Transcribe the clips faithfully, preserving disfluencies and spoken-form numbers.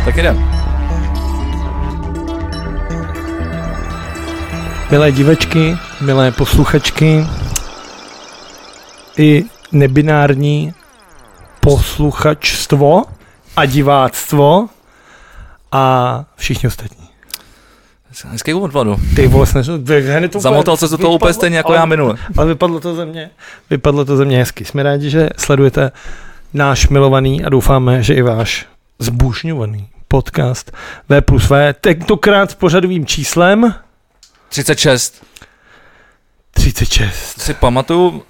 Tak jdem. Milé divečky, milé posluchačky i nebinární posluchačstvo a diváctvo a všichni ostatní. Hezký úvod, Vladu. Ty vole, snažil, hned to zamotal se do toho úplně stejně jako ale, já minule. Ale vypadlo to ze mě, vypadlo to ze mě hezky. Jsme rádi, že sledujete náš milovaný a doufáme, že i váš zbušňovaný podcast V plus V, tentokrát s pořadovým číslem třicet šest. třicet šest. Si pamatuju, uh,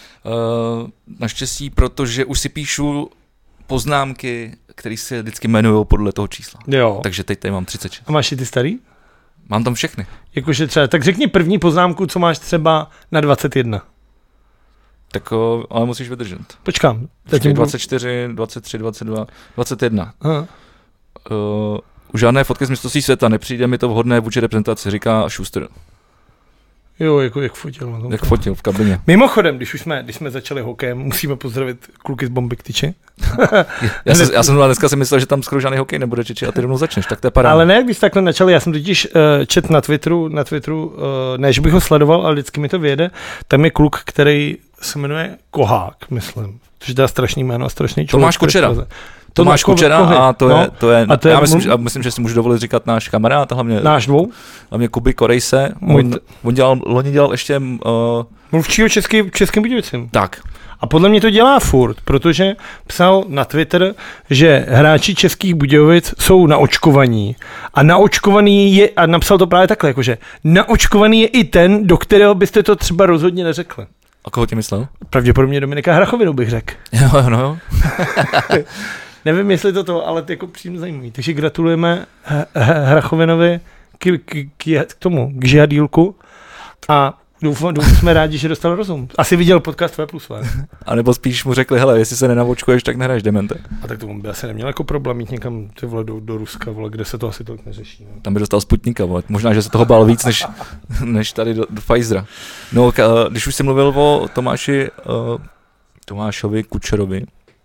naštěstí, protože už si píšu poznámky, které se vždycky jmenují podle toho čísla. Jo. Takže teď tady mám třicet šest. A máš i ty starý? Mám tam všechny. Jakože třeba, tak řekni první poznámku, co máš třeba na dvacet jedna. Tak uh, ale musíš vydržet. Počkám. Počkej, dvacet čtyři, dvacet tři, dvacet dva, dvacet jedna. Aha. Uh, u žádné fotky z mistrovství světa nepřijde mi to vhodné vůči reprezentaci, říká Schuster. Jo, jako jak fotil. Na tom jak fotil v kabině. Mimochodem, když už jsme, když jsme začali hokejem, musíme pozdravit kluky z Bomby k tyči. já, jsem, já jsem dneska si myslel, že tam skoro žádný hokej nebude, čiči, a ty rovnou začneš, tak to je paráda. Ale ne, když takhle načali, já jsem totiž uh, čet na Twitteru, na Twitteru, uh, ne, že bych ho sledoval, ale vždycky mi to vyjede. Tam je kluk, který se jmenuje Kohák, myslím. Což dá strašný jméno a strašný člověk. Tomáš Kučera. Tomáš Kučera a to je, no, to je, a to je já myslím, že, a myslím, že si můžu dovolit říkat náš kamarád, hlavně, náš dvou. Hlavně Kuby Korejse, on, on dělal, loni dělal ještě... Uh, mluvčího český, českým Budějovicím. Tak. A podle mě to dělá furt, protože psal na Twitter, že hráči českých Budějovic jsou naočkovaní a naočkovaný je, a napsal to právě takhle, jakože naočkovaný je i ten, do kterého byste to třeba rozhodně neřekli. A koho ti myslel? Pravděpodobně Dominika Hrachovinu bych řekl. Jo, no jo. Nevím, jestli to to, ale to jako přímě zajímavý. Takže gratulujeme Hrachovinovi k, k, k, k tomu, k žihadílku a doufám, doufám, jsme rádi, že dostal rozum. Asi viděl podcast V plus V. A nebo spíš mu řekli, hele, jestli se nenavočkuješ, tak nehraješ demente. A tak to by asi neměl jako problém mít někam ty vole do, do Ruska, vole, kde se to asi tolik neřeší. No. Tam by dostal Sputnika, vole. Možná, že se toho bál víc, než, než tady do, do Pfizera. No, k, když už jsi mluvil o Tomáši, uh, Tomášovi Kučerovi,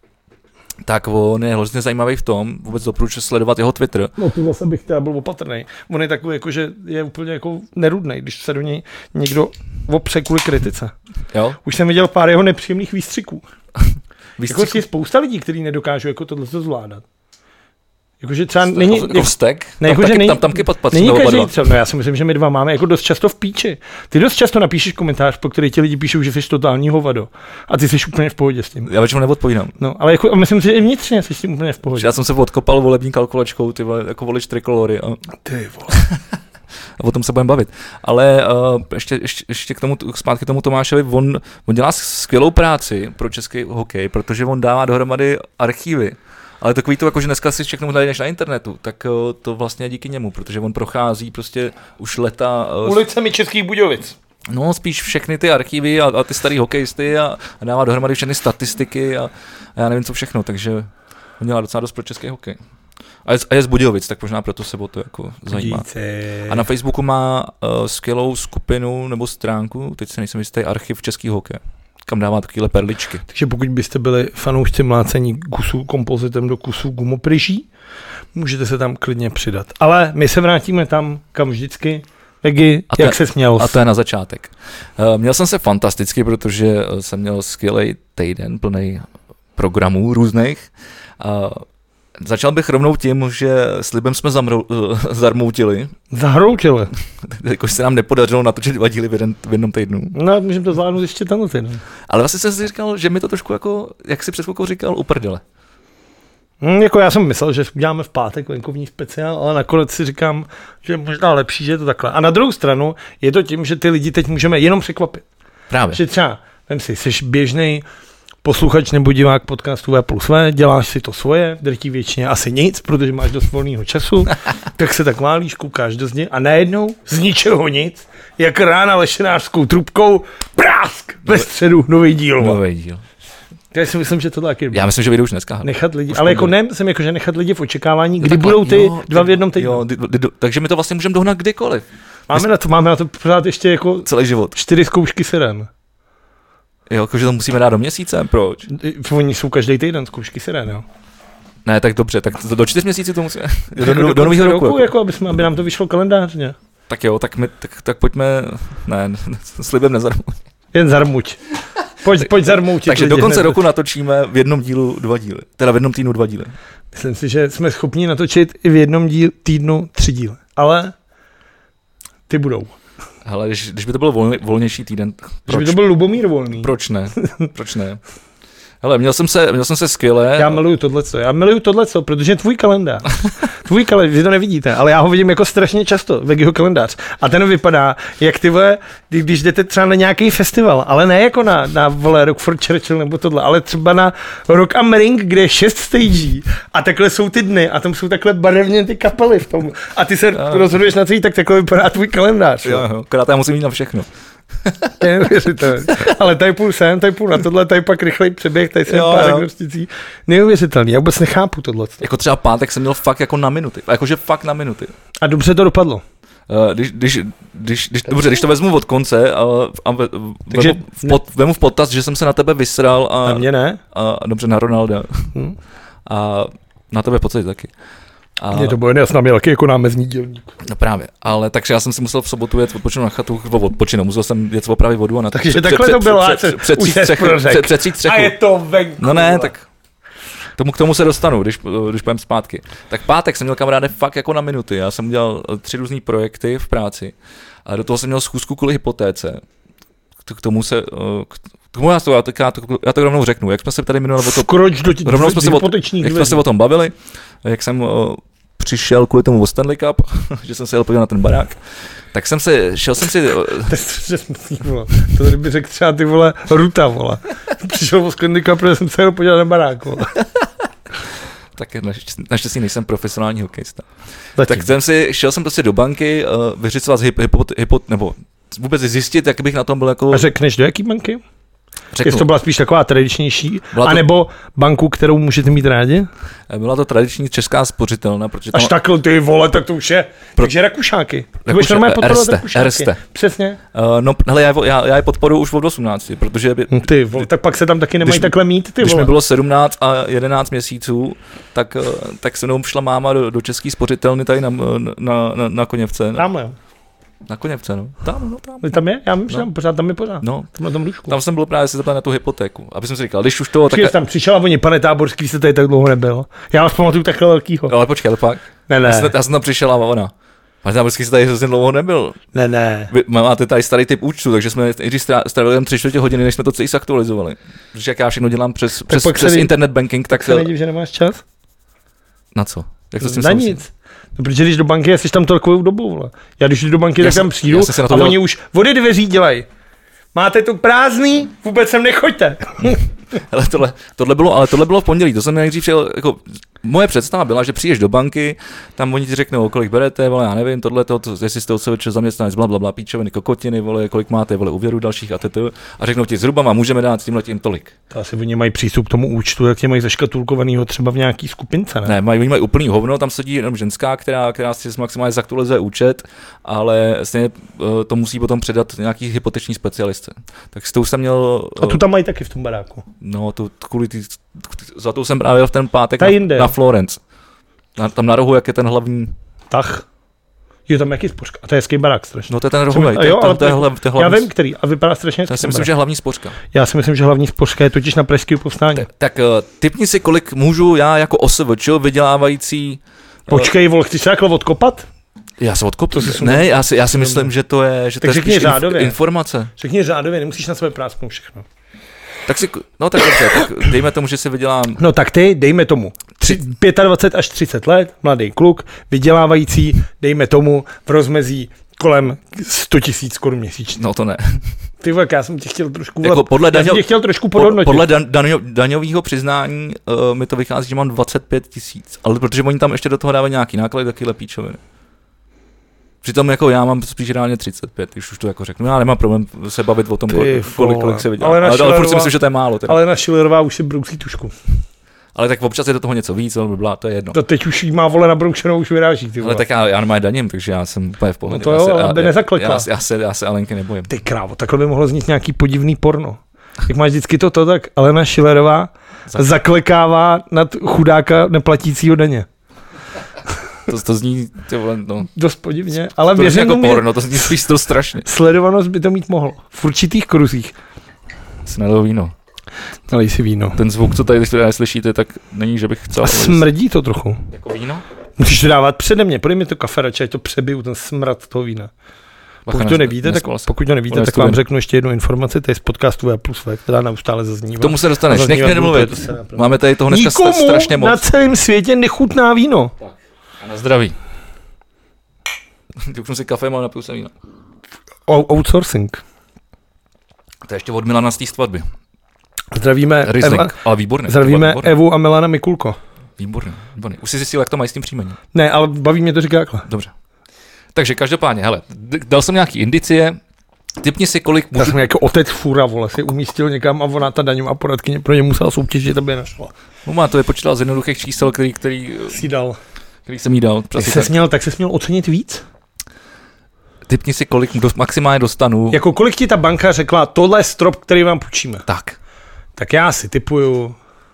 tak on je hrozně zajímavý v tom, vůbec doporučuji sledovat jeho Twitter. No to zase bych teda byl opatrný. On je takový, jako, že je úplně jako nerudnej, když se do něj někdo opře kvůli kritice. Jo? Už jsem viděl pár jeho nepříjemných výstřiků. Výstřiků? Jako je spousta lidí, kteří nedokážou jako tohle zvládat. Jakože třeba St- není... Jako vztek? Ne, tam, jako, taky, není, tam, tam patří není každý třeba, no já si myslím, že my dva máme jako dost často v píči. Ty dost často napíšeš komentář, po který ti lidi píšou, že jsi totální hovado. A ty jsi úplně v pohodě s tím. Já většinou neodpovídám. No, ale jako, myslím si, že i vnitřně jsi s tím úplně v pohodě. Já jsem se odkopal volební kalkulačkou, ty vole, jako volič Trikolory. A... Ty vole. A o tom se budeme bavit. Ale uh, ještě, ještě, ještě k tomu, zpátky k tomu Tomášovi, on, on dělá skvělou práci pro český hokej, protože on dává dohromady archívy. Ale takový to, jako že dneska si všechno najdeš na internetu, tak uh, to vlastně je díky němu, protože on prochází prostě už leta... Uh, ulicemi Českých Budějovic. No, spíš všechny ty archívy a, a ty starý hokejisty a, a dává dohromady všechny statistiky a, a já nevím co všechno, takže on dělá docela dost pro český hokej. A je, a je z Budějovic, tak možná proto se o to jako zajímá. Díce. A na Facebooku má uh, skvělou skupinu nebo stránku, teď se nejsem jistý, archiv český hokej, kam dává takovýhle perličky. Takže pokud byste byli fanoušci mlácení kusů kompozitem do kusů gumopryží, můžete se tam klidně přidat. Ale my se vrátíme tam, kam vždycky. Vegi, a jak se směl? A to je na začátek. Uh, měl jsem se fantasticky, protože jsem měl skvělý týden plný programů různých. Uh, Začal bych rovnou tím, že slibem jsme zamrou, zarmoutili. Zahroutili. Jakož se nám nepodařilo natočit dva díly v, jeden, v jednom týdnu. No, můžeme to zvládnout ještě tenhle týden. Ale vlastně jsem si říkal, že mi to trošku jako, jak si před chvilkou říkal, uprdele. Hmm, jako já jsem myslel, že uděláme v pátek venkovní speciál, ale nakonec si říkám, že je možná lepší, že je to takhle. A na druhou stranu je to tím, že ty lidi teď můžeme jenom překvapit. Právě. Že třeba, vem si, jsi běžnej posluchač nebo divák podcastu V plus V, děláš si to svoje, drtí většině asi nic, protože máš dost volného času, tak se tak válíš, koukáš do zdi a najednou z ničeho nic, jak rána lešenářskou trubkou, prásk, ve středu, nový díl. Nový díl. Já si myslím, že to taky. Já myslím, že vyjdu už dneska. Nechat lidi, ale jako ne, jsem jako, že nechat lidi v očekávání, kdy tak, budou ty jo, dva v jednom týdnu. Jo, dy, dy, dy, takže my to vlastně můžeme dohnat kdykoliv. Máme na to, máme na to pořád ještě jako celý život. Čtyři zkoušky siren. Jo, jakože to musíme dát do měsíce, proč? Oni jsou každý týden zkoušky siren, jo. Ne, tak dobře, tak do čtyř měsíců to musíme. Do, do, do, do, do nového roku. roku jako, aby, jsme, aby nám to vyšlo kalendářně. Tak jo, tak, my, tak, tak pojďme, ne, slibem nezarmuť. Jen zarmuť. Pojď, pojď zarmoutit. Takže do konce roku natočíme v jednom dílu dva díly. Teda v jednom týdnu dva díly. Myslím si, že jsme schopni natočit i v jednom díl, týdnu tři díly. Ale ty budou. Hele, když, když by to byl volný, volnější týden, proč? Když by to byl Lubomír Volný. Proč ne? Proč ne? Hele, měl jsem se, měl jsem se skvěle. Já miluju tohleto, já miluju tohleto, protože tvůj kalendář, tvůj kalendář, vy to nevidíte, ale já ho vidím jako strašně často, Vegiho kalendář. A ten vypadá, jak ty vole, když jdete třeba na nějaký festival, ale ne jako na, na vole Rock for Churchill nebo tohle, ale třeba na Rock am Ring, kde je šest stagí a takhle jsou ty dny a tam jsou takhle barevně ty kapely v tom. A ty se jo. rozhoduješ na co jít, tak takhle vypadá tvůj kalendář. Jo, jo, akorát já musím jít na všechno. Neuvěřitelné. Ale tady půl sem, tady půl na tohle, tady pak rychlej přeběh, tady jsem jo, pár agnosticí. Neuvěřitelný, já vůbec nechápu tohle. Jako třeba pátek jsem měl fakt jako na minuty, jakože fakt na minuty. A dobře to dopadlo. Uh, když, když, když, když, dobře, když to vezmu od konce a, a ve, Takže vemu, v pot, vemu v potaz, že jsem se na tebe vysral a... Na mě ne? A, dobře, na Ronalda. Hmm. A na tebe v podstatě taky. A... Mně to bylo nejasná, měl taky jako námezní dělník. No právě, ale takže já jsem si musel v sobotu jet odpočinout na chatu, odpočinout, musel jsem jet opravit vodu a na Takže před, takhle před, to bylo, před, před, už se před, před střechu. A je to venku. No ne, tak tomu, k tomu se dostanu, když, když půjdem zpátky. Tak pátek jsem měl kamaráde fakt jako na minuty, já jsem dělal tři různý projekty v práci a do toho jsem měl schůzku kvůli hypotéce. K tomu se... K tomu já to, já, to, já, to, já to rovnou řeknu, jak jsme se tady minule o to... Skroč do těch rovnou jsme se o, jak jsme se o tom bavili, jak jsem uh, přišel kvůli tomu o Stanley Cup, že jsem se jel podívat na ten barák, tak jsem se, šel jsem si... To je strašně smutný, vole. To tady by řekl třeba ty vole Ruta, vole. Přišel o Stanley Cup, protože jsem se jel podívat na barák, vole. Tak naštěstí nejsem profesionální hokejista. Zatím. Tak jsem si, šel jsem prostě do banky, uh, vyřizovat hypo, hypo, hypo, nebo vůbec zjistit, jak bych na tom byl jako... A řekneš do jaký banky? Řeknu. Jestli to byla spíš taková tradičnější, to... anebo banku, kterou můžete mít rádi? Byla to tradiční česká spořitelna. Protože tam... Až takhle ty vole, tak to už je. Pro... Takže Rakušáky. Ty budeš normálně podporovat Rakušáky. Erste. Přesně. Uh, no, hele, já, já, já je podporuji už od osmnácti, protože... No ty vole, tak pak se tam taky nemají když, takhle mít, ty Když vole. mi bylo sedmnáct a jedenáct měsíců, tak, tak se mnou šla máma do, do české spořitelny tady na, na, na, na Koněvce. Tamhle jo. Na Koněvce, no. Tam, no, tam. Tam je? Já myslím, no. pořád tam je pořád. No. Tam na tom lůžku. Tam jsem byl právě se zeptat na tu hypotéku. Aby jsem si říkal, když už to... Počkej, tak... tam přišel a oni, pane Táborský, jste tady tak dlouho nebyl. Já vás pamatuju takhle velkýho. Ale počkej, ale pak. Ne, ne. Já jsem, já jsem tam přišel a ona. Pane Táborský, jste tady hrozně dlouho nebyl. Ne, ne. Vy máte tady starý typ účtu, takže jsme i když strávili jen tři čtvrtě hodiny, než jsme to celý zaktualizovali. Protože jak já všechno dělám přes, přes, přes ne... internet banking, tak... Tak se nedív, že nemáš čas? Na co? Jak to s tím na nic. No, protože když do banky, jsi tam takovou dobu, vole. Já když jdu do banky, já tak tam přijdu a dělal... oni už vody dveří dělají. Máte tu prázdný, vůbec sem nechoďte. Ale tohle, tohle bylo, ale tohle bylo v pondělí, to jsem nejdřív šel, jako, moje představa byla, že přijdeš do banky, tam oni ti řeknou, kolik berete, vole, já nevím, tohle, to, jestli jste odsvědčil zaměstnanec, bla, bla, bla, píčoviny, kokotiny, vole, kolik máte, vole, úvěru dalších a toto, a řeknou ti, zhruba vám můžeme dát s tímhletím tolik. To asi oni mají přístup k tomu účtu, jak tě mají zaškatulkovanýho třeba v nějaký skupince, ne? Ne, mají, oni mají úplný hovno, tam sedí jenom ženská, která, která si maximálně zaktualizuje účet, ale stejně to musí potom předat nějaký hypoteční specialistce. Tak s tou jsem měl... A tu tam mají taky v tom baráku. No, to kvůli tý, za to jsem právě v ten pátek na, na Florence. Na, tam na rohu, jak je ten hlavní... Tach. Jo, tam jaký spořka. A to je hezký barák strašně. No to je ten rohovej. Jo, ale to je hlavní... Já vím, který. A vypadá strašně hezký. Já si myslím, že je hlavní spořka. Já si myslím, že hlavní spořka je totiž na Pražském povstání. Tak, tak tipni si, kolik můžu já jako O S V Č vydělávající... Počkej, vol, chceš se takhle odkopat? Já se odkopu. Ne, já si, já si myslím, že to je, že to je spíš inf- informace. Řekni řádově, nemusíš na sebe prásknout všechno. Tak si, no tak dobře, tak dejme tomu, že si vydělám... No tak ty, dejme tomu, tři, dvacet pět až třicet let, mladý kluk, vydělávající, dejme tomu, v rozmezí kolem sto tisíc korun měsíčně. No to ne. Ty vole, já jsem tě chtěl trošku, jako podle daňo, tě chtěl trošku podhodnotit. Podle dan, daňo, daňového přiznání uh, mi to vychází, že mám dvacet pět tisíc, ale protože oni tam ještě do toho dávají nějaký náklady, takovýhle píčoviny. Přitom jako já mám spíš reálně třicet pět, když už to jako řeknu. Já nemám problém se bavit o tom, kolik, kolik se vydělá. Ale, ale, ale furt si myslím, že to je málo. Teda. Ale na Schillerová už si brousí tušku. Ale tak občas je do toho něco víc, ale blá, to je jedno. To teď už jí má vole nabroušenou, už vyráží. Ty vole. Ale tak já, já nemám daním, takže já jsem úplně v pohodě. No to jo, já, aby nezaklekla. Já, já, se, já se Alenky nebojím. Ty krávo, takhle by mohlo znít nějaký podivný porno. Jak máš vždycky toto, tak Alena Schillerová zaklekává nad chudáka neplatícího daně. To, to zní, ty vole, no. Dost podivně, ale to věřím jako tomu, porno, to zní spíš to strašně. Sledovanost by to mít mohlo. V určitých kruzích. Snadlo víno. Nalej si víno. Ten zvuk, co tady slyšíte, tak není, že bych chcel. A smrdí to trochu. Jako víno? Musíš to dávat přede mě, podej mi to kafe radši, ať to přebiju, ten smrad toho vína. Pokud to nevíte, tak, pokud to nevíte, tak vám řeknu ještě jednu informaci, to je z podcastu V plus V, která neustále zaznívá. K tomu se dostaneš, nech mě nemluvit. Máme tady toho dneska Nikomu strašně moc. na celém světě nechutná víno. Tak. A na zdraví. Tuknu si kafe, mám napiju se víno. Outsourcing. To je ještě od Milana z té skladby. Zdravíme, Riesling, Eva, ale výborný. zdravíme výborný. Evu a Milana Mikulko. Výborný, výborný. Už jsi zjistil, jak to mají s tím příjmením. Ne, ale baví mě to říká takhle. Dobře. Takže každopádně, hele, dal jsem nějaký indicie, tipni si, kolik můžu... Já jsem jako otec fura, vole, si umístil někam a ona ta daňová poradkyně pro ně musela soutěžit, aby je našla. No má, to je počítal z jednoduchých čísel, který, který, Jsi dal. který jsem jí dal. Tak se směl, tak se směl ocenit víc? Tipni si, kolik dost, maximálně dostanu. Jako kolik ti ta banka řekla, tohle je strop, který vám půjčíme? Tak. Tak já si tipuju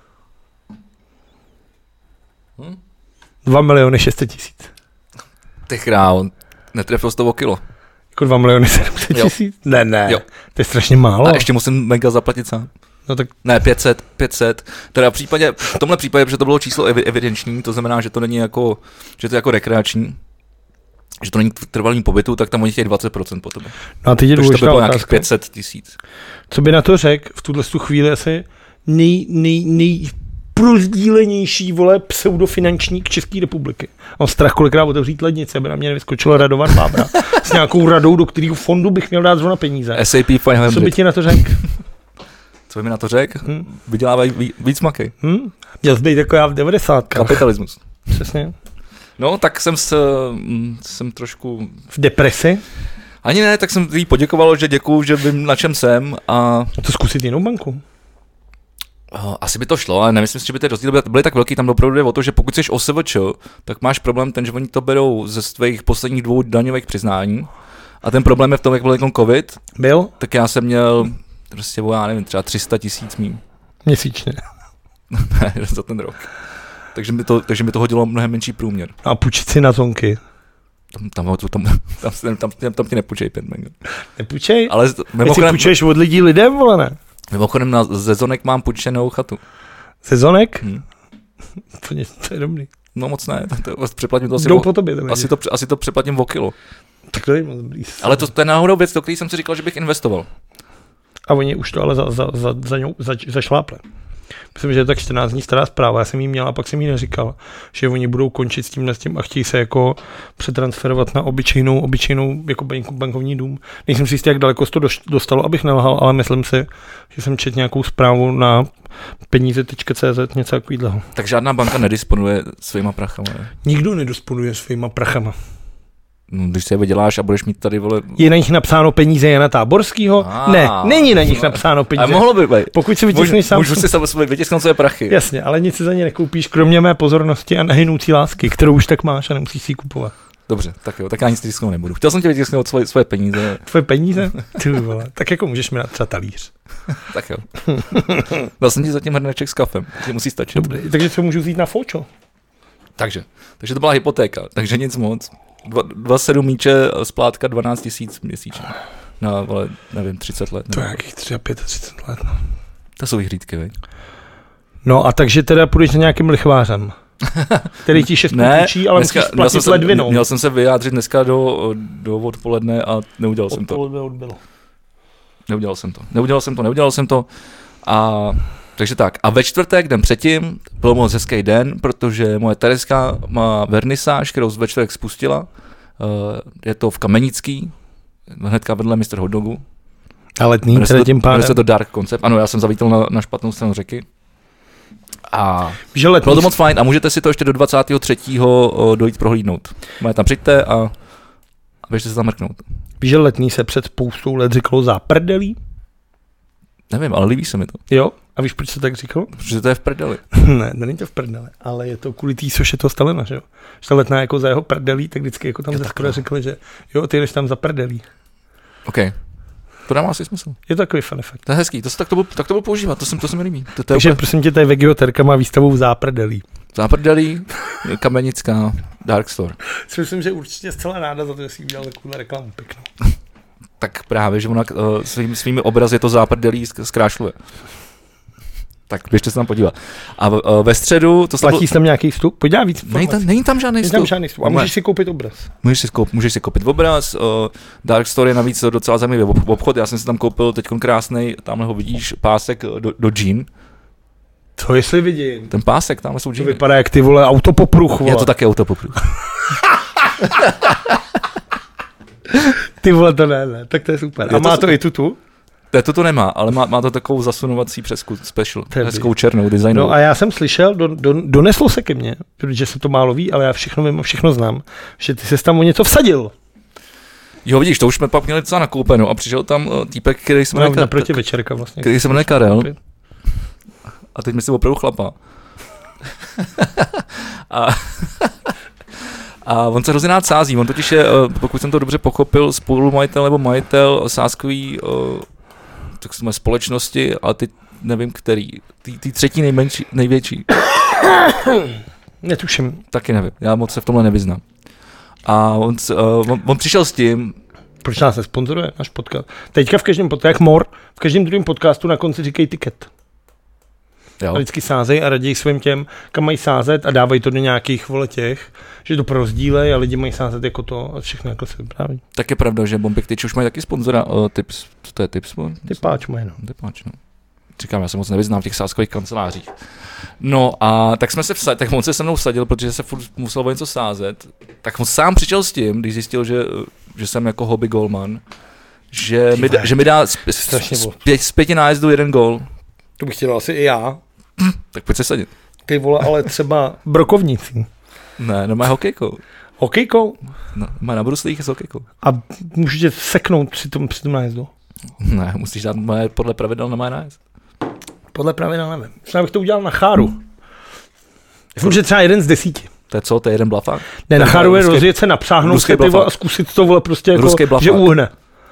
Hm? dva miliony šest set tisíc. Ty král, netrefil jsi to o kilo. Jako dva miliony sedm set tisíc? Ne, ne, Jo. to je strašně málo. A ještě musím mega zaplatit sám. No tak Ne, pět set, pět set. Teda v případě, v tomhle případě, protože to bylo číslo evi- evidenční, to znamená, že to není jako, že to je jako rekreační, že to není k trvalým pobytu, tak tam oni chtějí dvacet procent po tebe. no a teď je Takže to by důležitá bylo nějakých otázka. pět set tisíc. Co by na to řekl v tuhle tu chvíli asi nej, nej, nej prozdílenější, vole, pseudofinančník České republiky. Mám strach kolikrát otevřít lednice, aby na mě nevyskočila Radovan Bábra s nějakou radou, do kterého fondu bych měl dát zrovna peníze. S A P pět Co by set. ti na to řekl? Co by mi na to řekl? Hm? Vydělávají ví, víc makej. Hm? Měl jsi být jako já v devadesátkách. Kapitalismus. Přesně. No, tak jsem, s, mm, jsem trošku... V depresi? Ani ne, tak jsem jí poděkoval, že děkuju, že vím, na čem jsem a... A to zkusit jinou banku. Asi by to šlo, ale nemyslím si, že by ty rozdíly byly tak velký. Tam opravdu jde o to, že pokud jsi O S V Č, tak máš problém ten, že oni to berou ze svých posledních dvou daňových přiznání. A ten problém je v tom, jak byl ten covid. Byl? Tak já jsem měl prostě, já nevím, třeba tři sta tisíc mým. Měsíčně. Ne, za ten rok. Takže mi to, takže mi to hodilo mnohem menší průměr. A půjčit si na zonky. Tam, tam, tam, tam, tam, tam, tam, tam ti nepůjčej pět mega. Nepůjčej? Ale Teď si mimochodem, půjčuješ od lidí lidem, vole ne? mimochodem na Zezonek mám půjčenou chatu. Sezonek? Hm. To, je, to je dobrý. No moc ne, to, to, přeplatím to asi, Jdou o, po tobě. Tam asi, to, asi to přeplatím o kilo. Tak to je moc dobrý. Ale to, to je náhodou věc, do které jsem si říkal, že bych investoval. A oni už to ale za, za, za, za, ňou, za, zašlápli. Myslím, že je tak čtrnáct dní stará zpráva. Já jsem jí měl a pak jsem jí neříkal, že oni budou končit s tímhle s tím a chtějí se jako přetransferovat na obyčejnou, obyčejnou jako bank, bankovní dům. Nejsem si jistý, jak daleko se to dostalo, abych nelhal, ale myslím si, že jsem četl nějakou zprávu na peníze tečka cé zet, něco takového. Tak žádná banka nedisponuje svýma prachama. Ne? Nikdo nedisponuje svýma prachama. No, když se je vyděláš a budeš mít tady, vole... Je na nich napsáno peníze Jana Táborského? Ah, Ne, není na nich napsáno peníze. A mohlo by být. Pokud si vytiskneš sám... Můžu si samozřejmě vytisknout své prachy. Jasně, ale nic si za ně nekoupíš, kromě mé pozornosti a nehynoucí lásky, kterou už tak máš a nemusíš si ji kupovat. Dobře, tak jo, tak já nic tisknout nebudu. Chtěl jsem tě vytisknout svoje, svoje peníze. Tvoje peníze? Ty vole, tak jako můžeš mi dát třeba talíř. Tak jo. Dal jsem ti zatím hrneček s kafem, ti musí stačit. Dobrý, takže co můžu vzít na fočo? Takže, takže to byla hypotéka, takže nic moc. Dva, dva sedm míče, splátka dvanáct tisíc měsíčně. Na, vole, nevím, třicet let. To je nevím. jakých třicet pět třicet let. No. To jsou vyhlídky, veď? no a takže teda půjdeš za nějakým lichvářem, který ti šest půjčí, ale dneska, musíš měl jsem platit se, ledvinou. Měl jsem se vyjádřit dneska do, do odpoledne a neudělal jsem to. Odpoledne odbylo. Neudělal jsem to. Neudělal jsem to, neudělal jsem to. A takže tak. A ve čtvrtek, den předtím, byl moc hezký den, protože moje Tereska má vernisáž, kterou ve čtvrtek spustila. Je to v Kamenický, hnedka vedle mister Hot Dogu. A letný, teda tím pádem. Jmenuje se to Dark Concept. Ano, já jsem zavítal na, na špatnou stranu řeky. A že letný... bylo to moc fajn a můžete si to ještě do dvacátého třetího dojít prohlídnout. Máte tam přijďte a, a běžte se tam mrknout. Víš, že letný se před spoustou let říkalo záprdelí? Nevím, ale líbí se mi to. Jo? A víš, proč se tak říkalo? Protože to je v prdeli. Ne, to není to v prdeli, ale je to kvůli tý soše toho Stalina, že jo? Že ta letná jako za jeho prdelí, tak vždycky jako tam ze skoro řekli, že jo, ty jdeš tam za prdelí. OK. To dává asi smysl. Je to takový fun efekt. To je hezký, to se tak to, byl, tak to byl používat, to, jsem, to se mi líbí. To, to Takže úplně... prosím tě, tady Vegioterka má výstavu v Záprdelí. Záprdelí, Kamenická, Dark Store. Si myslím, že určitě zcela ráda za to, že jsi udělal takovou reklamu pěknou. Tak právě, že ona uh, svým, svými obrazy to Záprdelí zkrášluje. Tak běžte se tam podívat. A uh, ve středu... To Platí tam nějaký vstup? Pojď víc není tam, není tam žádný vstup. Není tam žádný vstup. A můžeš si koupit obraz. Můžeš si, koup, můžeš si koupit obraz. Uh, Dark Store je navíc docela zajímavý obchod. Já jsem si tam koupil teď krásnej, tamhle ho vidíš, pásek do, do džín. Co jestli vidím? Ten pásek, tamhle jsou džíny. To vypadá jak ty vole autopopruh, vole. Je to taky autopopruh. Ty vole, to ne, ne, tak to je super. Je A má to, to i tutu? To to nemá, ale má, má to takovou zasunovací přesku special, hezkou černou designovou. No a já jsem slyšel, do, do, doneslo se ke mně, protože se to málo ví, ale já všechno vím a všechno znám, že ty ses tam o něco vsadil. Jo, vidíš, to už jsme pak měli docela nakoupeno a přišel tam uh, týpek, který se jmenuje, no, naproti večerka vlastně. Který se jmenuje Karel. A teď myslím opravdu chlapa. a, a on se hrozně rád sází, on totiž je, pokud jsem to dobře pochopil, spolumajitel nebo majitel sázkový uh, tak jsme společnosti, ale teď nevím který, ty, ty třetí nejmenší, největší. Netuším. Taky nevím, já moc se v tomhle nevyznám. A on, uh, on, on přišel s tím... Proč nás nesponzoruje náš podcast? Teďka v každém podcastu, jak Mor, v každém druhém podcastu na konci říkají tiket. Jo. A vždycky sázejí a raději svým těm, kam mají sázet a dávají to do nějakých vole těch, že to prozdílej a lidi mají sázet jako to a všechno jako se vypráví. Tak je pravda, že Bombik Tyč už mají taky sponzora, uh, tips, co to je Tips? Typáč mají, no. Typáč, no. Říkám, já se moc nevyznám v těch sázkových kancelářích. No a tak jsme se vsadili, tak on se se mnou vsadil, protože se furt musel o něco sázet, tak on sám přišel s tím, když zjistil, že, že jsem jako hobby golman, že, mi, že mi dá z, z, z, pět, z pěti nájezdů jeden gól. To bych chtěl asi i já. Tak pojď se sadit. Ty vole, ale třeba brokovnicí. Ne, no má hokejkou. Hokejkou? No, má na bruslích s hokejkou. A můžete seknout při tom, při tom nájezdu? Ne, musíš dát moje, podle pravidel na moje nájezd. Podle pravidel nevím. Možná bych to udělal na cháru. Myslím, že třeba jeden z desíti. To je co, to je jeden blafák? Ne, na cháru je rozjet se, napřáhnout se ty a zkusit to vole prostě jako, že uhne.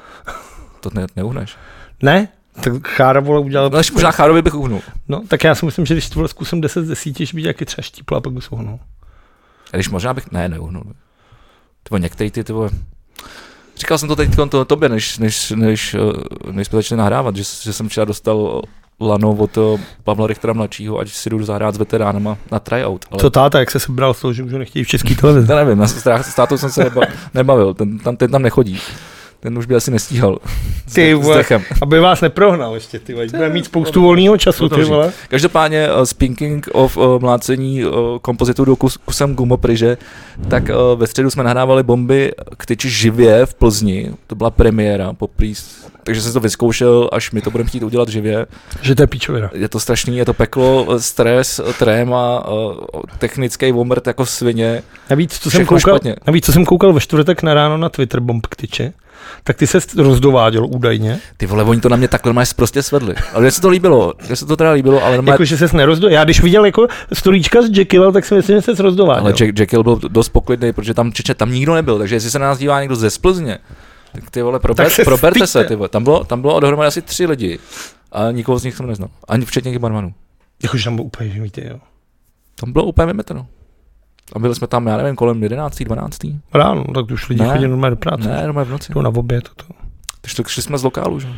To ne, neuhneš. Ne? Tak chára vole udělal... No, možná chárovi bych uhnul. No, tak já si myslím, že když to vole zkusím deset z desíti, že by nějaký třeba štípla a pak bych se uhnul. A když možná bych... Ne, neuhnul. Tyvo některý ty, tyvo... Říkal jsem to teď to, tobě, než, než, než, než jsme začali nahrávat, že, že jsem včera dostal lano od Pavla Richtera mladšího, ať si jdu zahrát s veteránama na tryout. Ale... Co táta, jak se sebral z toho, že už ho nechtějí v český televizi? To nevím, s tátou jsem se neba, nebavil, ten tam, ten tam nechodí. Ten už by asi nestíhal. Ty vole, aby vás neprohnal ještě, ty vole. Bude mít spoustu volného času, ty vole. Každopádně uh, speaking of uh, mlácení uh, kompozitu do kus, kusem gumopryže, tak uh, ve středu jsme nahrávali Bomby k Tyči živě v Plzni. To byla premiéra poprvé. Takže jsem to vyzkoušel, až my to budeme chtít udělat živě. Že to je píčovina. Je to strašný, je to peklo, stres, tréma, uh, technický omrt jako svině. Navíc, co jsem koukal, navíc, co jsem koukal ve čtvrtek na ráno na Twitter Bomb k Tyči, tak ty se rozdováděl údajně. Ty vole, oni to na mě takhle máš prostě svedli. Ale mně se to líbilo, mně se to teda líbilo, ale... Jako, že ses nerozdováděl. Já když viděl jako storíčka z Jekylla, tak si myslím, že ses rozdováděl. Ale Jack, Jekyll byl dost poklidný, protože tam Čeče, tam nikdo nebyl, takže jestli se na nás dívá někdo ze Splzně, tak ty vole, prober, se proberte se, ty vole. Tam bylo, tam bylo dohromady asi tři lidi a nikoho z nich jsem neznal. Ani včetně těch barmanů. Jakože tam bylo úplně živitě, jo. Tam bylo úplně vymeteno. A byli jsme tam, já nevím, kolem jedenáctý, dvanáctý Ráno, tak už lidi chodí normálně do práce. Ne, normálně v noci. Jdou na oběd. To. Takže šli jsme z lokálu, že?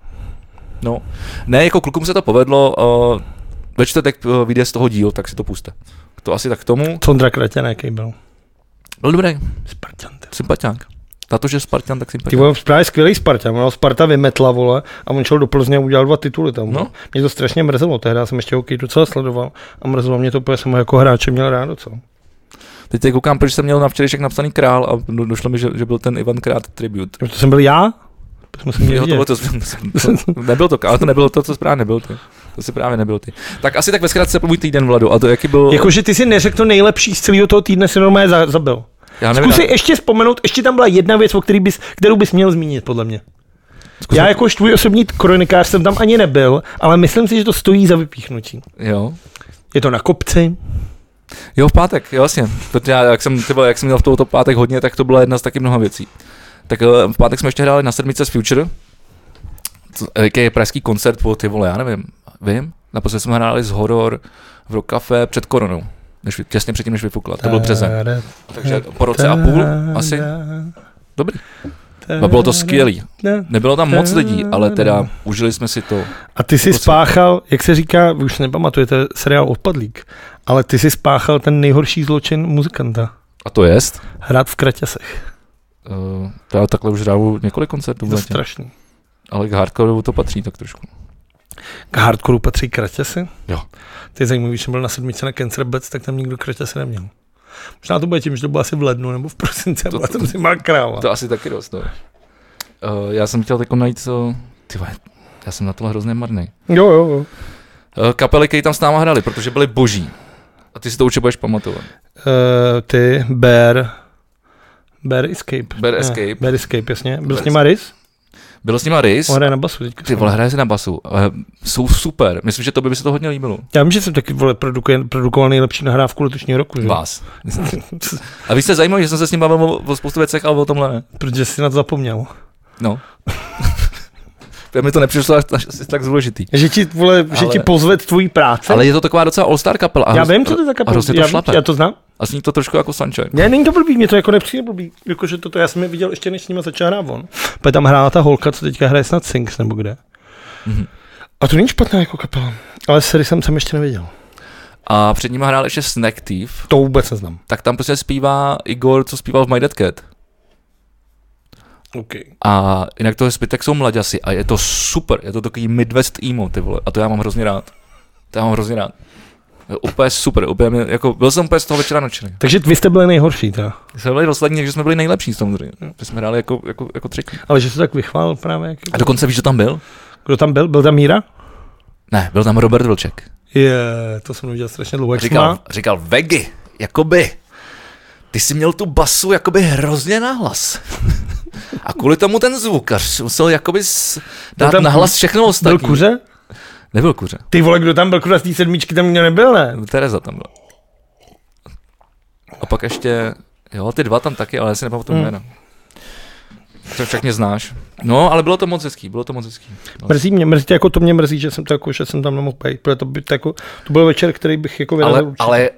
No, ne, jako klukům se to povedlo, uh, ve čtvrtek uh, vyjde z toho díl, tak si to puste. To asi tak k tomu. Sondra Kratěn, jaký byl? Byl dobrý. Spartan. Sympatiák. Tato, že Spartan, tak sympatiák. Ty vole, právě skvělý Spartan, no, Sparta vymetla, vole, a on šel do Plzně a udělal dva tituly tam. No. Mě to strašně mrzelo, tehdy jsem ještě hokej docela sledoval a mrzelo mě to, protože jsem ho jako hráče měl rád docela. Teď teď koukám, protože jsem měl na včerejšek napsaný Král a došlo mi, že, že byl ten Ivan Krát tribute. To jsem byl já? Jo, to, to, to, to, nebyl to, ale to nebylo to, co správně nebyl ty. To si právě nebyl ty. Tak asi tak ve zkratce můj týden, Vlado, a to jaký byl... Jakože ty si neřekl to nejlepší z celého toho týdne, si normálně za, zabil. Já nevím, Zkus si ještě vzpomenout, ještě tam byla jedna věc, o který bys, kterou bys měl zmínit, podle mě. Zkus Já jako tvůj osobní kronikář jsem tam ani nebyl, ale myslím si, že to stojí za vypíchnutí. Jo. Je to na kopci. Jo, v pátek, jo, vlastně. Protože já, jak jsem, tyba, jak jsem měl v tohoto pátek hodně, tak to byla jedna z taky mnoha věcí. Tak v pátek jsme ještě hráli na sedmice s Future. jaký je pražský koncert, po ty vole, já nevím, vím, naposledy jsme hráli z Horor v Rock Café před koronou, než, těsně předtím, než vypukla, to byl březen. Takže po roce a půl asi, dobrý. A bylo to skvělý. Nebylo tam moc lidí, ale teda užili jsme si to. A ty jsi spáchal, jak se říká, vy už nepamatujete seriál Odpadlík, ale ty jsi spáchal ten nejhorší zločin muzikanta. A to jest? Hrát v kraťasech. Uh, já takhle už hraju několik koncertů. To je strašný. Ale k hardcoreu to patří tak trošku. K hardcoreu patří kraťasy? Jo. To je zajímavý, že byl na sedmičce na Cancer Beds, tak tam nikdo kraťasy neměl. Možná to bude tím, že to bylo asi v lednu nebo v prosinci, a byla tam zimá kráva. To asi taky dost, no. Uh, já jsem chtěl teď najít, co... Ty vole, já jsem na tohle hrozně marný. Jo, jo, jo. Uh, kapely, které tam s náma hrali, protože byly boží. A ty si to určitě budeš pamatovat. Uh, ty, Bear... Bear Escape. Bear Escape. Ne, Bear Escape, jasně. Byl s nima Riz? Byl s nima Riz. On hraje na basu teďka. Ty vole, hraje si na basu. Uh, jsou super. Myslím, že to by se to hodně líbilo. Já vím, že jsem taky vole, produkuj, produkoval nejlepší nahrávku letošního roku. Že? Vás. A vy jste zajímavý, že jsem se s ním bavil o, o spoustu věcech, ale o tomhle ne. Protože jsi na to zapomněl. No. Mi to nepřišlo až tak důležitý. Že ti, vole, ale, že ti pozve tvojí práce. Ale je to taková docela all-star kapela. Já vím, co to je za kapela. A hrozně to já, šlape. Já to znám. A zní to trošku jako Sunshine. Ne, není to blbý, mě to jako nepřijde blbý. Jakože toto, já jsem je viděl ještě než s nimi začal hrát on. Protože tam hrála ta holka, co teďka hraje snad Sings nebo kde. Mm-hmm. A to není špatná jako kapela. Ale Seri jsem jsem ještě neviděl. A před ním hrál ještě Snack Thief. To vůbec neznám. Tak tam prostě zpívá Igor, co zpíval v My Dead Cat. Okay. A jinak to zbytek jsou mlaďasi a je to super, je to takový Midwest emo, ty vole, a to já mám hrozně rád. To já mám hrozně rád. Je úplně super, úplně mě, jako, byl jsem úplně z toho večera nadšený. Takže vy jste byli nejhorší, teda? Jsme byli poslední, takže jsme byli nejlepší samozřejmě. My jsme hráli jako, jako, jako třetí. Ale že se tak vychválil právě. Jak... A dokonce víš, kdo tam byl? Kdo tam byl? Byl tam Míra? Ne, byl tam Robert Vlček. Je, to jsem udělal strašně dlouho. Říkal, říkal, Vegi, jakoby, ty jsi měl tu basu jakoby hrozně nahlas. A kvůli tomu ten zvukař musel jakoby dát nahlas všechno ostatní. Byl Kuře? Nebyl Kuře. Ty vole, kdo tam byl, Kuře z té sedmičky, tam nikdo nebyl, ne? Tereza tam byla. A pak ještě, jo, ty dva tam taky, ale já si nepamatuju hmm. jména. To však mě znáš. No, ale bylo to moc hezký, bylo to moc hezký. No. Mrzí mě, mrzí, jako to mě mrzí, že jsem to jako, že jsem tam nemohl být, protože to, by, to, jako, to byl večer, který bych jako vyrazil ale, určitě. Ale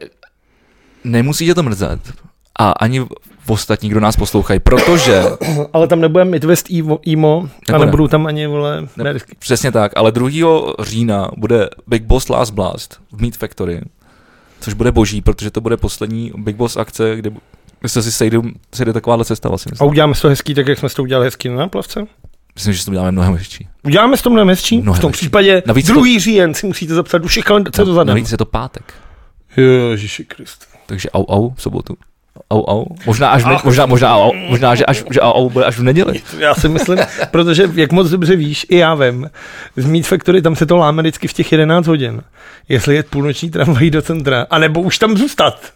nemusí tě to mrzet. A ani v ostatní, kdo nás poslouchají, protože... Ale tam nebude Midwest emo a nebudou tam ani, vole... Ne, přesně tak, ale druhého října bude Big Boss Last Blast v Meat Factory, což bude boží, protože to bude poslední Big Boss akce, kde se si sejde, sejde takováhle cesta vlastně. A uděláme to hezký, tak jak jsme to udělali hezký na náplavce? Myslím, že to uděláme mnohem hezčí. Uděláme to mnohem hezčí? Mnohem v tom hezčí. Případě navíc druhý to... říjen si musíte zapsat do všech kalendářů, co to zadám. Navíc je to pátek. Ježiši Kriste. Takže au au v sobotu. Au, au. Možná, až ne, možná, možná, au, možná, že až, že au, au bude až v neděli. Já si myslím, protože jak moc dobře víš, i já vím, z Meat Factory tam se to láme vždycky v těch jedenáct hodin. Jestli je půlnoční tramvají do centra, anebo už tam zůstat.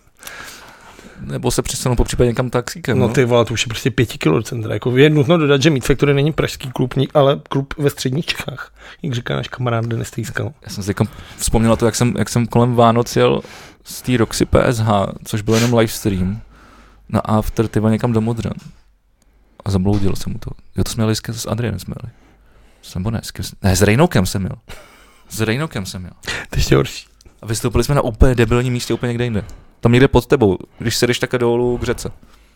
Nebo se přesunou po případě někam taxíkem. No ty vole, to už je prostě pěti kilo do centra. Jako je nutno dodat, že Meat Factory není pražský klub, ale klub ve středních Čechách, jak říká náš kamarád Denis Tejskal. Já jsem si vzpomněl na to, jak jsem, jak jsem kolem Vánoc jel z té Roxy P S H, což byl jenom livestream, na after tyva někam do Modřan. A zabloudil jsem mu to. Jo, to jsme jeli s Adrianem, jsme jeli. Nebo ne, s ne, s Rejnokem jsem jel. S Rejnokem jsem jel. To ještě horší. A vystoupili jsme na úplně debilním místě, úplně někde jinde. Tam někde pod tebou, když se jdeš také dolů k řece.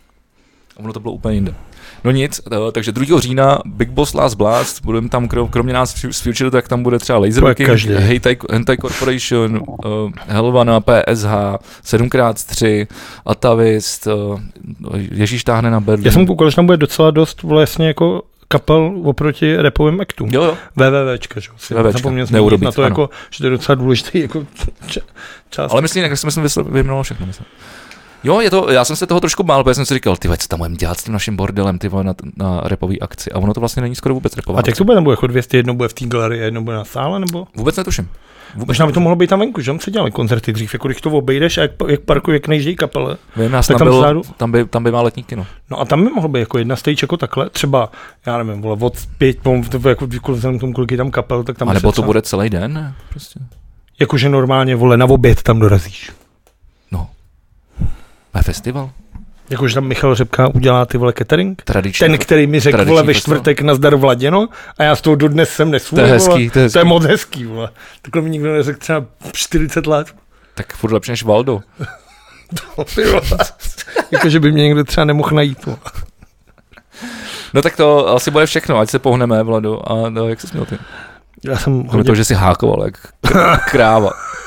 A ono to bylo úplně jinde. No nic, takže druhého října Big Boss Last Blast, budeme tam kromě nás z Future, tak tam bude třeba Laserking, Hentai Corporation, uh, Helvana, P S H, sedm krát tři, Atavist, uh, Ježíš táhne na Berlín. Já jsem koukal, že tam bude docela dost vlastně jako kapel oproti rapovým aktům. Jo, jo. VVVčka, že jo. Zapomněl jsem na to, jako, že to je docela důležitý jako část. Ale myslím, jak jsem si vyjmenoval všechno, myslím. Jo, je to, já jsem se toho trošku bál, protože jsem si říkal, ty co tam budeme dělat s tím naším bordelem, ty na, na rapový akci. A ono to vlastně není skoro vůbec rapová. A tak to bude, nebo jako dvě stě, jedno bude v té galerii, jedno bude na sále, nebo? Vůbec netuším. Vůbec možná by to mohlo být tam venku, že tam se dělali koncerty dřív, jako když to obejdeš a jak, jak parkuje, jak nejíždějí kapele. Vím, já tam, tam, byl, tam, by, tam by má letní kino. No a tam by mohlo být jako jedna stage jako takhle, třeba, já nevím, vole, od pět, jako vzhledem k tomu, kolik je tam kapel, tak tam. A nebo to třeba... bude celý den, prostě. Jakože normálně, vole, na oběd tam dorazíš. No. A festival? Jakože tam Michal Řepka udělá ty vole catering? Tradiční. Ten, který mi řekl vole ve čtvrtek nazdar Vladěno a já z toho dodnes jsem nesvůj. To je hezký, to je hezký. To je moc hezký, vole. Takhle mi nikdo neřekl třeba čtyřicet let. Tak furt lepší než Valdo. To, jakože by mě někdo třeba nemohl najít. Vole. No tak to asi bude všechno, ať se pohneme, Vlado. A no, jak jsi směl ty? Já jsem hodně... hodně... to, že jsi hákoval, jak kráva.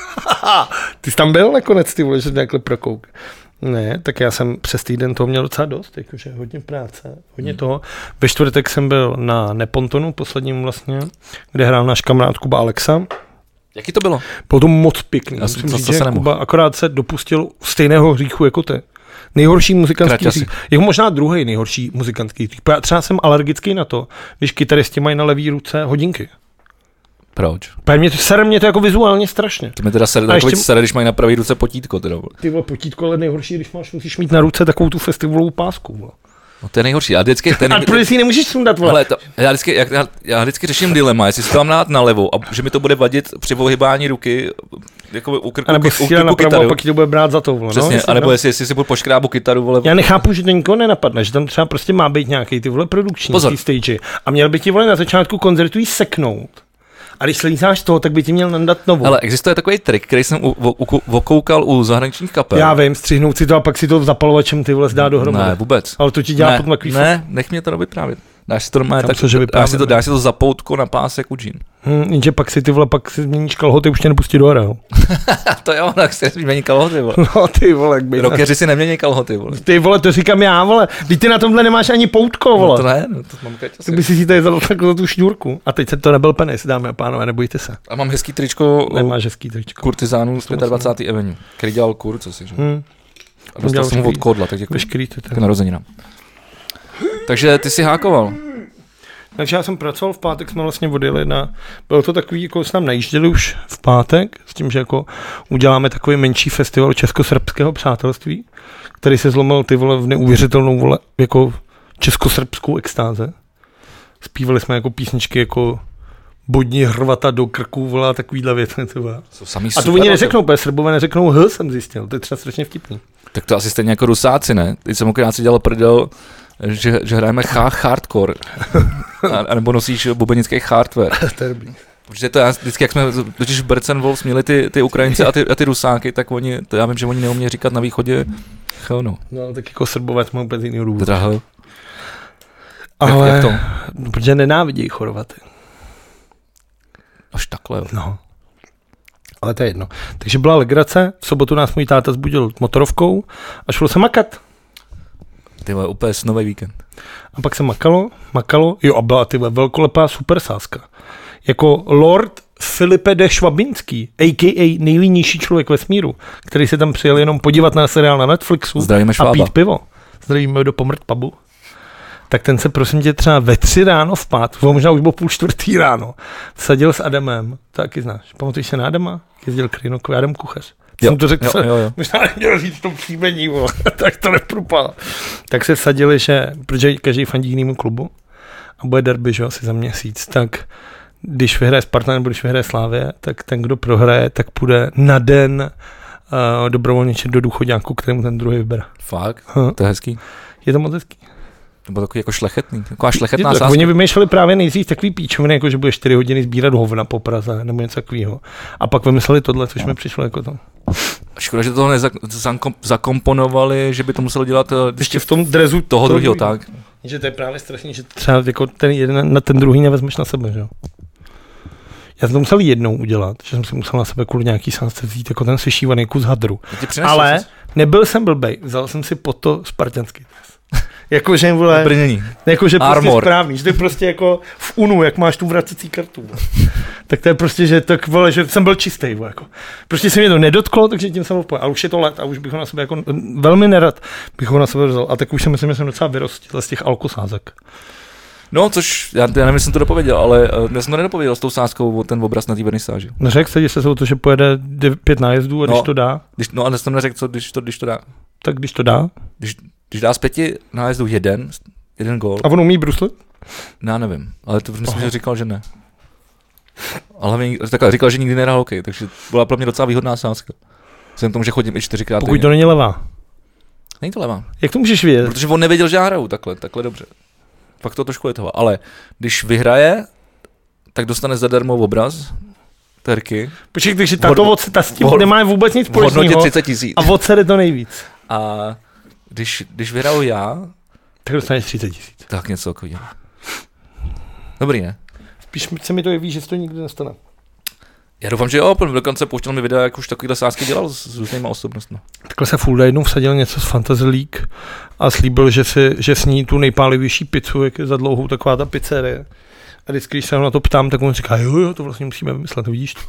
Ty jsi tam byl nakonec, ty vole, že jsi takhle prokouk. Ne, tak já jsem přes týden toho měl docela dost, jakože hodně práce, hodně hmm. toho. Ve čtvrtek jsem byl na Nepontonu, posledním vlastně, kde hrál náš kamarád Kuba Alexa. Jaký to bylo? Bylo to moc pěkný. Já jsem to, říct, to že se Kuba akorát se dopustil stejného hříchu jako ty. Nejhorší muzikantský hřích. Jako možná druhý nejhorší muzikantský hřích. Já třeba jsem alergický na to, když kytaristi mají na levý ruce hodinky. Proč? Pár mě to, sere mě to jako vizuálně strašně. To mi teda sere, takový ještě... sere, když mají na pravý ruce potítko. Teda. Ty vole, potítko, ale nejhorší, když máš, musíš mít na ruce takovou tu festivalovou pásku. Vole. No to je nejhorší. A vždycky ten... A proč si ji nemůžeš sundat, vole? Ale to, já, vždycky, jak, já, já vždycky řeším dilema, jestli si to mám dát na levou a že mi to bude vadit při pohybání ruky jako u krku, a nebo si na pravo a pak ti to bude brát za to, vole. Přesně, no, anebo no. jestli, jestli si budu poškrábu kytaru, vole. Já nechápu, že to nikoho nenapadne, že tam třeba prostě má být nějaký ty vole produkční stage a měl by ti vole na začátku koncertu jí seknout. A když slízáš toho, tak by ti měl nandat novou. Ale existuje takový trik, který jsem u, u, u, okoukal u zahraničních kapel. Já vím, střihnout si to a pak si to zapalovačem ty vole zdá dohromady. Ne, vůbec. Ale to ti dělá ne, pod makví. Ne, nech mě to robit právě. Dáš si to normálně tak, cože dáš si to, dáš si to za poutko na pásek u džín. Hmm, jenže pak si ty vole, pak si změníš kalhoty, už tě nepustí do areálu. To jo, tak si změní kalhoty, vole. No ty vole, jak bejt. Rockeři si nemění kalhoty, vole. Ty vole, to říkám já, vole. Ty ty na tomhle nemáš ani poutko, vole. No to ne, no to mám Kaťa. Ty by si si tady zadal takovou tu šňůrku. A teď se to nebyl penis, dámy a pánové, nebojte se. A mám hezký tričko. Nemáš hezký tričko. Kurtizánů z dvacáté páté Avenue, který dělal Kur, co si, že? Hmm. A dostal jsem ho od Kodla, tak děkuji. Veškerý ty k narozeninám. Takže ty si hákoval. Takže já jsem pracoval, v pátek jsme vlastně odjeli na, bylo to takový, jako jsme tam najížděli už v pátek, s tím, že jako uděláme takový menší festival českosrbského přátelství, který se zlomil ty vole v neuvěřitelnou vole, jako českosrbskou extáze. Zpívali jsme jako písničky jako Bodni hrvata do krku, vole, takovýhle věci. A to oni neřeknou, protože Srbové neřeknou H, jsem zjistil, to je třeba strašně vtipný. Tak to asi stejně jako Rusáci, ne? Teď jsem okrát si dělal prdel, že, že hrajeme chá hardcore, a, a nebo nosíš bubenický hardware. Protože to já vždycky, jak jsme totiž v Bercen Wolves měli ty, ty Ukrajince a ty, a ty Rusáky, tak oni, to já vím, že oni neumějí říkat na východě hell no. No tak jako Srbové jsme úplně z jiného důvodu. Teda hell. Ale, jak, jak to? Protože nenávidějí Chorvaty. Až takhle, jo. No. Ale to je jedno. Takže byla legrace, v sobotu nás můj táta zbudil motorovkou a šlo se makat. Ty vole, úplně snový víkend. A pak se makalo, makalo, jo a byla ty vole, velkolepá super sázka. Jako Lord Filipe de Švabinský, a k a nejlínější člověk ve smíru, který se tam přijel jenom podívat na seriál na Netflixu Zdravíme a pít pivo. Zdravíme do Pomrt pubu. Tak ten se prosím tě třeba ve tři ráno vpad, možná už bylo půl čtvrtý ráno, vsadil s Adamem, taky znáš, pamatuješ se na Adama? Jezdil Krynokový, Adam Kuchař. Jo, jsem to řekl, jo, jo, jo. možná neměl říct v tom příjmení, tak to neprupal. Tak se vsadili, že, protože každý fandí jinému klubu a bude derby, že asi za měsíc, tak když vyhraje Sparta nebo když vyhraje Slávě, tak ten, kdo prohraje, tak půjde na den uh, dobrovolně do důchodňáku, kterému ten druhý vybere. Fakt? Huh. To je hezký. Je to moc hezký. Nebo takový jako šlechetný, taková šlechetná tak, sázka. Oni vymýšleli právě nejdřív takový píčoviny, jako že bude čtyři hodiny sbírat hovna po Praze nebo něco takového. A pak vymysleli tohle, což no. mi přišlo jako to. Škoda, že toho nezakomponovali, že by to muselo dělat ještě v tom drezu toho druhého, tak. Že to je právě strašný, že třeba jako ten jeden na ten druhý nevezmeš na sebe, že jo. Já jsem to musel jednou udělat, že jsem si musel na sebe kvůli nějaký sázce vzít jako ten sešívaný kus hadru. Ale nebyl jsem blbej, vzal jsem si po to spartanský dres. Jakože vole, brnění. Jakože prostě správný, že to je prostě jako v Unu, jak máš tu vracecí kartu. Vole. Tak to je prostě, že tak vole, že jsem byl čistý, vole, jako. Prostě se mě to nedotklo, takže tím jsem byl, a už je to let a už bych ho na sebe jako velmi nerad bych ho na sebe vzal. A tak už si myslím, že jsem docela vyrostil z těch alkosázek. No, což, já, já nevím, jestli jsem to dopověděl, ale já jsem to nedopověděl s tou sázkou o ten obraz na té vernisáži. No řekl jsi, že se o to, že pojede pět nájezdů a když no, to dá? Když, no a jsem neřekl, co, když to, když to dá. Tak když to dá? Když, když dá z pěti nájezdů jeden, jeden gól. A on umí bruslit? No, já nevím, ale to myslím, že říkal, že ne. Ale hlavně takhle, říkal, že nikdy nehrál hokej, takže byla pro mě docela výhodná sázka. Vzhledem tomu, že chodím i čtyřikrát. Pokud to není levá. Není to levá. Jak to můžeš vědět? Protože on nevěděl, že já hraju takhle, takhle dobře. Fakt to trošku toho. Ale když vyhraje, tak dostane zadarmo obraz terky. Počkej, takže tato Hod... ta s tím hod... nemá vůbec nic společného. třicet tisíc. A od je to nejvíc. A když, když vyhraju já, tak dostaneš třicet tisíc. Tak něco takového. Dobrý, ne? Spíš se mi to jeví, že se to nikdy nestane. Já doufám, že jo, protože dokonce pouštěl mi videa, jak už takovýhle sázky dělal s, s různýma osobnostmi. Takhle se Fulda jednou vsadil něco z Fantasy League a slíbil, že, si, že sní tu nejpálivější pizzu, jak je za dlouhou taková ta pizzerie. A vždycky, když se ho na to ptám, tak on říká, jo, jo, to vlastně musíme vymyslet, vidíš to.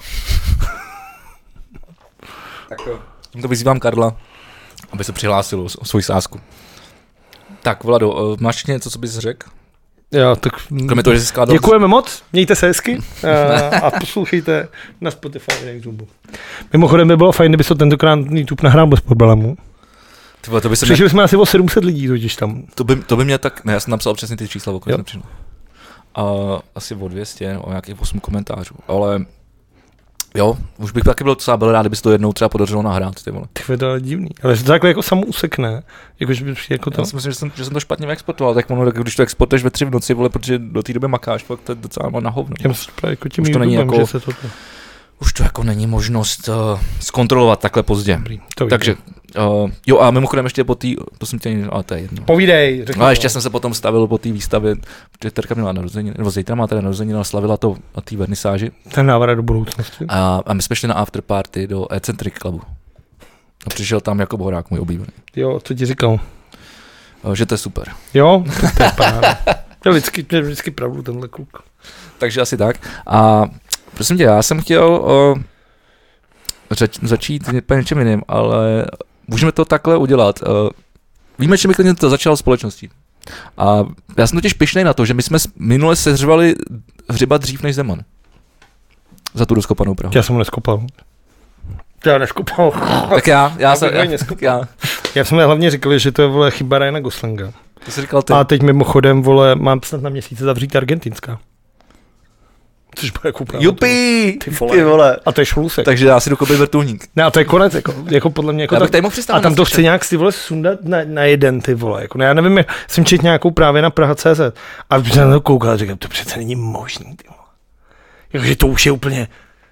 Tak to. Tímto vyzývám Karla, aby se přihlásil o svoji sázku. Tak, Vlado, máš něco, co bys řekl? Jo, tak kromě toho, že jsi skládal... Děkujeme moc, mějte se hezky a, a poslouchejte na Spotify a YouTube. Mimochodem by bylo fajn, kdyby se tentokrát YouTube nahrál bez problémů. Přišli mě... jsme asi o sedm set lidí totiž tam. To by, to by mě tak, ne, já jsem napsal přesně ty čísla, o kolik nepřišlo. A asi o dvě stě, o nějakých osm komentářů, ale jo, už bych taky byl docela byl rád, kdyby se to jednou třeba podařilo nahrát, ty vole. Ty to je divný, ale že to takhle jako samo usekne, jakože by jako to... Já si myslím, že jsem, že jsem to špatně exportoval, tak ono, když to exportuješ ve tři v noci, vole, protože do té doby makáš, tak to je docela na hovno. Já myslím, že jako tím už to není YouTube, jako, že se to... Už to jako není možnost uh, zkontrolovat takhle pozdě. Dobrý, to takže, uh, jo a mimochodem ještě po té, to jsem tě, ale to je jedno. Povídej. No a ještě jsem se potom stavil po té výstavě, protože Terka měla narozeniny, nebo zítra má teda narozeniny, slavila to na té vernisáži. Ten návrat do budoucnosti. A, a my jsme šli na afterparty do Eccentric Clubu. A přišel tam Jakub Horák, můj oblíbený. Jo, co ti říkal? Uh, že to je super. Jo, to je paráda. To je vždycky, vždycky pravdu tenhle kluk. Takže asi tak. A prosím tě, já jsem chtěl uh, řeč, začít něčem jiným, ale můžeme to takhle udělat. Uh, víme, že mi to začalo společností. A já jsem totiž pyšnej na to, že my jsme minule seřvali hřiba dřív než Zeman. Za tu rozkopanou Prahu. Já jsem ho neskopal. Já neskopal. Tak já, já, já jsem, já, já. Já jsem hlavně říkal, že to je, vole, chyba Ryana Goslinga. To jsi říkal ty. A teď mimochodem, vole, mám snad na měsíce zavřít argentinská. Což bude jako právě. Jupi, ty vole. ty vole. A to je šlusek. Takže já si jdu koupit vrtulník. Ne, a to je konec, jako, jako podle mě. Jako já bych tady tak, mohl a tam to chce nějak si vole sundat na, na jeden, ty vole. Jako, ne, já nevím, jak, jsem četl nějakou právě na Praha tečka cé zet a když jsem na to koukal a říkám, to přece není možný, ty vole. Jakože to už je úplně,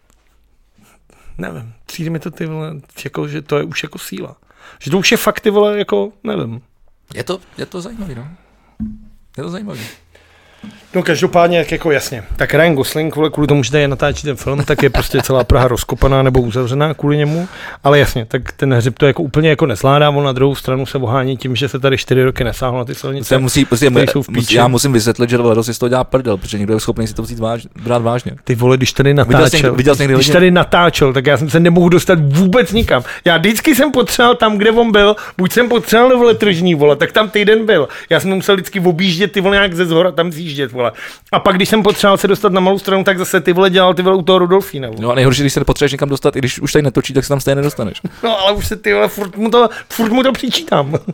nevím, přijde mi to, ty vole, jako, že to je už jako síla. Že to už je fakt, ty vole, jako, nevím. Je to, je to zajímavý, no. Je to zajímavý. No každopádně, jak jako jasně, tak Ryan Gosling, vole, kvůli tomu, že tady natáčí ten film, tak je prostě celá Praha rozkopaná nebo uzavřená kvůli němu, ale jasně, tak ten hřib to jako úplně jako nezvládá, on na druhou stranu se ohání tím, že se tady čtyři roky nesáhlo na ty silnice. Musí, prostě, musí, já musím vysvětlit, že letos si z toho dělá prdel, protože někdo je schopný si to vzít váž, brát vážně. Ty vole, když tady natáčel, viděl jsi někdy, když tady natáčel, tak já jsem se nemohl dostat vůbec nikam. Já vždycky jsem potřeboval tam, kde on byl, buď jsem potřeboval do vole tržní, vole, tak tam týden byl. Já jsem musel vždycky objíždět ty vole nějak ze zhora tam zjíždět, vole. A pak, když jsem potřeboval se dostat na malou stranu, tak zase ty vole dělal ty vole u toho Rudolfína. No a nejhorší, když se potřebuješ někam dostat, i když už tady netočí, tak se tam stejně nedostaneš. No ale už se ty vole, furt mu to, furt mu to přičítám. uh,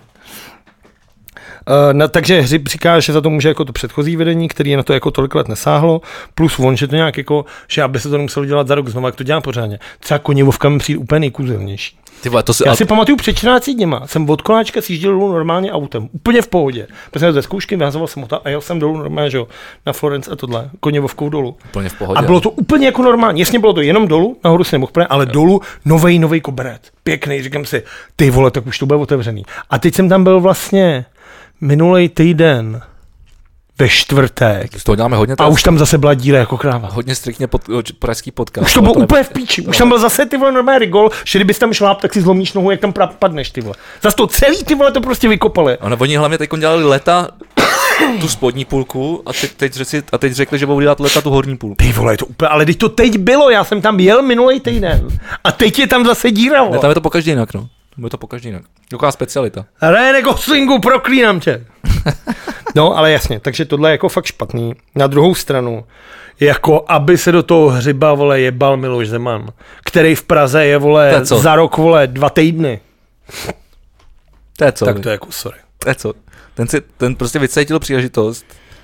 no, takže Hřib říká, že za to může jako to předchozí vedení, který je na to jako tolik let nesáhlo, plus on, že to nějak jako, že aby se to nemuselo dělat za rok znovu, jak to dělá pořádně. Třeba Konivovka mi přijde úplně nejkůzelnější. Ty vole, to si, já si pamatuju před čtrnácti dněma, jsem od Koláčka sjížděl dolů normálně autem, úplně v pohodě. Protože jsem ze zkoušky, vyhazoval jsem auta a jel jsem dolů normálně, že jo, na Florence a tohle, Koněvovkou dolů. Úplně v pohodě. A bylo to úplně jako normálně, jasně bylo to jenom dolů, nahoru si nemohl projít, ale jo. Dolů novej, novej koberec, pěkný, říkám si, ty vole, tak už to bude otevřený. A teď jsem tam byl vlastně minulej týden, ve čtvrtek. Z toho děláme hodně. A už tam zase byla díra jako kráva. Hodně striktně pod, pražský podcast. Už to bylo úplně v píči. Už tam byl zase ty vole normální rigol, že kdybys tam šláp, tak si zlomíš nohu, jak tam padneš ty vole. Zas to celý ty vole to prostě vykopali. Ano, oni hlavně teď dělali leta tu spodní půlku a teď, teď, řeci, a teď řekli, že budou dělat leta tu horní půlku. Ty vole, je to úplně, ale teď to teď bylo, já jsem tam jel minulý týden. A teď je tam zase díra. Ne, tam je to pokaždé jinak, no. Bude to pokaždé jinak. Jaká specialita. Ryane Goslingu, proklínám tě. No, ale jasně, takže tohle je jako fakt špatný. Na druhou stranu, jako aby se do toho Hřiba, vole, jebal Miloš Zeman, který v Praze je, vole, za rok, vole, dva týdny. To je co? Tak to je jako, sorry. To je co? Ten, si, ten prostě vycítil příležitost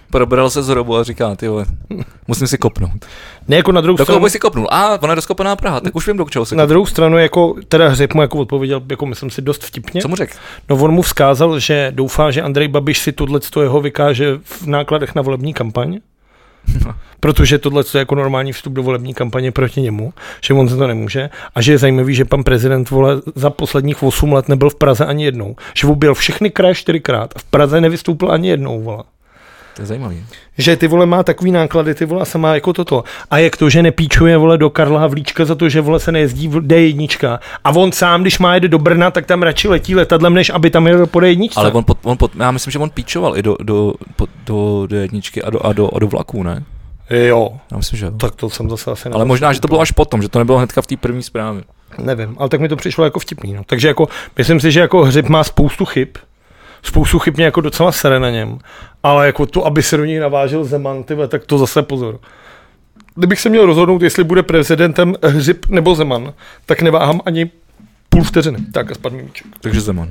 probral se z hrobu a říká, ty vole, musím si kopnout. Ne, jako na druhou do stranu... koho si kopnul? A, ona je rozkopaná Praha, tak už vím, do čeho se Na kopnul. druhou stranu, jako, teda Hřib mu jako odpověděl, jako myslím si, dost vtipně. Co mu řekl? No on mu vzkázal, že doufá, že Andrej Babiš si tohleto jeho vykáže v nákladech na volební kampaň. Protože tohle je jako normální vstup do volební kampaně proti němu, že on se to nemůže a že je zajímavý, že pan prezident vole za posledních osm let nebyl v Praze ani jednou, že objel všechny kraje čtyřikrát a v Praze nevystoupil ani jednou, vole. To je zajímavý. Že ty vole má takový náklady, ty vole se má jako toto. A jak to, že nepíčuje vole do Karla Havlíčka za to, že vole se nejezdí v dé jedna. A on sám, když má jede do Brna, tak tam radši letí letadlem, než aby tam jel po dé jedna. Ale on, pod, on pod, já myslím, že on píčoval i do, do, pod, do dé jedna a do, a do, a do vlaků, ne? Jo. Já myslím, že jo. Tak to jsem zase asi Ale možná, že to bylo až potom, že to nebylo hnedka v té první zprávě. Nevím, ale tak mi to přišlo jako vtipný. No. Takže jako, myslím si, že jako Hřib má spoustu chyb, spoustu chyb mě jako docela sere na něm, ale jako to, aby se do něj navážil Zeman, tyhle, tak to zase pozor. Kdybych se měl rozhodnout, jestli bude prezidentem Hřib nebo Zeman, tak neváhám ani půl vteřiny. Tak a spadl mi míček. Takže Zeman.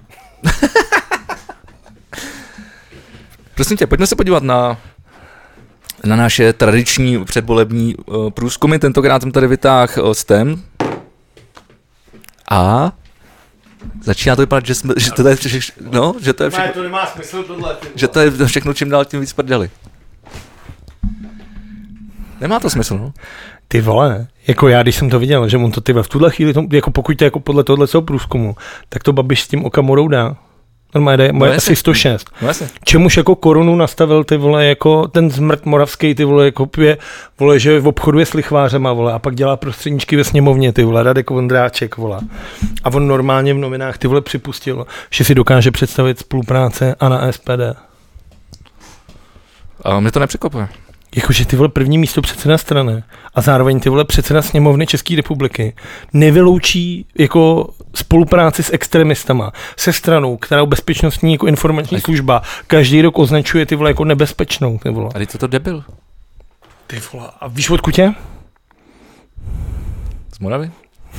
Prosím tě, pojďme se podívat na, na naše tradiční předvolební uh, průzkumy. Tentokrát jsem tady vytáhl uh, STEM. A začíná to vypadat, že, jsme, že to je všechno, no, že to je všechno, Ne, to nemá smysl tohle. že to je všechno čím dál tím víc prdeli. Nemá to smysl, no. Ty vole, jako já, když jsem to viděl, že on to ty v tuhle chvíli, to, jako pokud to jako podle tohoto průzkumu, tak to Babiš s tím Okamurou dá. Normálně jde, moje no asi sto šest. No jasně. Čemuž jako korunu nastavil ty vole, jako ten zmrt moravský, ty vole, jako pije, vole, že v obchoduje s lichvářema, vole, a pak dělá prostředníčky ve sněmovně, ty vole, Radek Vondráček, vole. A on normálně v novinách, ty vole, připustil, že si dokáže představit spolupráce a na S P D. A mě to nepřekvapuje. Jakože ty vole první místo předseda strany a zároveň ty vole předseda sněmovny České republiky nevyloučí jako spolupráci s extremistama, se stranou, která bezpečnostní jako informační Ať. služba každý rok označuje ty vole jako nebezpečnou, ty vole. A teď to to debil. Ty vole, a víš odkud je? Z Moravy?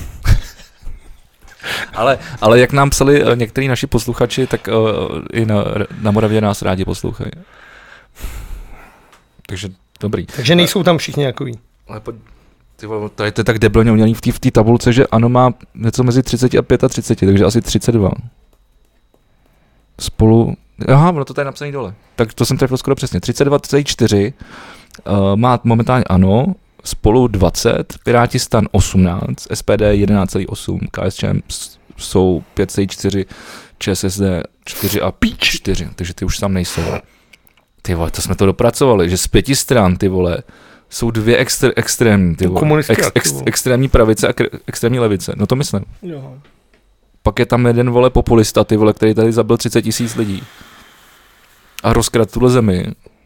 ale, ale jak nám psali uh, některý naši posluchači, tak uh, i na, na Moravě nás rádi poslouchají. Takže dobrý. Takže nejsou tam všichni takový. Ale po, ty vole, to je to tak debilně udělaný v té v té tabulce, že ANO má něco mezi třicet a třicet pět, takže asi třicet dva. Spolu, aha, ono to tady je napsaný dole. Tak to jsem trefil skoro přesně. třicet dva celá čtyři uh, má momentálně ANO, Spolu dvacet, Piráti stan osmnáct, S P D jedenáct celá osm, K S Č M jsou pět celá čtyři, ČSSD čtyři a čtyři, takže ty už tam nejsou. Ty vole, to jsme to dopracovali, že z pěti stran, ty vole, jsou dvě extr- extrémní, ty vole. Ex- ex- extrémní pravice a kr- extrémní levice, no to myslím. Jo. Pak je tam jeden, vole, populista, ty vole, který tady zabil třicet tisíc lidí. A rozkrad tuhle zemi.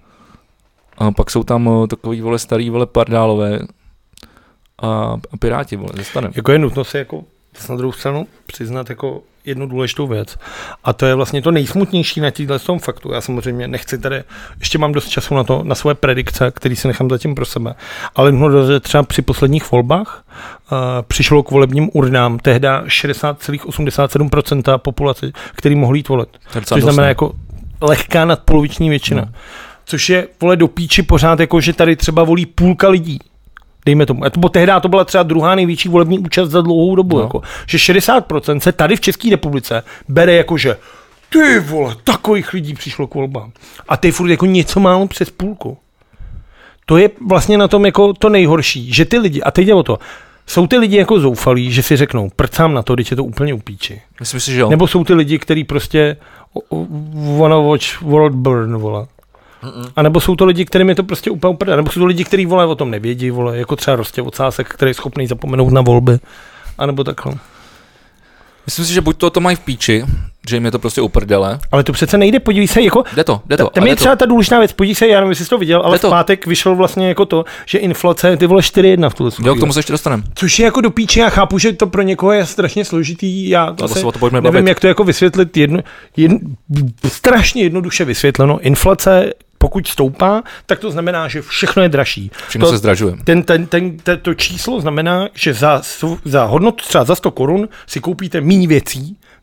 A pak jsou tam uh, takový, vole, starý, vole, pardálové a, a Piráti, vole, ze stanem. Jako je nutno si jako na druhou stranu přiznat jako jednu důležitou věc. A to je vlastně to nejsmutnější na tímhle tom faktu. Já samozřejmě nechci tady, ještě mám dost času na to, na svoje predikce, který si nechám zatím pro sebe. Ale že třeba při posledních volbách uh, přišlo k volebním urnám tehda šedesát celá osmdesát sedm procent populace, který mohli jít volit. Což znamená jako lehká nadpoloviční většina. No. Což je, vole, do píči pořád jako, že tady třeba volí půlka lidí. Dejme tomu. A to, tehdy to byla třeba druhá největší volební účast za dlouhou dobu. No. Jako, že šedesát procent se tady v České republice bere jako, že ty vole, takových lidí přišlo k volbám. A ty furt jako něco málo přes půlku. To je vlastně na tom jako to nejhorší, že ty lidi, a teď jde o to, jsou ty lidi jako zoufalí, že si řeknou, prcám na to, když je to úplně upíči. Myslím si, že jo. Nebo jsou ty lidi, kteří prostě wanna watch world burn, vole. A nebo jsou to lidi, kterým je to prostě úplně uprdá. Nebo jsou to lidi, kteří vole o tom nevědí, vole, jako třeba Rostěv Ocásek, který je schopný zapomenout na volby. A nebo takhle. Myslím si, že buď to, to mají v píči, že jim je to prostě uprdele. Ale to přece nejde, podívej se, jako... Jde to, jde to. Tam je třeba ta důležitá věc, podívej se, já nevím, jestli jsi to viděl, ale v pátek vyšel vlastně jako to, že inflace je ty vole čtyři jedna v tuhle chvíli. Jo, k tomu se ještě dostaneme. Což je jako do píči, já chápu, že to pro někoho je strašně složitý, já to asi to nevím, bavit. Jak to jako vysvětlit, jedno, jedno, strašně jednoduše vysvětleno, inflace pokud stoupá, tak to znamená, že všechno je dražší. Všechno to, se zdražuje. Ten, ten, ten, ten, to číslo znamená, že za, za hodnotu třeba za sto korun si koupíte méně věcí,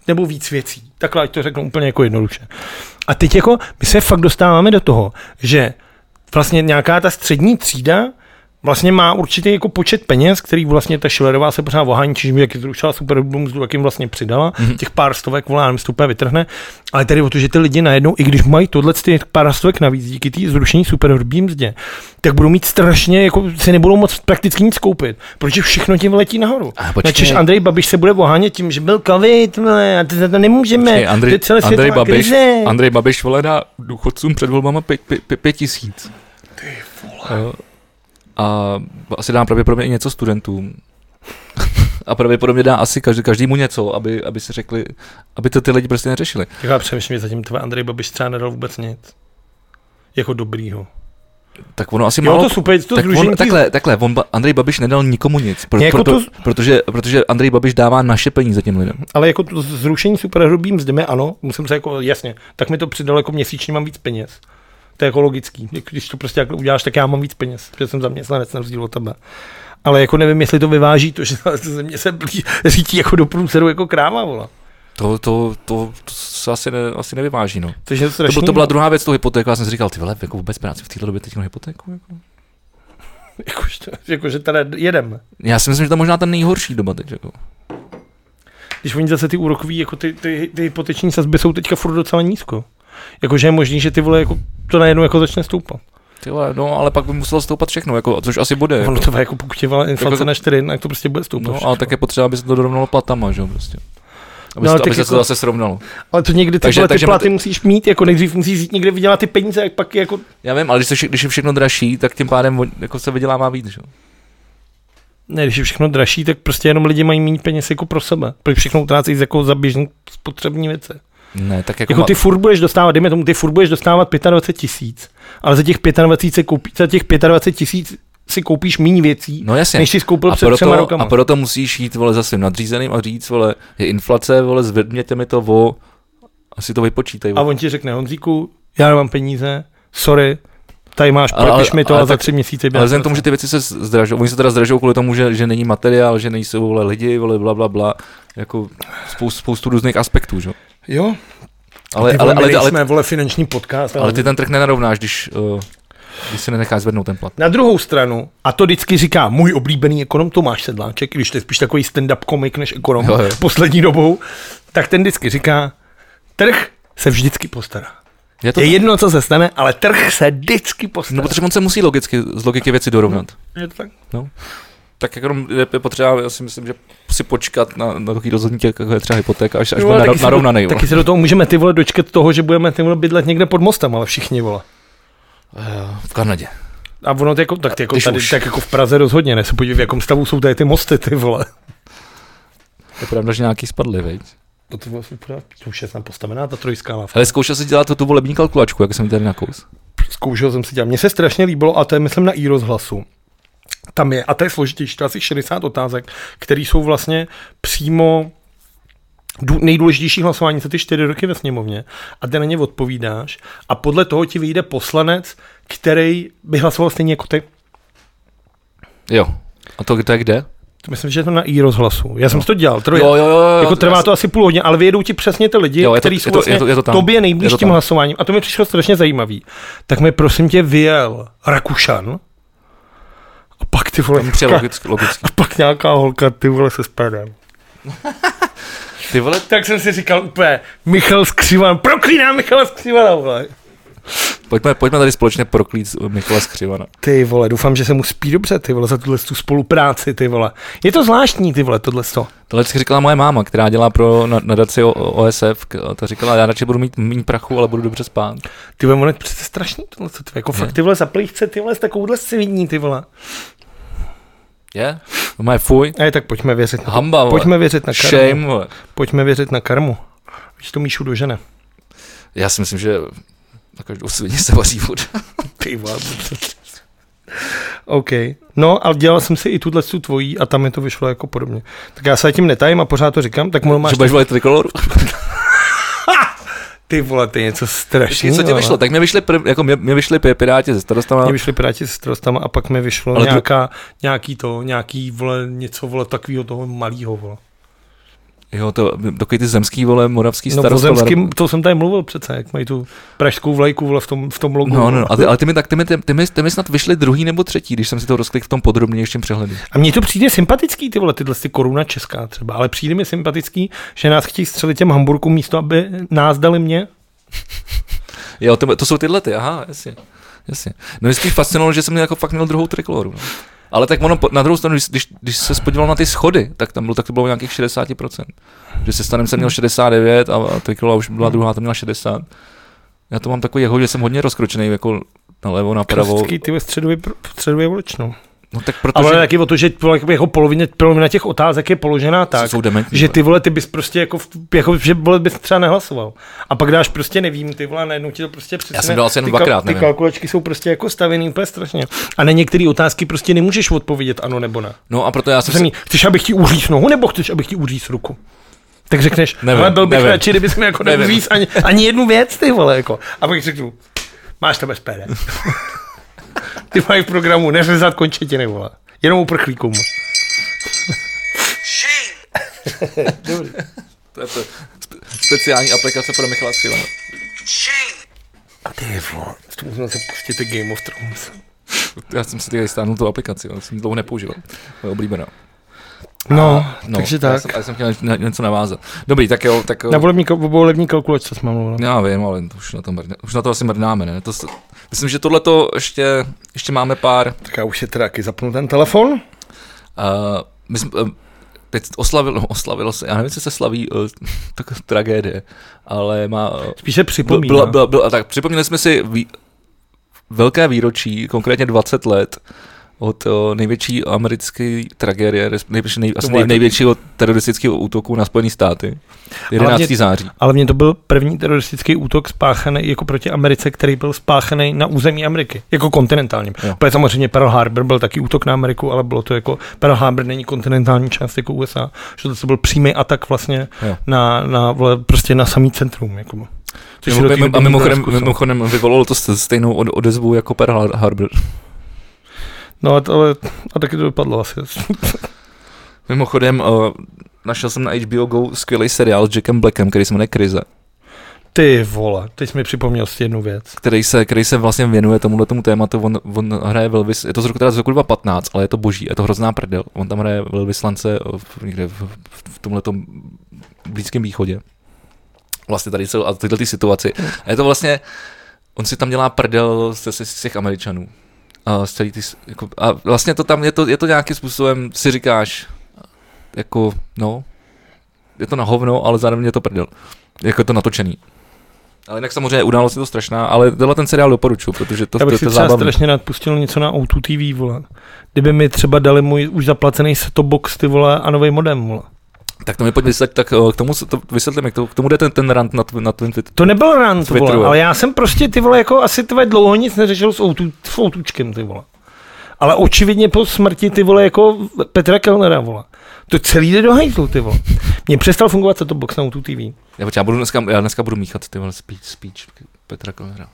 nebo víc věcí. Takhle, ať to řeknu úplně jako jednoduše. A teď jako my se fakt dostáváme do toho, že vlastně nějaká ta střední třída vlastně má určitý jako počet peněz, který vlastně ta Schillerová se pořád ohání, čiž jak zrušila superhrubou mzdu, jak jim vlastně přidala, mm-hmm. těch pár stovek, volá, nevím, stupé vytrhne, ale tady o to, že ty lidi najednou, i když mají tohle těch pár stovek navíc díky té zrušení superhrubý mzdě, tak budou mít strašně, jako si nebudou moc prakticky nic koupit, protože všechno tím letí nahoru. Načež Andrej Babiš se bude ohánět tím, že byl covid, a ty za to nemůžeme. Počkej, Andrej, Andrej, Babiš, Andrej Babiš vole dá důchodcům před volbama pět, pět, pět, pět tisíc. Ty vole. Uh, A asi dá pravděpodobně i něco studentům. A pravděpodobně dá asi každý, každému něco, aby, aby si řekli, aby to ty lidi prostě neřešili. Já přemýšlím, že zatím tvoje Andrej Babiš třeba nedal vůbec nic. Jako dobrýho. Tak ono asi jo, málo... to super, to tak on, takhle, takhle, on, Andrej Babiš nedal nikomu nic, pro, jako proto, to... protože, protože Andrej Babiš dává naše peníze těm lidem. Ale jako to zrušení superhrubý mzdy, ano, musím se jako, jasně, tak mi to přidalo jako měsíčně mám víc peněz. To je jako logický. Když to prostě jako uděláš, tak já mám víc peněz, protože jsem zaměstnanec na rozdíl od tebe. Ale jako nevím, jestli to vyváží to, že země se řítí jako do průseru jako kráva, vola. To, to, to, to se asi, ne, asi nevyváží, no. To, je to, to byla druhá věc, to hypotéku, já jsem si říkal, ty vole, jako vůbec práci v této době teď na hypotéku, jako. jako, jako, že tady jedeme. Já si myslím, že to je možná ten nejhorší doba teď, jako. Když oni zase ty úrokový, jako ty, ty, ty hypoteční sazby jsou teďka furt docela nízko. Jakože je možný, že ty vole jako to najednou jako začne stoupat. Ty vole, no, ale pak by muselo stoupat všechno, jako, což asi bude. Ono jako. to jako pokud je inflace jako, na čtyři, tak to prostě bude stoupat. No, všechno. ale tak je potřeba, aby se to dorovnalo platama, že jo, prostě. Aby, no, se, to, aby se jako, to zase srovnalo. Ale to někdy ty, takže, vole, ty takže platy ty... musíš mít, jako nejdřív musíš jít někde vydělat ty peníze, jak pak jako... Já vím, ale když, se, když je všechno dražší, tak tím pádem jako se vydělává víc, že jo. Ne, když je všechno dražší, tak prostě jenom lidi mají méně peněz jako pro sebe. Protože všechno utrácejí jako za běžné spotřební věci. Ne, tak jako, jako ty furt budeš dostávat, dejme tomu, ty furt budeš dostávat dvacet pět tisíc, ale za těch dvacet pět, koupí, za těch dvacet pět tisíc si koupíš méně věcí, no jasně. než jsi koupil a před proto, třema rokama. A proto musíš jít, vole, za svým nadřízeným a říct, vole, je inflace, vole, zvedněte mi to o, asi to vypočítej. A on ti řekne, Honzíku, já nemám peníze, sorry, tady máš, propiš mi to a za tři měsíce. Ale vzhledem tomu, že ty věci se zdražou, oni se teda zdražou kvůli tomu, že, že není materiál, že nejsou, vole, lidi, vole, bla, bla, bla, jako spoustu, spoustu různých aspektů, že? Jo. Ale, ty, ale, ale, ale, ale, jsme, vole, finanční podcast. Ale, ale ty ten trh nenarovnáš, když, uh, když se nenecháš zvednout ten plat. Na druhou stranu, a to vždycky říká můj oblíbený ekonom Tomáš Sedláček, když to je spíš takový stand-up komik než ekonom jo, jo. poslední dobou, tak ten vždycky říká, trh se vždycky postará. Je, to je jedno, co se stane, ale trh se vždycky postará. No, protože on se musí logicky, z logiky věci dorovnat. No, je to tak? No. Tak jako je potřeba, já si myslím, že si počkat na, na takový rozhodnutí, jako je třeba hypotéka, až, až bude narovnaný. Taky se do toho můžeme ty vole dočkat toho, že budeme ty vole bydlet někde pod mostem, ale všichni vole. V Kanadě. A ono jako, tak, jako tady, tak jako v Praze rozhodně, ne se podívej, v jakom stavu jsou tady ty mosty, ty vole. Je pravda, že nějaký spadly, veď? To, to, to už je tam postavená ta trojská lávka. Ale zkoušel jsi dělat tu, tu volební kalkulačku, jak jsem tady nakous. Zkoušel jsem si dělat. Mně se strašně líbilo, a to je myslím na iRozhlasu. Tam je, a to je složitější, to asi šedesát otázek, které jsou vlastně přímo nejdůležitější hlasování za ty čtyři roky ve sněmovně a ty na ně odpovídáš a podle toho ti vyjde poslanec, který by hlasoval stejně jako ty. Jo. A to, to je kde? Myslím, že je to na iRozhlasu. Já jsem no. to dělal. Troj, jo, jo, jo, jo, jako trvá já to asi půl hodiny, ale vyjedou ti přesně ty lidi, kteří jsou vlastně je to, je to tobě nejblíž tím hlasováním. A to mi přišlo strašně zajímavý. Tak mi prosím tě vyjel Rakušan a pak ty vole... Logicky, logicky. A pak nějaká holka, ty vole, se spadem. Ty vole? Tak jsem si říkal úplně, Michal Skřivan, proklínám Michala Skřivana, vole. Pojďme, pojďme tady společně proklít Michala Skřivana. Ty vole, doufám, že se mu spí dobře, ty vole, za tuhle tu spolupráci, ty vole. Je to zvláštní, ty vole, tohleto. Tohle říkala moje máma, která dělá pro nadaci O S F, ta říkala, já radši budu mít méně prachu, ale budu dobře spát. Ty vole, ono přece strašný tohleto, ty jako je. Fakt, ty vole, zaplýchce, ty vole, s takovouhle svidní, ty vole. Je? To má fuj. Ej, tak pojďme věřit na Hamba, vole. Pojďme věřit na karmu. Shame, vole. Pojďme věřit na karmu. Víš to Míšu dožene. Já si myslím, že na každou svině se vaří voda. Ty vole. OK. No, ale dělal jsem si i tuhle tu tvojí a tam mi to vyšlo jako podobně. Tak já se tím netajím a pořád to říkám, tak mu máš... Že budeš volit Trikoloru? Ty vole, ty něco strašného. Co ti vyšlo? Tak mi vyšly, prv, jako mě, mě vyšly Piráti se starostama. Mě vyšly Piráti se starostama a pak mi vyšlo nějaká, tu... nějaký to, nějaký vole, něco vole takového toho malýho vole. Jo, to, takový ty zemský, vole, moravský no, starost. No zemským, to jsem tady mluvil přece, jak mají tu pražskou vlajku, vole, v tom, v tom logu. No, no, no. Ale ty mi, tak, ty mi, ty, mi, ty mi snad vyšli druhý nebo třetí, když jsem si to rozklikl v tom podrobnějším přehledu. A mně to přijde sympatický, ty vole, tyhle ty Koruna česká třeba, ale přijde mi sympatický, že nás chtějí střelit těm Hamburkům místo, aby nás dali mě. Jo, to, to jsou tyhle ty, aha, jasně. Jasně. No mě spíš fascinovalo, že jsem měl jako fakt měl druhou trikoloru. No. Ale tak ono, na druhou stranu, když, když se spodíval na ty schody, tak tam bylo, tak to bylo nějakých šedesát procent. Že se stanem jsem měl šedesát devět a, a trikolola už byla druhá, tam měla šedesát. Já to mám takový jeho, že jsem hodně rozkročený, jako nalevo, napravo. Klasický, ty ve středově, středově voličnou. No tak protože... Ale taky o to, že jako polovině, polovina těch otázek je položená tak, jsou dementní, že ty vole, ty bys prostě jako, jako že vole bys třeba nehlasoval. A pak dáš prostě nevím, ty vole, najednou ti to prostě přesně. Já jsem dal asi jen ty, dvakrát, ty kalkulačky jsou prostě jako stavěný úplně strašně. A na některé otázky prostě nemůžeš odpovědět ano nebo ne. No a proto já jsem si... Chceš, abych ti uříz nohu, nebo chceš, abych ti uříz ruku? Tak řekneš, nevím, ale byl bych nevím. radši, kdybys mi jako neuříz ani, ani jednu věc, ty vole, jako. A pak řeknu, máš to bez P D. Ty mají v programu neřezat končetiny, vole. Jenom uprchlíkům. Dobrý. To je to speciální aplikace pro Michala Cílena. A ty vole, to musím se pustit ty Game of Thrones. Já jsem si tady stáhnul tu aplikaci, ale jsem dlouho nepoužíval. To je oblíbená. No, a, no, takže já tak. Jsem, já jsem chtěl něco navázat. Dobrý, tak jo. Tak, na volební, volební kalkulačce jsme mluvili. Já vím, ale to už, na to mrdne, už na to asi mrdnáme, ne? To, myslím, že tohleto ještě, ještě máme pár. Tak já už si teda taky zapnu ten telefon. Uh, my jsme, uh, teď oslavilo, no, oslavilo se, já nevím, jestli se slaví uh, tak tragédie, ale má... Uh, Spíš se připomíná. Byla, byla, byla, tak připomněli jsme si vý, velké výročí, konkrétně dvacet let, od o, největší americké tragédie, největší, nej, asi nej, největšího teroristického útoku na Spojené státy. jedenáctého září. Ale mně to byl první teroristický útok spáchaný jako proti Americe, který byl spáchaný na území Ameriky, jako kontinentálním. Protože samozřejmě Pearl Harbor byl taky útok na Ameriku, ale bylo to jako Pearl Harbor není kontinentální část jako U S A, že to byl přímý atak vlastně na, na, prostě na samý centrum. Jako. A mimochodem, mimochodem vyvolalo to stejnou odezvu jako Pearl Harbor. No, ale a taky to dopadlo asi. Mimochodem, uh, našel jsem na H B O Go skvělý seriál s Jackem Blackem, který se jmenuje Krize. Ty vole, teď jsi mi připomněl si jednu věc. Který se, který se vlastně věnuje tomuhle tomu tématu, on, on hraje velvys, je to z roku, teda z roku dva tisíce patnáct, ale je to boží, je to hrozná prdel. On tam hraje velvyslance v, někde v, v tomhletom Blízkém východě. Vlastně tady jsou a tyhle ty situaci. A je to vlastně, on si tam dělá prdel z, z, z těch Američanů. A, celý ty, jako, a vlastně to tam je to, je to nějakým způsobem, si říkáš, jako, no, je to na hovno, ale zároveň je to prdel. Jako je to natočený. Ale jinak samozřejmě událost je to strašná, ale tenhle ten seriál doporučuji, protože to, já bych to, to, si to je třeba strašně nadpustil něco na O dva T V, vole. Kdyby mi třeba dali můj už zaplacený set-top box, ty vole, a nový modem, vole. Tak to mi pojď vysvětlit, tak k tomu to vysvětlím, jak to, k tomu jde ten, ten rant na, na tvým Twitteru. To nebyl rant, vole, ale já jsem prostě, ty vole, jako asi tvé dlouho nic neřešil s Outučkem, ty vole. Ale očividně po smrti, ty vole, jako Petra Kellnera, vole. To celý jde do hajzlu, ty vole. Mně přestal fungovat set-top box na O dva T V. Já, já, budu dneska, já dneska budu míchat, ty vole, speech, speech Petra Kellnera.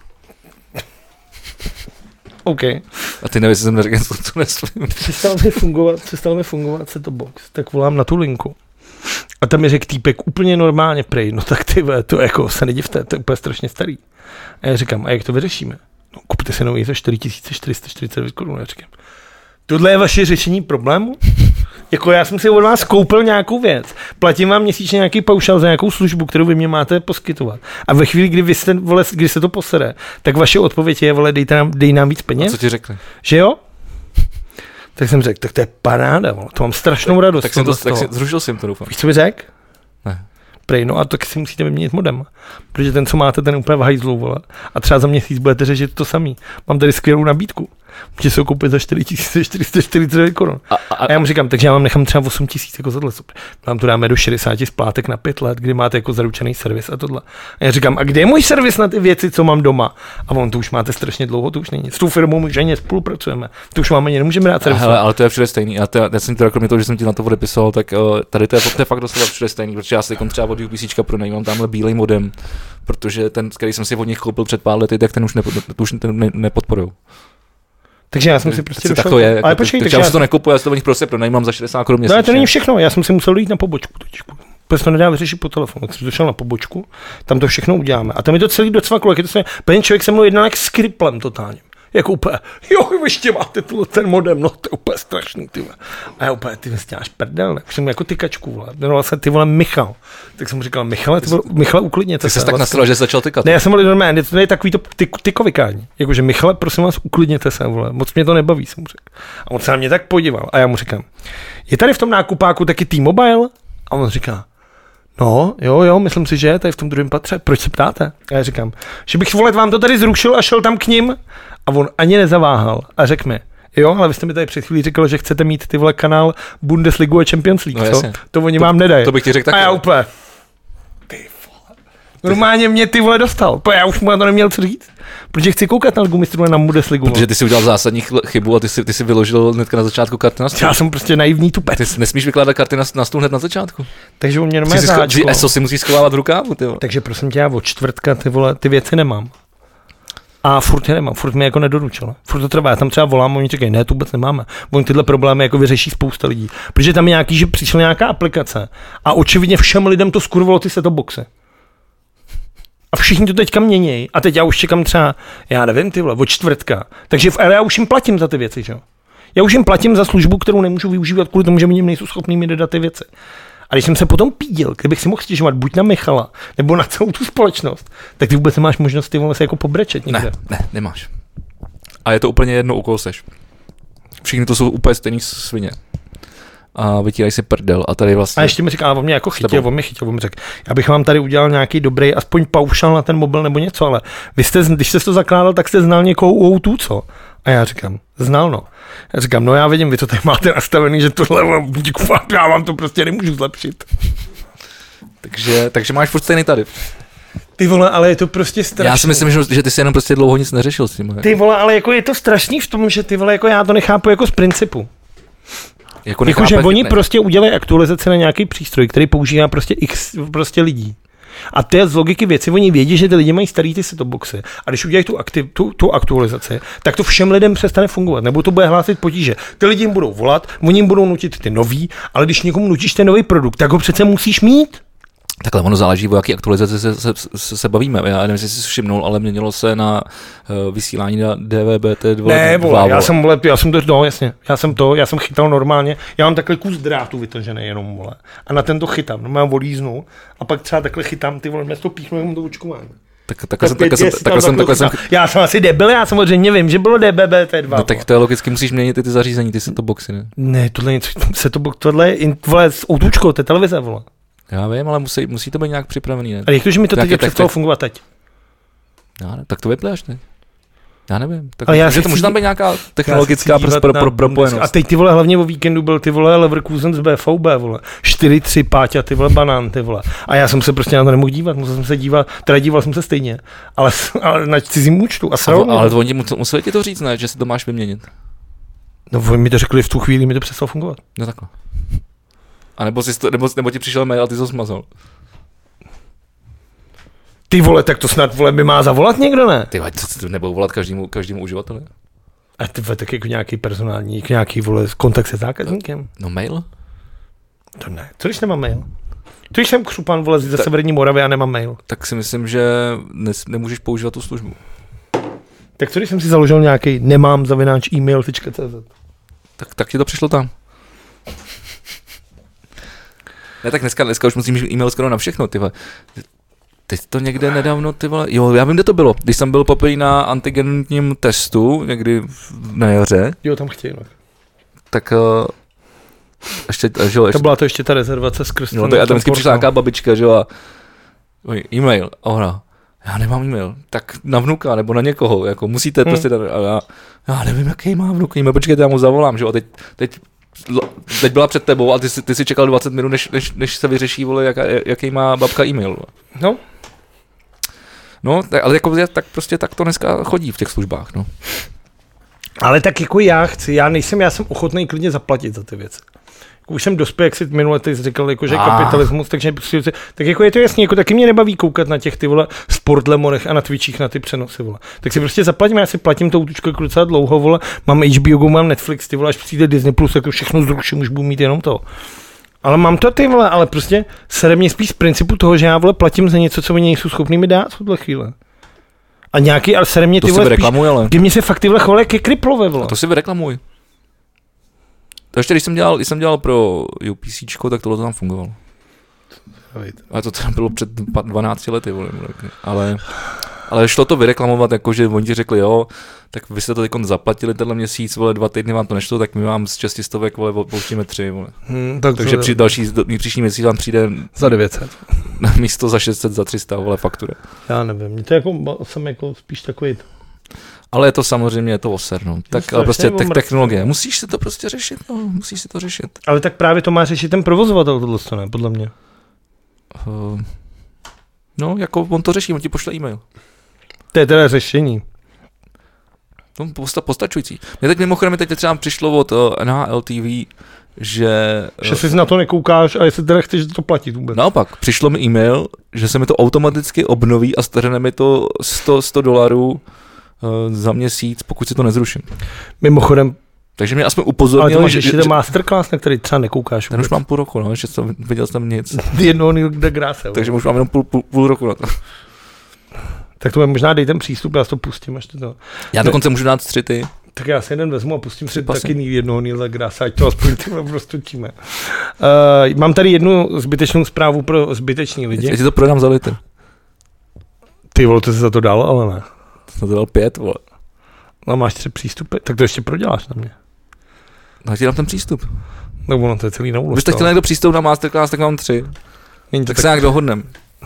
OK. A ty nevíš, že jsem neřekl, co to nesmím. Přestal mi fungovat, přestal mi fungovat set-top box, tak volám na tu linku. A tam mi řekl týpek úplně normálně prej, no tak ty ve, to jako se nedivte, to je úplně strašně starý. A já říkám, a jak to vyřešíme? No kupte si nový za čtyři tisíce čtyři sta čtyřicet devět korun, já říkám. Tohle je vaše řešení problému? Jako já jsem si od vás koupil nějakou věc, platím vám měsíčně nějaký paušál za nějakou službu, kterou vy mě máte poskytovat. A ve chvíli, kdy, vy jste, vole, kdy se to posere, tak vaše odpověď je, vole, dejte nám, dej nám víc peněz. A co ti řekli? Že jo? Tak jsem řekl, tak to je paráda, vole. To mám strašnou tak, radost. Tak, jsem to, tak si, zrušil jsem to, doufám. Víš, co mi řekl? Ne. Prej, no a tak si musíte vyměnit modem, protože ten, co máte, ten úplně v hajzlu, vole. A třeba za měsíc budete řešit to samý. Mám tady skvělou nabídku. Můžete se ho koupit za čtyři tisíce čtyři sta čtyřicet devět korun. A, a, a já mu říkám, takže já vám nechám třeba osm tisíc jako za tohle. Vám to dáme do šedesáti splátek na pět let, kdy máte jako zaručený servis a tohle. A já říkám, a kde je můj servis na ty věci, co mám doma? A on, to už máte strašně dlouho, to už není. S tou firmou my ženě spolupracujeme. To už máme, nemůžeme dát servis. Hele, ale to je všude stejný. Já, to, já jsem teda kromě toho, že jsem ti na to odepisoval, tak uh, tady to je, to je fakt doslova všude stejný, protože já si třeba od U P C pronajímám tamhle bílej modem, protože ten, který jsem si od nich koupil před pár lety, tak ten už, nepo, už ten ne, nepodporují. Takže já jsem si prostě došel. Tak to je. Ale počkej, takže já si to nekupuji, já si to od nich prostě pronajímám za šedesát korun měsíčně. No, to není všechno, já jsem si musel jít na pobočku totiž. Protože to nedá vyřešit po telefonu. Tak jsem došel na pobočku, tam to všechno uděláme. A tam je to celý docvaklo, jak je to se, ten člověk se mnou jednal jak s kriplem totálně. Jako úplně, jo, vy ještě máte tu, ten modem, no to je úplně strašný, ty vole. A já úplně, ty děláš prdel, ne? Už jsem jako tykačku, vole. Jmenoval se ty vole Michal. Tak jsem mu říkal, Michale, ty vole, Michale, uklidněte ty se. Ty jsi tak nasral, že začal tykat. Ne, já jsem byl normálně, to je takový to ty, tykovykání. Jakože Michale, prosím vás, uklidněte se, vole. Moc mě to nebaví, jsem mu řekl. A on se na mě tak podíval a já mu říkám, je tady v tom nákupáku taky T-Mobile? A on říká, no, jo, jo, myslím si, že je tady v tom druhém patře. Proč se ptáte? A já říkám, že bych volet vám to tady zrušil a šel tam k ním. A on ani nezaváhal a řekl mi, jo, ale vy jste mi tady před chvílí říkal, že chcete mít ty vole kanál Bundesligu a Champions League, no, co? Jasně. To oni to, vám nedají. To bych ti řekl taky. A já úplně, ty vole. Normálně mě ty vole dostal, já už mu to neměl co říct. Protože chci koukat na Ligu mistrů na Bundesligu. Protože ty si udělal zásadní chybu a ty si, ty si vyložil hnedka na začátku karty na stůl. Já jsem prostě naivní tupec. Ty nesmíš vykládat karty na, na stůl hned na začátku. Takže on mě normálně zaháčkoval. Eso si musíš schovávat v rukávu, ty vole. Takže prosím tě, já od čtvrtka ty vole, ty věci nemám. A furt je nemám, furt mi jako nedoručil. Furt to trvá, já tam třeba volám, oni říkají, ne, tu vůbec nemáme. Oni tyhle problémy jako vyřeší spousta lidí. Protože tam je nějaký, že přišla nějaká aplikace a očividně všem lidem to skurvalo ty set-top boxy. A všichni to teďka měnějí. A teď já už čekám třeba, já nevím, ty vole, od čtvrtka. Takže v, ale já už jim platím za ty věci, že jo. Já už jim platím za službu, kterou nemůžu využívat kvůli tomu, že mi nejsou schopní mi dodat ty věci. A když jsem se potom pídil, kdybych si mohl stěžovat buď na Michala, nebo na celou tu společnost, tak ty vůbec nemáš možnost ty vole se jako pobrečet někde. Ne, ne, nemáš. A je to úplně jedno, u koho seš. Všichni to jsou úplně stejný svině. A vytírají si prdel a tady vlastně... A ještě mi říkal, on mě jako chytil, on mě chytil, on mi řekl, já bych vám tady udělal nějaký dobrý, aspoň paušal na ten mobil nebo něco, ale vy jste, když jste to zakládal, tak jste znal někoho u O dva, co? A já říkám, znal no. Já říkám, no já vidím, vy to tady máte nastavený, že tohle, já vám to prostě nemůžu zlepšit. takže, takže máš furt stejný tarif. Ty vole, ale je to prostě strašný. Já si myslím, že, že ty jsi jenom prostě dlouho nic neřešil s tím. Ty vole, ale jako je to strašný v tom, že ty vole, jako já to nechápu jako z principu. Jako, jako že oni ne. prostě udělají aktualizaci na nějaký přístroj, který používá prostě x prostě lidí. A to je z logiky věci, oni vědí, že ty lidi mají starý ty set-top boxy. A když udělají tu, aktiv, tu, tu aktualizaci, tak to všem lidem přestane fungovat. Nebo to bude hlásit potíže. Ty lidi jim budou volat, oni jim budou nutit ty nový, ale když někomu nutíš ten nový produkt, tak ho přece musíš mít. Takhle ono záleží, o jaký aktualizaci se, se, se, se bavíme. Já nevím, jestli jsi všimnul, ale měnilo se na uh, vysílání na D V B T dva. Ne, vole, já jsem, vole, já jsem to, no jasně, já jsem to, já jsem chytal normálně, já mám takhle kus drátu vytržený jenom, vole, a na ten to chytám, no mám volíznu a pak třeba takhle chytám, ty vole, mě to píchnu, jenom to očkování. Tak, takhle, jsem, takhle, jsem, takhle, jsem, takhle jsem... Já jsem asi debil, já samozřejmě vím, že bylo D B B T dva. No tak to je logicky, musíš měnit ty, ty zařízení, ty set-top boxy, ne? Ne, tohle něco, set-top box, tohle je, vole, s outučkou, to je televize, vole. Já vím, ale musí, musí to být nějak připravený, ne? A jak to, že mi to teď přestalo fungovat teď? Já ne, tak to vypléš teď. Já nevím. Tak ale já že to může tam být nějaká technologická pro, pro, pro, propojenost. A teď ty vole, hlavně o víkendu byl ty vole Leverkusen z B V B, vole. čtyři tři Páťa, ty vole banán, ty vole. A já jsem se prostě na to nemohl dívat, musel jsem se dívat, teda díval jsem se stejně, ale, ale na cizím účtu. A a, ale oni museli ti to říct, ne, že si to máš vyměnit. No oni mi to řekli v tu chvíli, mi to přestalo fungovat. No takhle. A nebo, jsi to, nebo, nebo ti přišel mail a ty to smazal. Ty vole, tak to snad vole mi má zavolat někdo, ne? Ty vole, to nebudou volat každému, každému uživateli. A ty vole, tak jako nějaký personální, nějaký vole kontakt se zákazníkem. No mail? To ne, co když nemám mail? To když jsem křupan vole ze severní Moravy a nemám mail. Tak si myslím, že ne, nemůžeš používat tu službu. Tak co když jsem si založil nějaký nemám zavináč e-mail tečka cé zet? Tak, tak ti to přišlo tam. Ne, tak dneska, dneska už musím mít e-mail skoro na všechno, ty vole. Teď to někde nedávno, ty vole, jo, já vím, kde to bylo. Když jsem byl poprvé na antigenním testu, někdy na jaře. Jo, tam chtějí, no. Tak uh, ještě, že jo, ještě. To byla to ještě ta rezervace skrz. Jo, to, a tam vždycky přišla nějaká babička, že jo, a oj, e-mail, a ona, já nemám e-mail, tak na vnuka, nebo na někoho, jako musíte hmm. prostě, a já, já nevím, jaký má vnuk, e-mail, počkejte, já mu zavolám, že jo, a teď, teď teď byla před tebou a ty si, ty si čekal dvacet minut, než, než, než se vyřeší, vole, jak, jaký má babka e-mail. No. No, ale jako, tak prostě tak to dneska chodí v těch službách, no. Ale tak jako já chci, já nejsem, já jsem ochotný klidně zaplatit za ty věci. Už jsem dospěl, jak si minule ty říkal, jako, že ah. kapitalismus, takže tak jako je to jasně, jako taky mě nebaví koukat na těch ty vole sportlemonech a na Twitchích na ty přenosy, vole. Tak si prostě zaplatím, já si platím to útučko jako docela dlouho, vole. Mám H B O, mám Netflix, ty vole, až přijde Disney Plus, jako všechno zruším, už budu mít jenom to. Ale mám to ty vole, ale prostě sere mě spíš z principu toho, že já vole platím za něco, co oni nejsou schopní mi dát v tuhle chvíli. A nějaký, ale sere mě ty to vole si vyreklamuj, ale. Kdy mě se fakt ty vole chovaly ke kriplové vole. A to si vyreklamuj. To ještě když jsem dělal, když jsem dělal pro UPCčko, tak tohle to tam fungovalo. A to tam bylo před dvanácti lety, vole, ale, ale šlo to vyreklamovat, jako že oni ti řekli, jo, tak vy jste to teď zaplatili tenhle měsíc, vole, dva týdny vám to nešlo, tak my vám z šestistovek, vole, pouštíme tři, vole. Hmm, tak takže při další, příští měsíc vám přijde za devět set. Na místo za šest set, za tři sta, vole, faktura. Já nevím, mě to jako, jsem jako spíš takový. Ale je to samozřejmě, je to oser, no. Tak ale prostě te- technologie, musíš si to prostě řešit, no, musíš si to řešit. Ale tak právě to má řešit ten provozovatel, tohle to ne, podle mě. Uh, no, jako on to řeší, on ti pošle e-mail. To je teda řešení. No, posta- postačující. Mě teď mimochodem teď třeba přišlo od uh, N H L T V, že... Že jsi na to nekoukáš a jestli teda chceš to platit vůbec. Naopak, přišlo mi e-mail, že se mi to automaticky obnoví a strhne mi to sto dolarů uh, za měsíc, pokud si to nezruším. Mimochodem, takže mě aspoň upozornil, ale to že, že, že masterclass, na který třeba nekoukáš. Ten už mám půl roku, no, že jsem viděl jsem nic. Jednoho Neil deGrasse. Takže už mám jenom půl, půl, půl roku na to. Tak to možná dej ten přístup, já to pustím až to. Já dokonce můžu dát tři ty. Tak já si jeden vezmu a pustím si taky jednoho Neil deGrasse, ať to aspoň tím prostočíme. Uh, mám tady jednu zbytečnou zprávu pro zbyteční lidi. Já ti to prodám za litr. Ty vole, to jsi za to dal, ale ne. To to dal pět, vole. No máš tři přístupy, tak to ještě proděláš na mě. No, ti dám ten přístup. No, ono to je celý na úlož. Když jste chtěl někdo přístup na masterclass, tak mám tři. Tak, tak se nějak dohodnem.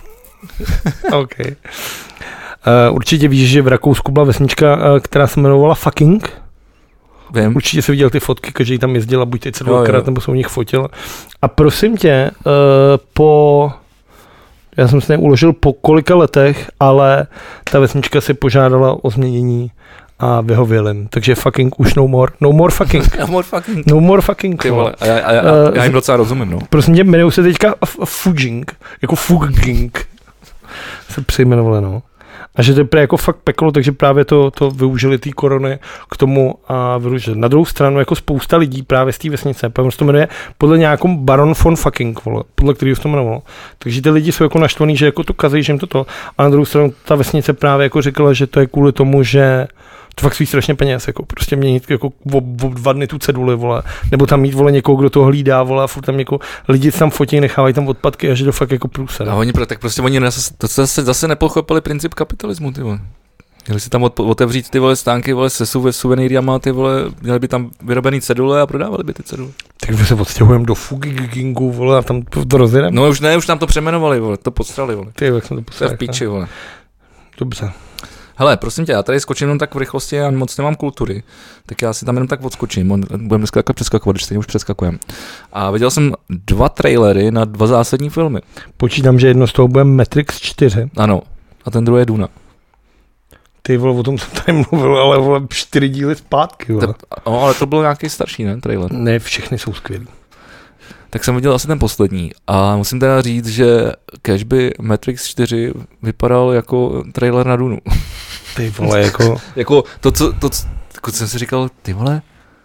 OK. Uh, určitě víš, že v Rakousku byla vesnička, uh, která se jmenovala Fucking. Vím. Určitě se viděl ty fotky, každý tam jezdila, buď teď se dvakrát, nebo se u nich fotil. A prosím tě, uh, po... Já jsem se neuložil po kolika letech, ale ta vesnička si požádala o změnění a vyhověl jim. Takže fucking už no more. No more fucking. No more fucking. No more fucking. Ty vole, a já, a já, uh, já jim docela rozumím, no. Prosím tě, jmenují se teďka Fujing, jako Fuging. Se přejmenovali, no. A že to je jako fakt peklo, takže právě to, to využili té korony k tomu a využili. Na druhou stranu jako spousta lidí právě z té vesnice, protože se to jmenuje podle nějakou Baron von Fucking, vole, podle kterého se to jmenovalo. Takže ty lidi jsou jako naštvaný, že jako to kazí, že jim toto. A na druhou stranu ta vesnice právě jako říkala, že to je kvůli tomu, že to fakt stojí strašně peněz, jako prostě měnit jako o, o dva dny tu ceduli, vole, nebo tam mít, vole, někoho, kdo to hlídá, vole, a furt tam někoho, lidi tam fotí, nechávají tam odpadky a že to fakt jako průser. A oni, tak prostě oni zase, to zase, zase nepochopili princip kapitalismu, ty vole. Měli si tam otevřít ty vole stánky, vole, se suvenýriama, ty vole, měli by tam vyrobený cedule a prodávali by ty cedule. Tak my se odstěhujeme do Fugigingu, vole, a tam to, to rozjedeme. No už ne, už tam to přemenovali, vole, to podstrali, vole. Ty, jak jsem to poslal. To je v píči, vole. Dobře. Hele, prosím tě, já tady skočím jenom tak v rychlosti, já moc nemám kultury, tak já si tam jenom tak odskočím, budeme dneska takhle přeskakovat, když stejně už přeskakujeme. A viděl jsem dva trailery na dva zásadní filmy. Počítám, že jedno z toho bude Matrix čtyři. Ano, a ten druhý je Duna. Ty vole, o tom jsem tady mluvil, ale vole, čtyři díly zpátky, vole. No, ale to byl nějaký starší, ne, trailer? Ne, všechny jsou skvělý. Tak jsem viděl asi ten poslední a musím teda říct, že kež by Matrix čtyři vypadal jako trailer na Dunu. Ty vole, jako... jako to, co, to, jako jsem si říkal, ty vole,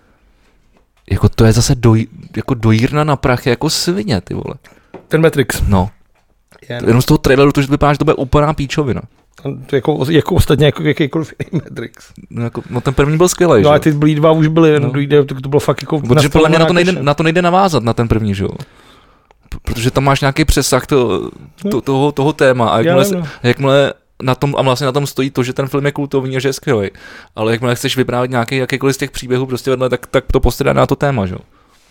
jako to je zase do, jako dojírna na prach, jako svině, ty vole. Ten Matrix. No. Yeah, jenom z toho traileru to, že to vypadá, že to bude úplná píčovina. Jako, jako ostatně jako jakýkoliv Matrix. No, jako, no ten první byl skvělý, no, že? A ty zbylí dva už byly, no. Dojde, to, to bylo fakt jako... Protože podle mě na to, nejde, na to nejde navázat, na ten první, že jo? Protože tam máš nějaký přesah to, to, toho, toho téma a jakmile, no. jakmile na tom, a vlastně na tom stojí to, že ten film je kultovní a že je skvělý. Ale jakmile chceš vyprávět nějaký jakýkoliv z těch příběhů prostě vedle, tak, tak to postradá na to téma, že jo?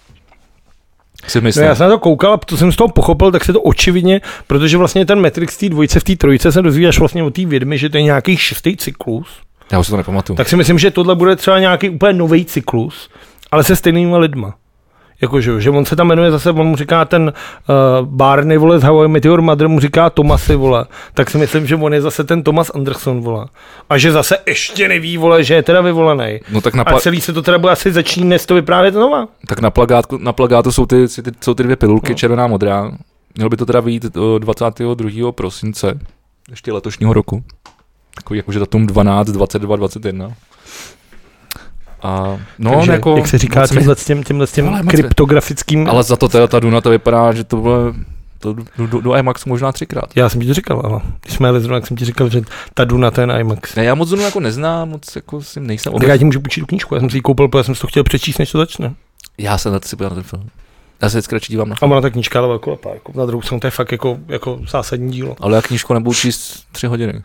No já jsem na to koukal a to jsem z toho pochopil, tak se to očividně, protože vlastně ten Matrix v té dvojce, v té trojice se dozvídáš vlastně o té vědmy, že to je nějaký šestý cyklus. Já už si to nepamatuju. Tak si myslím, že tohle bude třeba nějaký úplně nový cyklus, ale se stejnými lidma. Jakože, že on se tam jmenuje zase, on mu říká ten uh, Barney, vole, z How I Met Your Mother mu říká Thomasy, vole, tak si myslím, že on je zase ten Thomas Anderson, vole. A že zase ještě neví, vole, že je teda vyvolený. No tak na pla- a celý se to teda bude asi začít dnes to vyprávět znova. Tak na plagátku, na plagátu jsou ty, ty, jsou ty dvě pilulky, no. Červená a modrá. Mělo by to teda vyjít dvacátého druhého prosince, ještě letošního roku. Takový jakože datum dvanáct, dvacet dva, dvacet jedna. A no, takže, jako, jak se říká tímhle s tím, tímhle s tím ale kryptografickým... Ale za to teda ta Duna to vypadá, že to bylo to do, do, do IMAXu možná třikrát. Já jsem ti to říkal, ale když jsme jeli zrovna, jsem ti říkal, že ta Duna to je na IMAX. Ne, já moc Dunu jako neznám, moc jako si nejsem Tak já ti můžu půjčit knížku, já jsem si ji koupil, protože jsem si to chtěl přečíst, než to začne. Já se na to si podívám na ten film. Já se vždycky radši dívám na A film. ona ta knížka ale velkolepá, jako na druhou stranu to je fakt jako, jako zásadní dílo. Ale já knížku nebudu číst tři hodiny.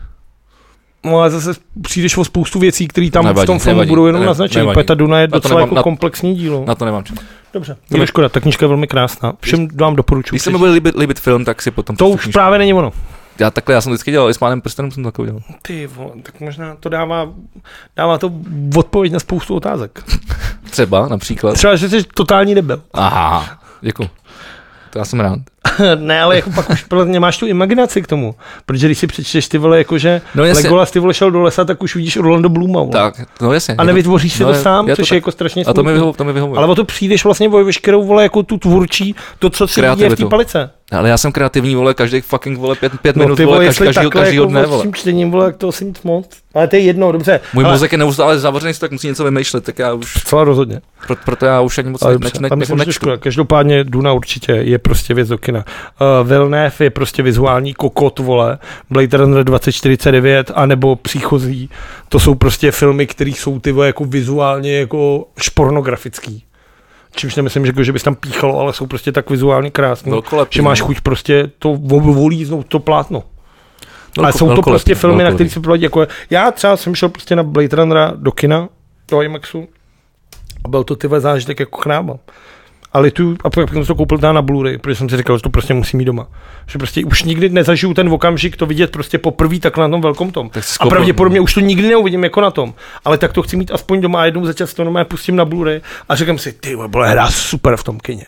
No ale zase přijdeš o spoustu věcí, které tam nevadí, v tom filmu nevadí, budou jenom ne, naznačeny, nevadí. protože ta Duna je docela nemám, jako na, komplexní dílo. Na to nemám čas. Dobře, to je škoda, ta knížka je velmi krásná. Všem vám doporučuji. Když se mi bude líbit, líbit film, tak si potom... To už právě není ono. Já takhle, já jsem vždycky dělal, i s Pánem prstenem jsem to takový dělal. Ty vole, tak možná to dává, dává to odpověď na spoustu otázek. Třeba, například. Třeba, že jsi totální debil. Aha, děkuji. To já jsem rád. Ne, ale jako pak už podle mě máš tu imaginaci k tomu. Protože když si přečteš ty vole, jakože no Legolas ty vole šel do lesa, tak už vidíš Orlando Blooma. Vole. Tak, no jasně. A nevytvoříš si no, to sám, je což to je tak. jako strašně A to mi vyhovuje, to mi vyhovuje. Ale o to přijdeš vlastně o veškerou vole jako tu tvůrčí, to, co si je v té palice. Ale já jsem kreativní, vole, každý fucking, vole, pět, pět no, minut, ty vole, vole, jestli každý, takhle každýho jako dne, vole. S tím čtením, vole, jak to asi mít moc. Ale to je jedno, dobře. Můj ale... mozek je neustále zavřený, tak musí něco vymýšlet, tak já už... Celá rozhodně. Pro, proto já už ani moc ale ne, ne, ne, ne, nečtu. Každopádně Duna určitě je prostě věc do kina. Uh, Villeneuve je prostě vizuální kokot, vole. Blade Runner dvacet čtyřicet devět, anebo Příchozí. To jsou prostě filmy, které jsou ty vole, jako vizuálně jako špornografický. Čímž nemyslím, že, že bys tam píchalo, ale jsou prostě tak vizuálně krásný, Velkolepý, že máš no. chuť prostě to volíznout to plátno. Velko, ale jsou to velkolepý, prostě filmy, velkolepý. na kterých se provádí jako... Já třeba jsem šel prostě na Blade Runnera do kina, do IMAXu, a byl to tyhle zážitek jako chrába. Ale tu, a pak jsem to koupil na Blu-ray, protože jsem si říkal, že to prostě musím mít doma. Že prostě už nikdy nezažiju ten okamžik to vidět prostě poprvé tak na tom velkom tom. A pravděpodobně už to nikdy neuvidím jako na tom. Ale tak to chci mít aspoň doma a jednou za čas to normálně pustím na Blu-ray a říkám si, ty byla hra super v tom kině.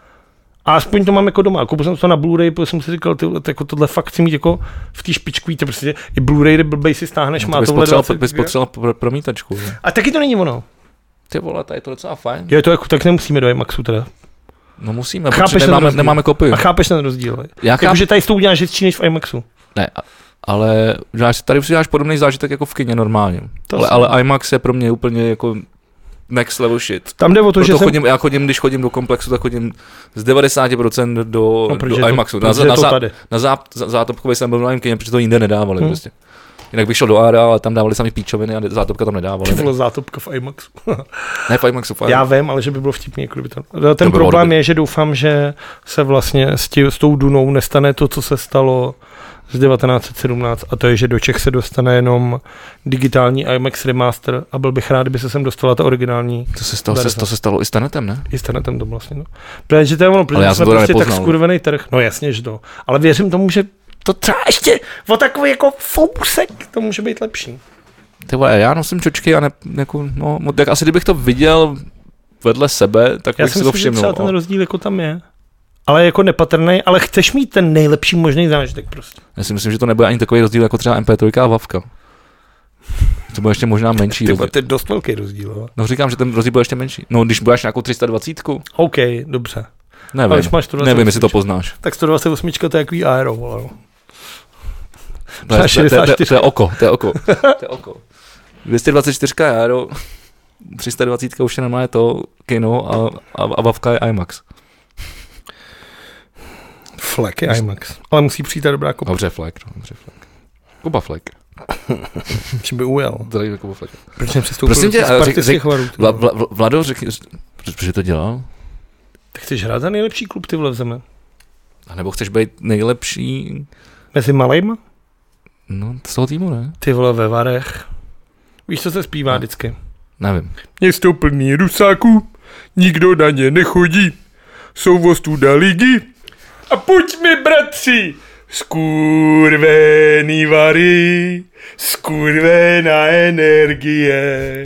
A aspoň to mám jako doma. Koupil jsem to na Blu-ray, protože jsem si říkal, ty, jako tohle fakt chci mít jako v té špičkový, to prostě i Blu-ray, blbej si stáhneš, no, má to tohle dvacet. Bys potřeboval promítačku. Ne? A taky to není ono. Ty vole, tady je to docela fajn. Je to jako, tak nemusíme do IMAXu teda. No musíme, protože nemáme, nemáme kopii. A chápeš ten rozdíl. Já chápu, že tady s tou uděláš hezčí než v IMAXu. Ne, ale tady si dáš podobný zážitek jako v kině normálně. Ale, ale IMAX je pro mě úplně jako next level shit. Tam jde o to, Proto že chodím, jsem... já chodím, když chodím do komplexu, tak chodím z devadesát procent do, no, do IMAXu. To, na, na, to na, na záp, zátopkově jsem byl v novém kině, protože to jinde nedávali. Hmm. Prostě. Jinak bych šel do Ára, ale tam dávali sami píčoviny a zátopka tam nedávali. To byla zátopka v IMAXu. Ne v IMAXu, v IMAXu. Já vím, ale že by bylo vtipný. Jako by to... Ten to problém je, že doufám, že se vlastně s, tí, s tou Dunou nestane to, co se stalo z devatenáct set sedmnáct, a to je, že do Čech se dostane jenom digitální IMAX remaster a byl bych rád, kdyby se sem dostala ta originální. To se stalo, se, to se stalo i s Tenetem, ne? I s Tenetem to vlastně, no. Protože to je ono, protože jsme prostě nepoznal. Tak skurvený trh. No jasně, že to. Ale věřím tomu, že to třeba ještě o takový jako fousek, to může být lepší. Ty vole, já nosím čočky a ne, jako, no, tak asi kdybych to viděl vedle sebe, tak já bych si to všimnul. Já si myslím, že ten rozdíl jako tam je. Ale jako nepatrný, ale chceš mít ten nejlepší možný zážitek prostě. Já si myslím, že to nebude ani takový rozdíl jako třeba em pé tři a Vavka. To bude ještě možná menší Ty, rozdíl. To je dost velký rozdíl. Ale. No říkám, že ten rozdíl bude ještě menší. No když budeš nějakou tři sta dvacet. OK, dobře. Nevím, nevím, jestli to poznáš. Tak sto dvacet osm to je takový aero, vole. To je, to, je, to, je, to je oko, to je oko. To je oko. dvě stě dvacet čtyři je aero, tři sta dvacet už je normálně to kino a, a, a Vavka je IMAX. Fleck je IMAX. Ale musí přijít ta dobrá kopa. Dobře, Fleck, no, dobře, Fleck. Kuba Fleck. Čím by ujel. Zdravíme Kuba Fleck. Proč jsem přistoupil Prosím tě, z partických varů? Vla, vla, Vlado, řekni, protože to dělal? Ty chceš hrát za nejlepší klub ty vole v zemi? A nebo chceš být nejlepší... Mezi malejma? No, z toho týmu, ne? Ty vole ve Varech. Víš, co se zpívá no. vždycky? Nevím. Město plný Rusáků, nikdo na ně nechodí, jsou ostuda ligy. A pojďme, bratři, skurvený Vary, skurvená energie,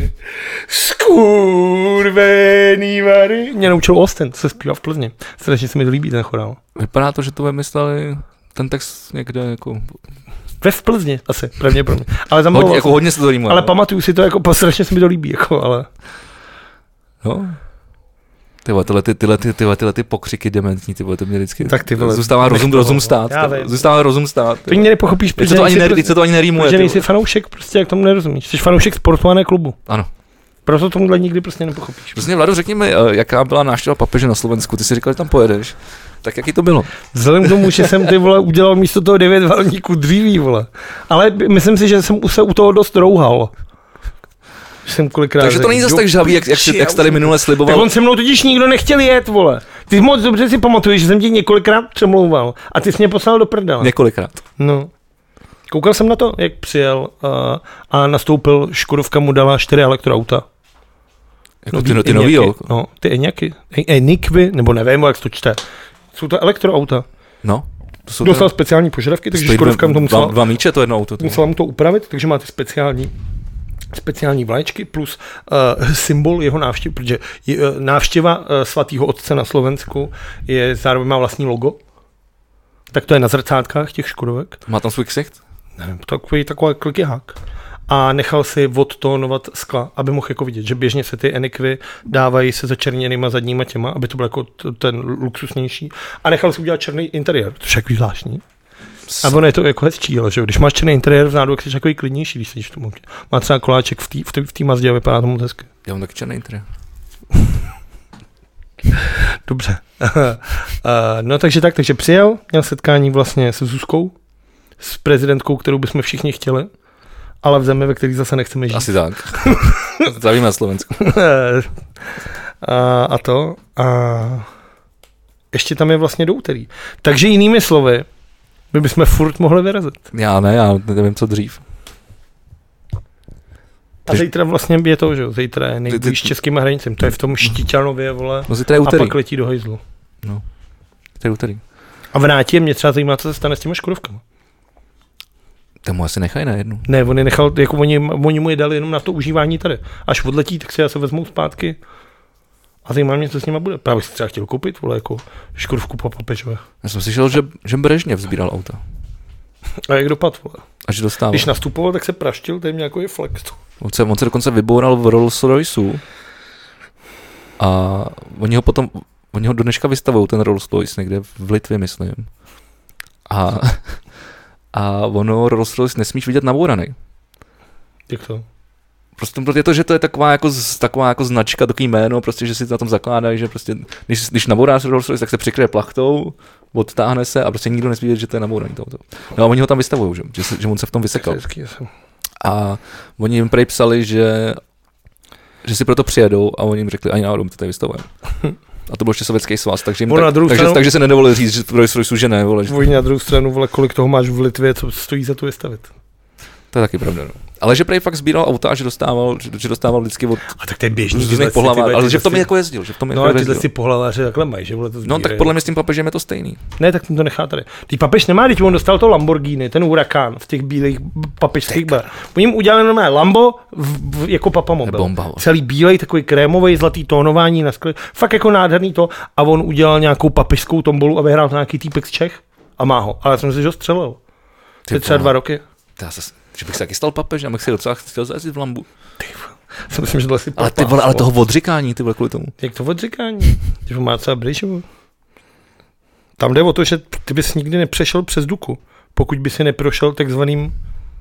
skurvený Vary. Mě naučil Austin, co se zpívá v Plzni. Strašně se mi líbí ten chorál. Vypadá to, že to vymysleli ten text někde jako... Ve v Plzni asi, pravděpodobně. Ale tam hodně, jako hodně se to líbí. Ale pamatuju si to, jako strašně se mi to líbí, jako, ale... No. Tyhle, tyhle, ty, tyhle, ty, tyhle, tyhle ty pokřiky dementní, tyhle, to mě vždycky... Tak ty vole, zůstává rozum, toho, rozum stát. Zůstává rozum stát. To mě nepochopíš, protože to ani, ne, prostě, to ani nerýmuje. Protože nejsi fanoušek, prostě jak tomu nerozumíš. Jsi fanoušek sportu a ne klubu. Ano. Proto tomuhle nikdy prostě nepochopíš. Vlastně, Vlado, řekni mi, jaká byla návštěva papeže na Slovensku? Ty si říkal, že tam pojedeš. Tak jaký to bylo? Vzhledem k tomu, že jsem ty vole udělal místo toho devět valníků dříví, vole. Ale myslím si, že jsem se u toho dost rouhal. Jsem kolikrát Takže to není zase tak žhavý, jak, jak, jak, jak jsi tady minule sliboval. Tak on se mnou totiž nikdo nechtěl jet, vole. Ty moc dobře si pamatuješ, že jsem ti několikrát přemlouval a ty jsi mě poslal do prdele. Několikrát. No. Koukal jsem na to, jak přijel uh, a nastoupil, Škodovka mu dala čtyři elektroauta. Jako nový, ty, ty nový, jo? No, ty Eňaky. Enikvy, nebo nevím, jak to čte. Jsou to elektroauta. No. To jsou Dostal to... speciální požadavky, takže Škodovka mu to musela... Dva, dva míče to jedno auto. To. Musela mu to upravit, takže máte speciální speciální vlaječky plus uh, symbol jeho návštěvy, protože je, uh, návštěva uh, svatého otce na Slovensku je zároveň má vlastní logo. Tak to je na zrcátkách těch Škodovek. Má tam svůj ksicht? Nevím, takový takový klikihák. A nechal si odtónovat skla, aby mohl jako vidět, že běžně se ty Enikvy dávají se začerněnýma zadníma těma, aby to bylo jako t- ten luxusnější. A nechal si udělat černý interiér, to je takový zvláštní. A ono je to jako hezčí, ale že když máš černý interiér vzadu, tak jsi takový klidnější, když sedíš v tom. Má třeba koláček v té v tý, v tý Mazdě a vypadá to moc hezky. Já mám taky černý interiér. Dobře. uh, no takže tak, takže přijel, měl setkání vlastně se Zuzkou, s prezidentkou, kterou bychom všichni chtěli, ale v zemi, ve který zase nechceme žít. Asi tak. Zdravíme na Slovensku. a, a to. A ještě tam je vlastně do úterý. Takže jinými slovy, my bychom furt mohli vyrazit. Já ne, já nevím, co dřív. A zítra vlastně je to, že jo? Zítra je nejblíž českým hranicím. To je v tom Štíťanově, vole. No zítra je úterý. A pak letí do hajzlu. No, to je úterý. A v Nátě mě třeba zajímá, co se stane s těma Škodovkama. Tam mu asi nechají na jednu. Ne, on je nechal, jako oni, oni mu je dali jenom na to užívání tady. Až odletí, tak si já se vezmou zpátky. A zajímá mě, co s nima bude. Právě si třeba chtěl koupit, vole, jako Škodovku po papežové. Já jsem slyšel, že, že Brežněv sbíral auta. A jak dopad, vole? Až dostával. Když nastupoval, tak se praštil, tady mě jako je flex. On se, on se dokonce vyboural v Rolls Royceu. A oni ho potom, oni ho do dneška vystavují, ten Rolls Royce, někde v Litvě, myslím. A, a ono Rolls Royce nesmíš vidět nabouraný. Jak to? Prostě je to, že to je taková jako, taková jako značka, takový jméno, prostě, že si na tom zakládají, že prostě, když, když nabouráš Rolls Royce, tak se přikryje plachtou, odtáhne se a prostě nikdo nesmí vědět, že to je nabouraný to auto. No a oni ho tam vystavují, že, že, že on se v tom vysekal. A oni jim prej psali, že, že si proto přijedou a oni jim řekli, ani náhodou, my to tady vystavujeme. A to byl ještě Sovětský svaz, takže, jim tak, takže, stranu, takže se nedovolili říct, že Rolls Royce že ne. Vole, že to... na druhou stranu, vole, kolik toho máš v Litvě, co stojí za to vystavit. To je taky pravda, no. Ale že prej fakt sbíral auta a že dostával, že, že dostával vždycky od a tak to je běžný pohlavářů, ale že v tom jako jezdil, že v tom no, ale tyhle si pohlaváři takhle mají, že vole to no tak podle mě s tím papežem je to stejný. Ne, tak tím to nechá tady. Ty papež nemá, když on dostal to Lamborghini, ten Huracán v těch bílých papežských bar. Oni jim udělali normálně Lambo v, v, jako papamobil. Bomba, celý bílej, takový krémový, zlatý tónování na skle. Fakt jako nádherný to a on udělal nějakou papežskou tombolu a vyhrál to nějaký týpek z Čech a má ho. Ale já jsem si ho střelil. To je třeba dva roky. Že bych se taky stal papež, já bych si docela chtěl zajezdit v Lambu. Já myslím, že to asi ale, ty vole, ale toho odřikání, ty vole, kvůli tomu. Jak to odřikání? Ty má třeba bryžu. Tam jde o to, že ty bys nikdy nepřešel přes Duku, pokud by si neprošel takzvaným...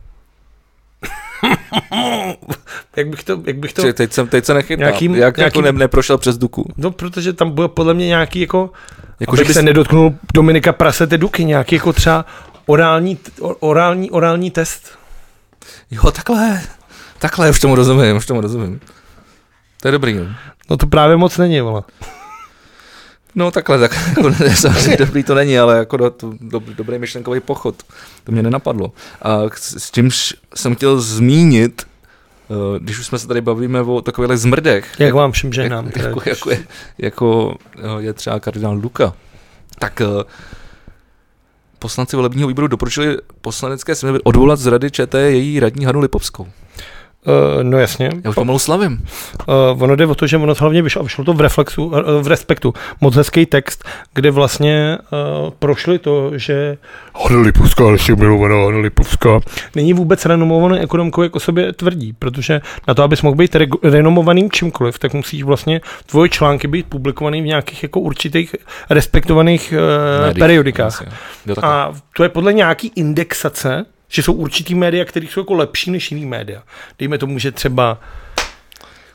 jak bych to... Jak bych to... Čili teď, jsem, teď se nechytám. Nějakým, jak nějakým... jako ne, neprošel přes Duku? No, protože tam bylo podle mě nějaký jako... jako abych že bys... se nedotknul Dominika Prasete Duky, nějaký jako třeba orální, orální, orální test. Jo, takhle, takhle, už tomu rozumím, už tomu rozumím. To je dobrý, jo. No to právě moc není, vole. No takhle, tak jako, samozřejmě dobrý to není, ale jako do, to, do, dobrý myšlenkový pochod. To mě nenapadlo. A s čímž jsem chtěl zmínit, když už jsme se tady bavíme o takových zmrdech. Jak vám všem ženám. Jak, jako, jako, je, jako je třeba kardinál Luka. Tak poslanci volebního výboru doporučili poslanecké sněmovně odvolat z rady ČT její radní Hanu Lipovskou. Uh, no jasně. Já už pomalu slavím. Uh, ono jde o to, že ono hlavně vyšlo, vyšlo to v reflexu, uh, v Respektu. Moc hezký text, kde vlastně uh, prošli to, že Hana Lipovská, naše milovaná Hana Lipovská, není vůbec renomovanou ekonomkou, jak o sobě tvrdí, protože na to, abys mohl být re- renomovaným čímkoliv, tak musíš vlastně tvoje články být publikovaný v nějakých jako určitých respektovaných uh, periodikách. A to je podle nějaký indexace, že jsou určitý média, které jsou jako lepší než jiný média. Dejme tomu, že třeba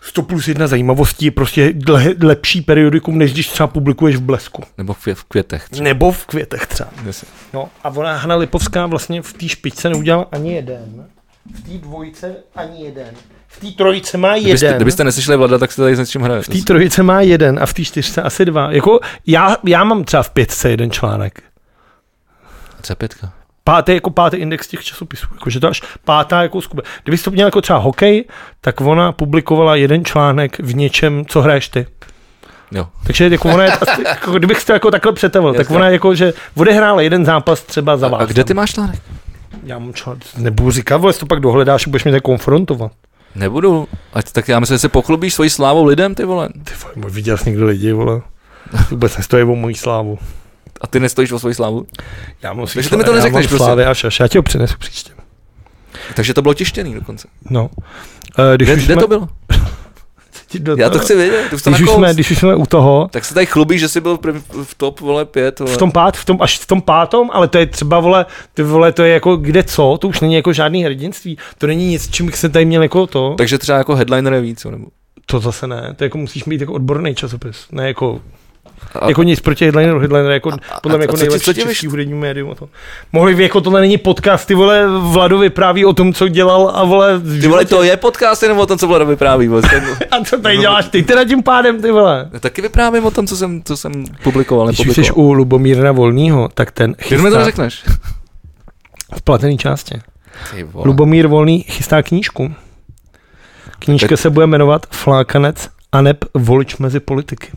sto plus jedna zajímavostí je prostě le, lepší periodikum, než když třeba publikuješ v Blesku. Nebo v, v květech. Třeba. Nebo v květech třeba. Yes. No a ona, Hana Lipovská vlastně v té špičce neudělala ani jeden. V té dvojice ani jeden. V té trojice má jeden. Kdybyste, kdybyste neslyšeli Vlada, tak se tady s něčím hraje. V té trojice má jeden a v té čtyřce asi dva. Jako já, já mám třeba v pětce jeden článek. Co je pětka? Pátý jako pátý index těch časopisů, jakože to až pátá jako skupina. Kdybys to měl jako třeba hokej, tak ona publikovala jeden článek v něčem, co hraješ ty. Jo. Takže jako ona je, jako, kdybych to jako takhle přetavil, tak ona jako, že odehrála jeden zápas třeba za vás. A kde ty máš článek? Já mám článek, nebudu říkat, ale to pak dohledáš a budeš mě tak konfrontovat. Nebudu, ať tak já myslím, že se pochlubíš svojí slávou lidem, ty vole. Ty vole, viděl jsi někdo lidi, vole. Vůbec nestojí o mojí slávu. A ty nestojíš o svoji slávu? Já musím. Takže ty mi to neřekneš, prostě. Slávy až až, já ti ho přinesu příště. Takže to bylo tištěný dokonce. No. Uh, když kde, jsme... kde to bylo? Já to chci vědět. To když, už jsme, když už jsme u toho. Tak se tady chlubíš, že jsi byl v, prv, v top, vole, pět. Vole. V tom pát, v tom, až v tom pátom, ale to je třeba, vole, ty vole, to je jako kde co, to už není jako žádný hrdinství. To není nic, čím bych se tady měl jako to. Takže třeba jako headliner je víc, nebo? To zase ne, to jako musíš mít jako odborný časopis, ne jako... A, jako nic proti headlineru, headliner jako podle mě jako nejlepší český hudební médium. To. Mohli by, jako tohle není podcast, ty vole, Vlado vypráví o tom, co dělal a vole... Ty vole, to je podcast jenom o tom, co Vlado vypráví. Vlastně. A co tady děláš ty teda tím pádem, ty vole? Já taky vyprávím o tom, co jsem, co jsem publikoval, Když nepublikoval. jsi u Lubomíra Volnýho, tak ten chystá... Když mi to neřekneš? V platený části. Lubomír Volný chystá knížku. Knížka tak... se bude jmenovat Flákanec aneb volič mezi politiky.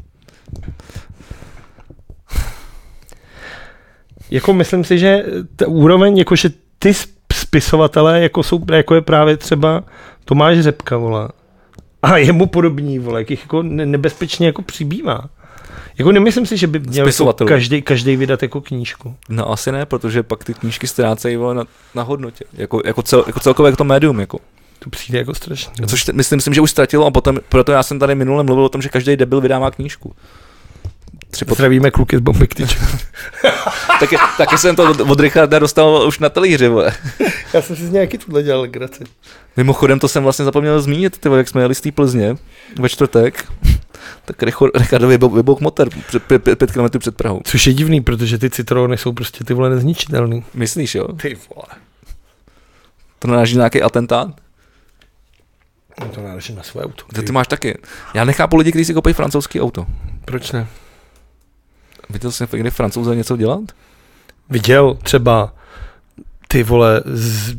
Jako myslím si, že ta úroveň, jakože ty spisovatelé, jako jsou, jako je právě třeba Tomáš Řepka, vole, a jemu podobní, vole, jakých jako nebezpečně jako přibývá. Jako nemyslím si, že by měl jako každý, každý vydat jako knížku. No asi ne, protože pak ty knížky ztrácejí, vole, na, na hodnotě. Jako, jako, cel, jako celkové jako to médium, jako. To přijde jako strašně. Což t- myslím, myslím, že už ztratilo a potom, proto já jsem tady minule mluvil o tom, že každý debil vydává knížku. Pot... Zdravíme kluky z Bomby Ktyče. taky, taky jsem to od, od Richarda dostal už na talíři, vole. Já jsem si z nějaký tuhle dělal legraci. Mimochodem to jsem vlastně zapomněl zmínit, tyvo, jak jsme jeli z té Plzně ve čtvrtek, tak Richardovi vybouch motor pět, pět, pět kilometrů před Prahou. Což je divný, protože ty citrony jsou prostě ty vole nezničitelný. Myslíš, jo? Ty vole. To naráží na nějaký atentát? No to naráží na své auto. Ty, ty máš taky. Já nechápu lidi, kteří si koupí francouzský auto. Proč ne? Viděl jsi někdy Francouze něco dělat? Viděl třeba ty vole z...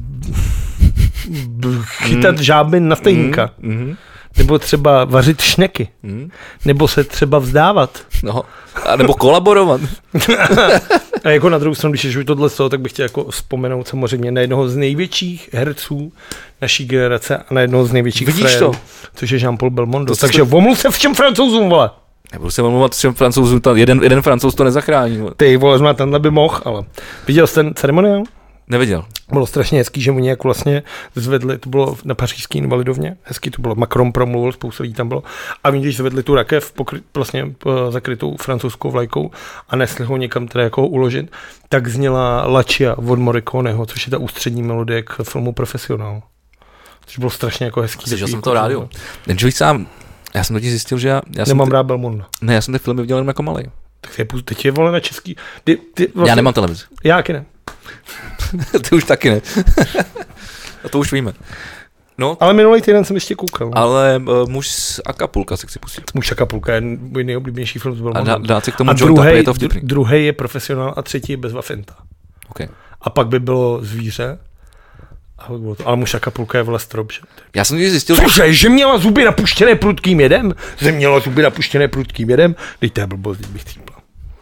chytat mm. žáby na stejníka. Mm. Mm. Nebo třeba vařit šneky. Mm. Nebo se třeba vzdávat. No, a nebo kolaborovat. A jako na druhou stranu, když je tohle slovo, tak bych chtěl jako vzpomenout samozřejmě na jednoho z největších herců naší generace a na jednoho z největších frérů, což je Jean-Paul Belmondo. To takže omluv se všem Francouzům, vole. Nebudu se omluvat všem Francouzům, jeden, jeden Francouz to nezachrání. Vole. Ty vole, zná, tenhle by mohl, ale viděl jsi ten ceremoniál? Neviděl. Bylo strašně hezký, že mu nějak vlastně zvedli, to bylo na pařížské invalidovně, hezký to bylo, Macron promluvil, spousta lidí tam bylo, a oni když zvedli tu rakev pokry, vlastně uh, zakrytou francouzskou vlajkou a nesli ho někam teda jako uložit, tak zněla Lacia od Morriconeho, což je ta ústřední melodie k filmu Profesionál. Což bylo strašně jako hezký. Slyšel jsem to rádio. Jenže sám, já jsem totiž zjistil, že já... já Nemám ty, rád Belmonda. Ne, já jsem ty filmy viděl jenom jako malej. Tak je, teď je vole na český. Ty, ty vlastně, já nemám televizi. Já taky ne. Ty už taky ne. A to už víme. No, ale minulý týden jsem ještě koukal. Ale uh, muž z Acapulka se chci pustit. Muž z Acapulka je můj nejoblíbenější film s Belmondem. A dá, dá si k tomu jointa, je to vtipný. Druhý je Profesionál a třetí je Bezva Finta. Okay. A pak by bylo Zvíře. Ale muž Acapulka je vole strop, že? Já jsem když zjistil, Cože, že měla zuby napuštěné prudkým jedem? Že měla zuby napuštěné prudkým jedem? Dej to je blbost, teď bych týpla.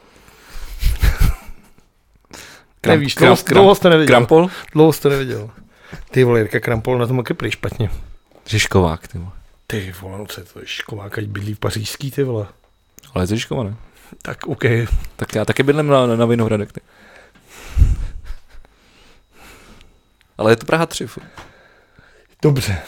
Kram, Nevíš, kram, dlouho, kram, dlouho jste neviděl. Krampol? Dlouho jste neviděl. Ty vole, Jirka Krampol na tom taky prý špatně. Žižkovák, ty vole. Ty vole, no co je to, Žižkovák, ať bydlí v pařížský, ty vole. Ale je to Žižkova, ne? Tak OK. Tak já taky bydlím na, na Vinohradech, ty. Ale je to Praha tři. Dobře.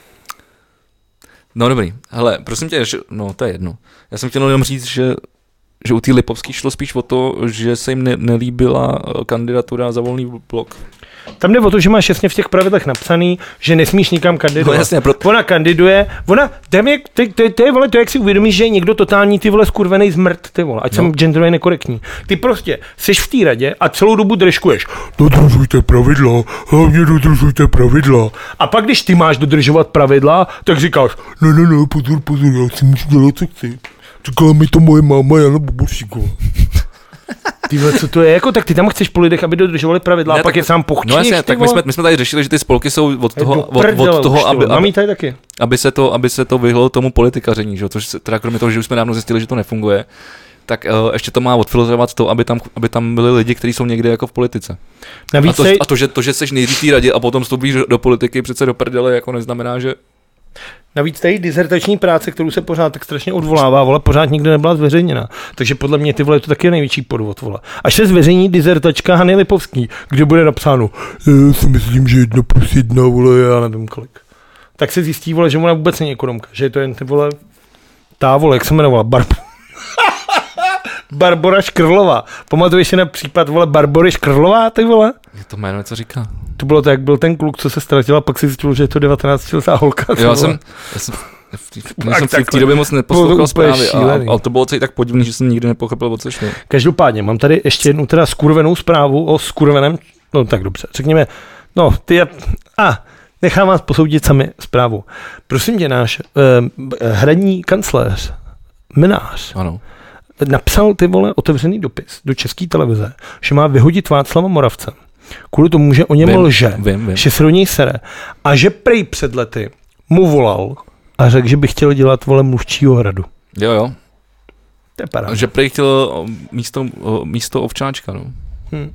No dobrý, hele, prosím tě, že, no to je jedno. Já jsem chtěl jenom říct, že, že u té Lipovský šlo spíš o to, že se jim ne, nelíbila kandidatura za Volný blok. Tam jde o to, že máš jasně v těch pravidlech napsaný, že nesmíš nikam kandidovat. No jasně, proto... Ona kandiduje, ona, tam je, ty, ty, ty, vole, to jak si uvědomíš, že je někdo totální, ty vole, skurvenej zmrt, ty vole, ať no. jsem genderově nekorektní. Ty prostě jsi v té radě a celou dobu držkuješ. Dodržujte pravidla, hlavně dodržujte pravidla. A pak, když ty máš dodržovat pravidla, tak říkáš, ne, ne, ne, pozor, pozor, já si můžu dělat, co chci. Říkala mi to moje máma Jana Bobošíková. Tyhle, co to je? Jako, tak ty tam chceš po lidech, aby dodržovali pravidla, ne, a pak tak, je sám pochčíš. No jasně, tak my jsme, my jsme tady řešili, že ty spolky jsou od toho, od, prdele, od toho aby, aby, tady taky. aby, se to, aby se to vyhlo tomu politikaření, že? Což teda kromě toho, že už jsme dávno zjistili, že to nefunguje, tak uh, ještě to má odfiltrovat to, aby tam, aby tam byli lidi, kteří jsou někde jako v politice. A to, a to, že, to, že seš nejdřív v té radě a potom vstoupíš do politiky, přece do prdele, jako neznamená, že... Navíc tady dizertační práce, kterou se pořád tak strašně odvolává, vole, pořád nikdy nebyla zveřejněna. Takže podle mě ty vole, to taky je největší podvod, vole. Až se zveřejní dizertačka Hany Lipovský, kde bude napsáno, já si myslím, že jedna plus jedna, vole, já nevím kolik. Tak se zjistí, vole, že ona vůbec není ekonomka, že je to jen ty vole, ta vole, jak se jmenovala, Barb... Barbora Škrlová. Pamatuješ si na případ, vole, Barbory Škrlová, ty vole? Je to jméno, co říká? To bylo to, jak byl ten kluk, co se ztratil, a pak si zjistil, že je to devatenáctiletá holka. Jo, já jsem, já jsem, já jsem v té době moc neposlouchal zprávy, ale to bylo celý tak podivný, že jsem nikdy nepochopil, o co šlo. Každopádně, mám tady ještě jednu teda skurvenou zprávu o skurveném, no tak dobře, řekněme, no, ty, a ah, nechám vás posoudit sami zprávu. Prosím tě, náš eh, hradní kancléř, Mynář, ano. napsal, ty vole, otevřený dopis do České televize, že má vyhodit Václava Moravce. Kvůli tomu, že o něm vím, lže, vím, vím. že se do něj sere. A že prej před lety mu volal a řekl, že by chtěl dělat, vole, mluvčího hradu. Jo, jo. To je paráda. Že prej chtěl místo, místo ovčáčka, no. Hmm.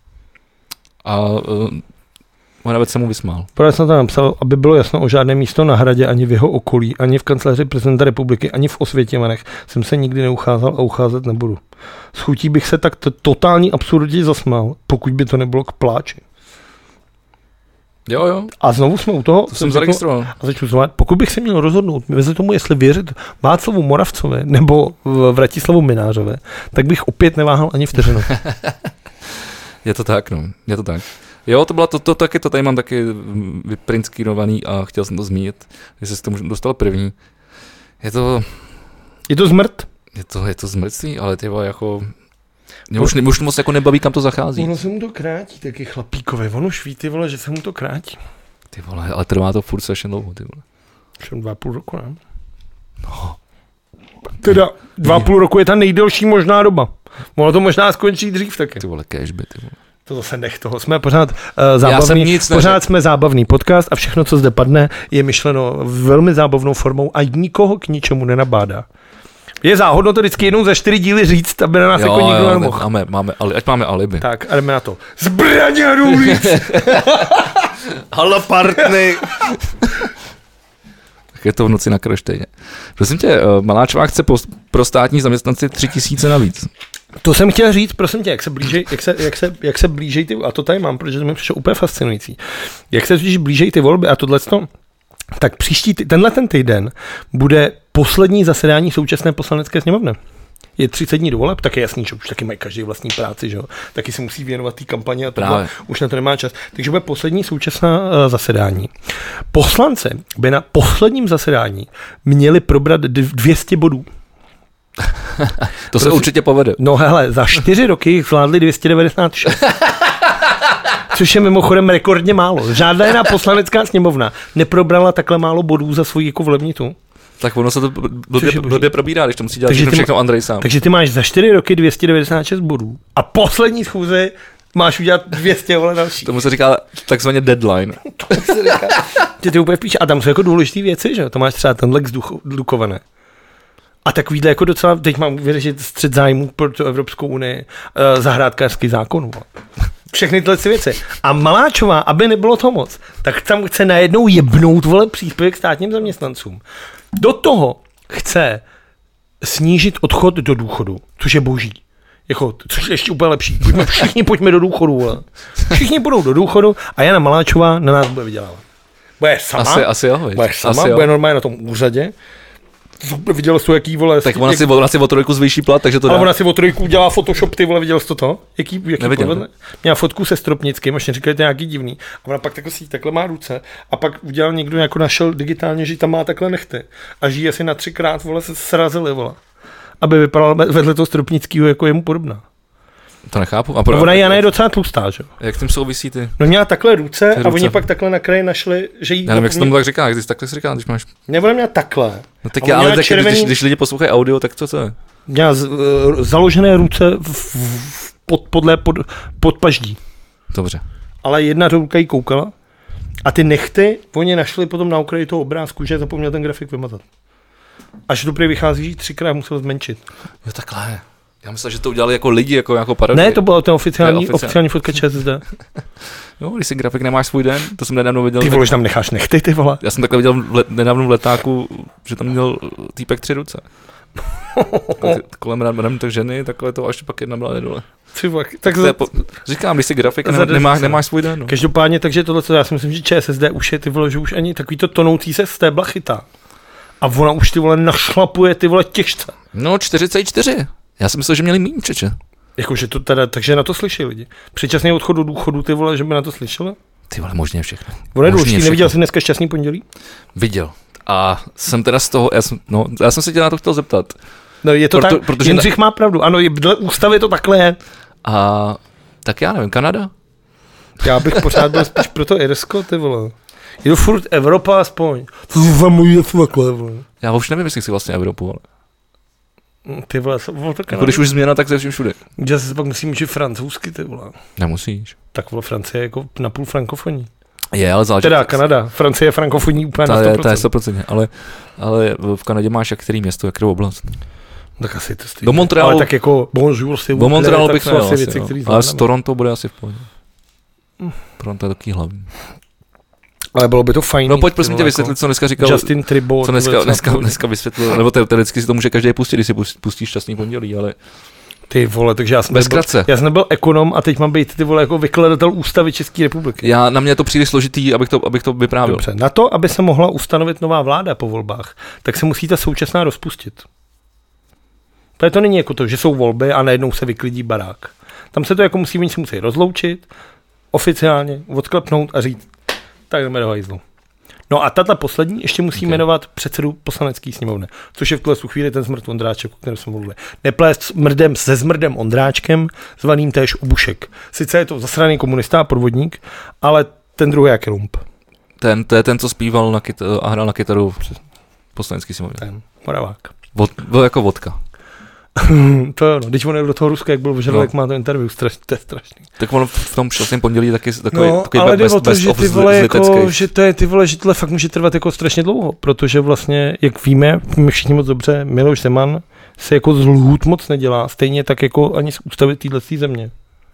A uh, Moravec se mu vysmál. Právě jsem tam napsal, aby bylo jasno, o žádné místo na hradě, ani v jeho okolí, ani v kanceláři prezidenta republiky, ani v Osvětimanech jsem se nikdy neucházel a ucházet nebudu. S chutí bych se tak t- totální absurditě zasmál, pokud by to nebylo k pláči. Jo, jo. A znovu jsme u toho. To jsem zaregistroval. A začnu zvát, pokud bych se měl rozhodnout mezi tomu, jestli věřit Václavu Moravcovi nebo Vratislavu Mynářovi, tak bych opět neváhal ani vteřinu. Je to tak, no. Je to tak. Jo, to bylo to, to taky, to tady mám taky vyprinskýrovaný a chtěl jsem to zmínit, že se k tomu dostal první. Je to... Je to zmrt? Je to, je to zmrtví, ale ty jako... Mě už, už moc jako nebaví, kam to zachází. Ono se mu to krátí, taky chlapíkovi. Ono už ví, ty vole, že se mu to krátí. Ty vole, ale trvá to furt strašně dlouho, ty vole. Všem dva a půl roku, ne? No. Teda dva a půl roku je ta nejdelší možná doba. Ono to možná skončí dřív taky. Ty vole, cashby, ty vole. To zase nech toho. Jsme pořád uh, zábavný, nic pořád jsme zábavný podcast a všechno, co zde padne, je myšleno velmi zábavnou formou a nikoho k ničemu nenabádá. Je záhodno to vždycky jednou za čtyři díly říct, aby na nás jo, jako nikdo nemohl. Máme, máme, ať máme alibi. Tak, a jdeme na to. Zbraně a důlic! Hala partny! Tak je to v noci na Kroštejně. Prosím tě, Maláčová chce pro státní zaměstnanci tři tisíce navíc. To jsem chtěl říct, prosím tě, jak se blížej, jak se, jak se, jak se blížej ty, a to tady mám, protože to mi přišlo úplně fascinující. Jak se totiž blížej ty volby a tohleto, tak příští, tenhle ten týden bude poslední zasedání současné poslanecké sněmovny. Je třicet dní do voleb, tak je jasný, že už taky mají každý vlastní práci, že jo. Taky si musí věnovat té kampaně a tohle, už na to nemá čas. Takže bude poslední současná uh, zasedání. Poslanci by na posledním zasedání měli probrat dvě stě bodů. To se určitě povede. No hele, za čtyři roky zvládli dvě stě devadesát šest. Což je mimochodem rekordně málo. Žádná jiná poslanecká sněmovna neprobrala takhle málo bodů za svou jako volebnitu. Tak ono se to blbě, blbě probírá, když to musí dělat všechno, všechno Andrej sám. Takže ty máš za čtyři roky dvě stě devadesát šest bodů a poslední schůze máš udělat dvě stě vole další. Tomu se říká takzvaně deadline. Tomu se říká, že ty úplně píš. A tam jsou jako důležité věci, že to máš třeba ten Lex Dukovany. A takovýhle jako docela, teď mám vyřešit střet zájmů pro tu Evropskou unii, uh, zahrádkářský zákon. Všechny tyhle věci. A Maláčová, aby nebylo to moc, tak tam chce najednou jebnout, vole, příspěvek státním zaměstnancům. Do toho chce snížit odchod do důchodu, což je boží. Jako, což je ještě úplně lepší. Pojďme, všichni pojďme do důchodu. Vole. Všichni půjdou do důchodu a Jana Maláčová na nás bude vydělávat. Bude sama, asi, asi jo, bude sama, asi bude jo. normálně na tom úřadě. Viděl jsi to, jaký, vole... Tak ona, jak... si, ona si o trojku zvýší plat, takže to dá. Ale ona si o trojku udělá Photoshop, ty vole, viděl jsi to to? Jaký, jaký podle... Měla fotku se Stropnickým, až říkali, to je nějaký divný. A ona pak takhle si takhle má ruce a pak udělal někdo, jako našel digitálně, že tam má takhle nechty. A žijí asi na třikrát, vole, se srazili, vole. Aby vypadal vedle toho Stropnického jako jemu podobná. To nechápu. A no ona Jana je docela tlustá, že? Jak tím souvisí ty? No měla takhle ruce, ruce a oni pak takhle na kraji našli, že jí... Já nevím, jak jsi tomu tak říká, jak jsi takhle si říká, když máš... Nebo měla takhle. No tak já, ale tak, červený... když, když lidi poslouchají audio, tak co to je? Měla z, uh, založené ruce v, v, pod, podle pod, pod paždí. Dobře. Ale jedna ruka jí koukala a ty nechty oni našli potom na okraji toho obrázku, že zapomněl ten grafik vymazat. Až dobrý vychází, že třikrát musel zmenšit. Jo, takhle. Já myslel, že to udělali jako lidi, jako, jako parodii. Ne, to byla ten oficiální, oficiální. oficiální fotka ČSSD. Jo, když si grafik nemáš svůj den, to jsem nedávno viděl. Ty vole, že tam necháš nechty, ty vole. Já jsem takhle viděl v let, nedávno v letáku, že tam měl týpek tři ruce. Kolem rám tak ženy, takhle to až pak jedna byla dole. Tak za... po... Říkám, když si grafik ne, nemáš, nemáš svůj den. No. Každopádně, takže tohle, co já si myslím, že ČSSD už je, ty vole, že už ani takový to tonoucí se z tébla chytá. A ona už ty vole našlapuje, ty vole těžce. No, čtyřicet čtyři. Já jsem myslel, že měli méně, čeče. Jakože to teda, takže na to slyší lidi. Předčasný odchod do důchodu, ty vole, že by na to slyšeli? Ty vole, možně všechno. Ono je důležitý, neviděl jsi dneska Šťastný pondělí? Viděl. A jsem teda z toho, já jsem, no, já jsem se tě na to chtěl zeptat. No je to Proto, tak, protože Jindřich na... má pravdu, ano, dle ústavy to takhle je. A tak já nevím, Kanada? Já bych pořád byl spíš pro to Irsko, ty vole. Je to furt Evropa aspoň. To je vám takhle, vole. Já už nevím, jestli chci vlastně Evropu, ale... Ty vole, jako když už změna, tak se vším všude. Já se pak musím učit francouzsky, ty vole. Nemusíš. Tak vole, Francie je jako napůl frankofoní. Je, ale záleží. Teda Kanada, Francie je frankofoní úplně ta na sto procent. To je sto procent, ale, ale v Kanadě máš jak který město, jakou oblast. Tak asi to stejně. Do Montrealu. Ale tak jako bonjour si. Do Montrealu bych nejel asi, věci, no. Ale z Toronto bude asi v pohodě. Mm. Toronto je taky hlavní. Ale bylo by to fajn. No pojď prosím tě vysvětlit, co dneska říkal. Justin Trudeau. Co dneska, dneska, dneska vysvětlil, nebo teoreticky si to může každý pustit, když si pustíš Šťastný pondělí, ale... Ty vole, takže já jsem, nebyl, já jsem nebyl ekonom a teď mám být ty vole jako vykladatel ústavy České republiky. Já, na mě je to příliš složitý, abych to, abych to vyprávěl. Dobře, na to, aby se mohla ustanovit nová vláda po volbách, tak se musí ta současná rozpustit. To, to není jako to, že jsou volby a najednou se vyklidí barák. Tam se to jako musí, oni se musí rozloučit, oficiálně, odklepnout a říct, tak jdeme do hajzlu. No a tato poslední ještě musí okay. jmenovat předsedu poslanecké sněmovny, což je v tuhle chvíli ten Zmrt Ondráček, o kterém jsme mluvili. Neplést smrdem se Zmrdem Ondráčkem, zvaným též Obušek. Sice je to zasraný komunista a podvodník, ale ten druhý jak je lump. Ten, to je ten, co zpíval na kyt- a hrál na kytaru v poslanecké sněmovně. Ten, Moravák. Vod, byl jako vodka. To jo, no, když on je do toho Ruska, jak byl vyžadal, no. Jak má to interview, straš, to je strašný. Tak on v tom šťastném pondělí taky takový, no, takový ale best, to, best že of ty vole, jako, že to je ty vole, že tohle fakt může trvat jako strašně dlouho, protože vlastně, jak víme, víme všichni moc dobře, Miloš Zeman se jako z lhůt moc nedělá, stejně tak jako ani z ústavy téhletý země.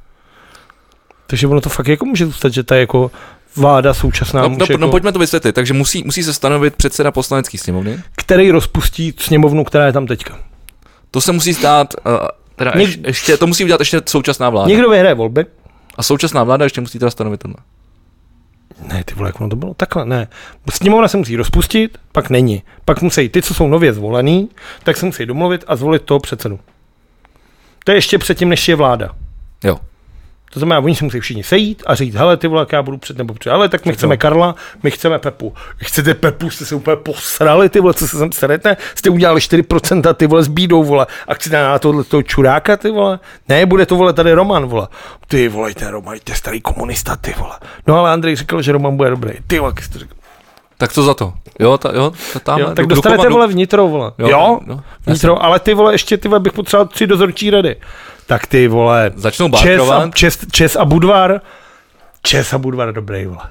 Takže ono to fakt jako může zůstat, že ta jako vláda současná no, může no, jako, no pojďme to vysvětlit, takže musí, musí se stanovit předseda poslanecké sněmovny, který rozpustí sněmovnu, která je tam teďka. To se musí stát, uh, teda Něk... ještě, ještě, to musí udělat ještě současná vláda. Někdo vyhraje volby. A současná vláda ještě musí teda stanovit tohle. Ne, ty vole, jak ono to bylo? Takhle, ne. Sněmovna se musí rozpustit, pak není. Pak musí ty, co jsou nově zvolený, tak se musí domluvit a zvolit toho předsedu. To je ještě předtím, než je vláda. Jo. To znamená, oni se musí všichni sejít a říct, hele, ty vole, já budu před nebo před, ale tak my před chceme to. Karla, my chceme Pepu. Vy chcete Pepu, jste se úplně posrali, ty vole, co se sem serete? Jste udělali čtyři procenta, ty vole, s bídou, vole, a chcete na tohle toho čuráka, ty vole? Ne, bude to, vole, tady Roman, vole. Ty vole, ten Roman, ty starý komunista, ty vole. No ale Andrej říkal, že Roman bude dobrý. Ty vole, jsi to řekl. Tak to za to. Jo, ta, jo, ta tam, jo tak dostanete, vole, vnitro, vole. Jo, jo no, vnitro, ale ty vole, ještě ty vole, bych potřeboval tři dozorčí rady. Tak ty vole, začnou Čes a, Čes, Čes a Budvar, Čes a Budvar, dobrý, vole.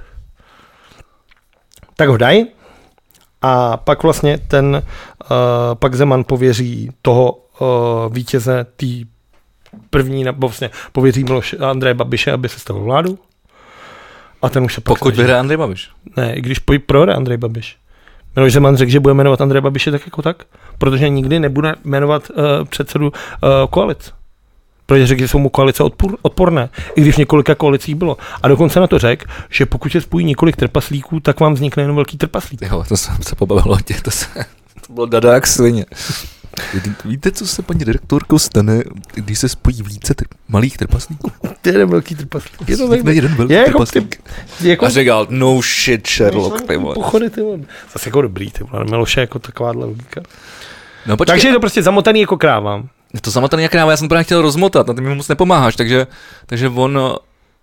Tak ho daj a pak vlastně ten, uh, pak Zeman pověří toho uh, vítěze té první, nebo vlastně pověří Miloš Andreje Babiše, aby se stavil vládu. A ten už se pak pokud vyhraje Andrej Babiš. Ne, i když prohraje Andrej Babiš. Miloš Zeman řekl, že bude jmenovat Andreje Babiše tak jako tak, protože nikdy nebude jmenovat uh, předsedu uh, koalic. Protože řekl, že jsou mu koalice odpor, odporné, i když v několika koalicích bylo. A dokonce na to řekl, že pokud se spojí několik trpaslíků, tak vám vznikne jenom velký trpaslík. Jo, to se, se pobavilo tě, to se... To bylo dada jak svině. Víte, co se paní direktorkou stane, když se spojí více tr- malých trpaslíků? Jeden velký trpaslík. Je to tak jeden velký je trpaslík. Ty, jako... A říkal, no shit, Sherlock, ty vole. Pochody, ty vole. Zase jako dobrý, ty vole. Miloše jako takováhle logika. No, počkej. Takže je to prostě zamotaný jako kráva. Je to zamotaný jak kráva, já jsem to chtěl rozmotat, a ty mi moc nepomáháš, takže, takže on...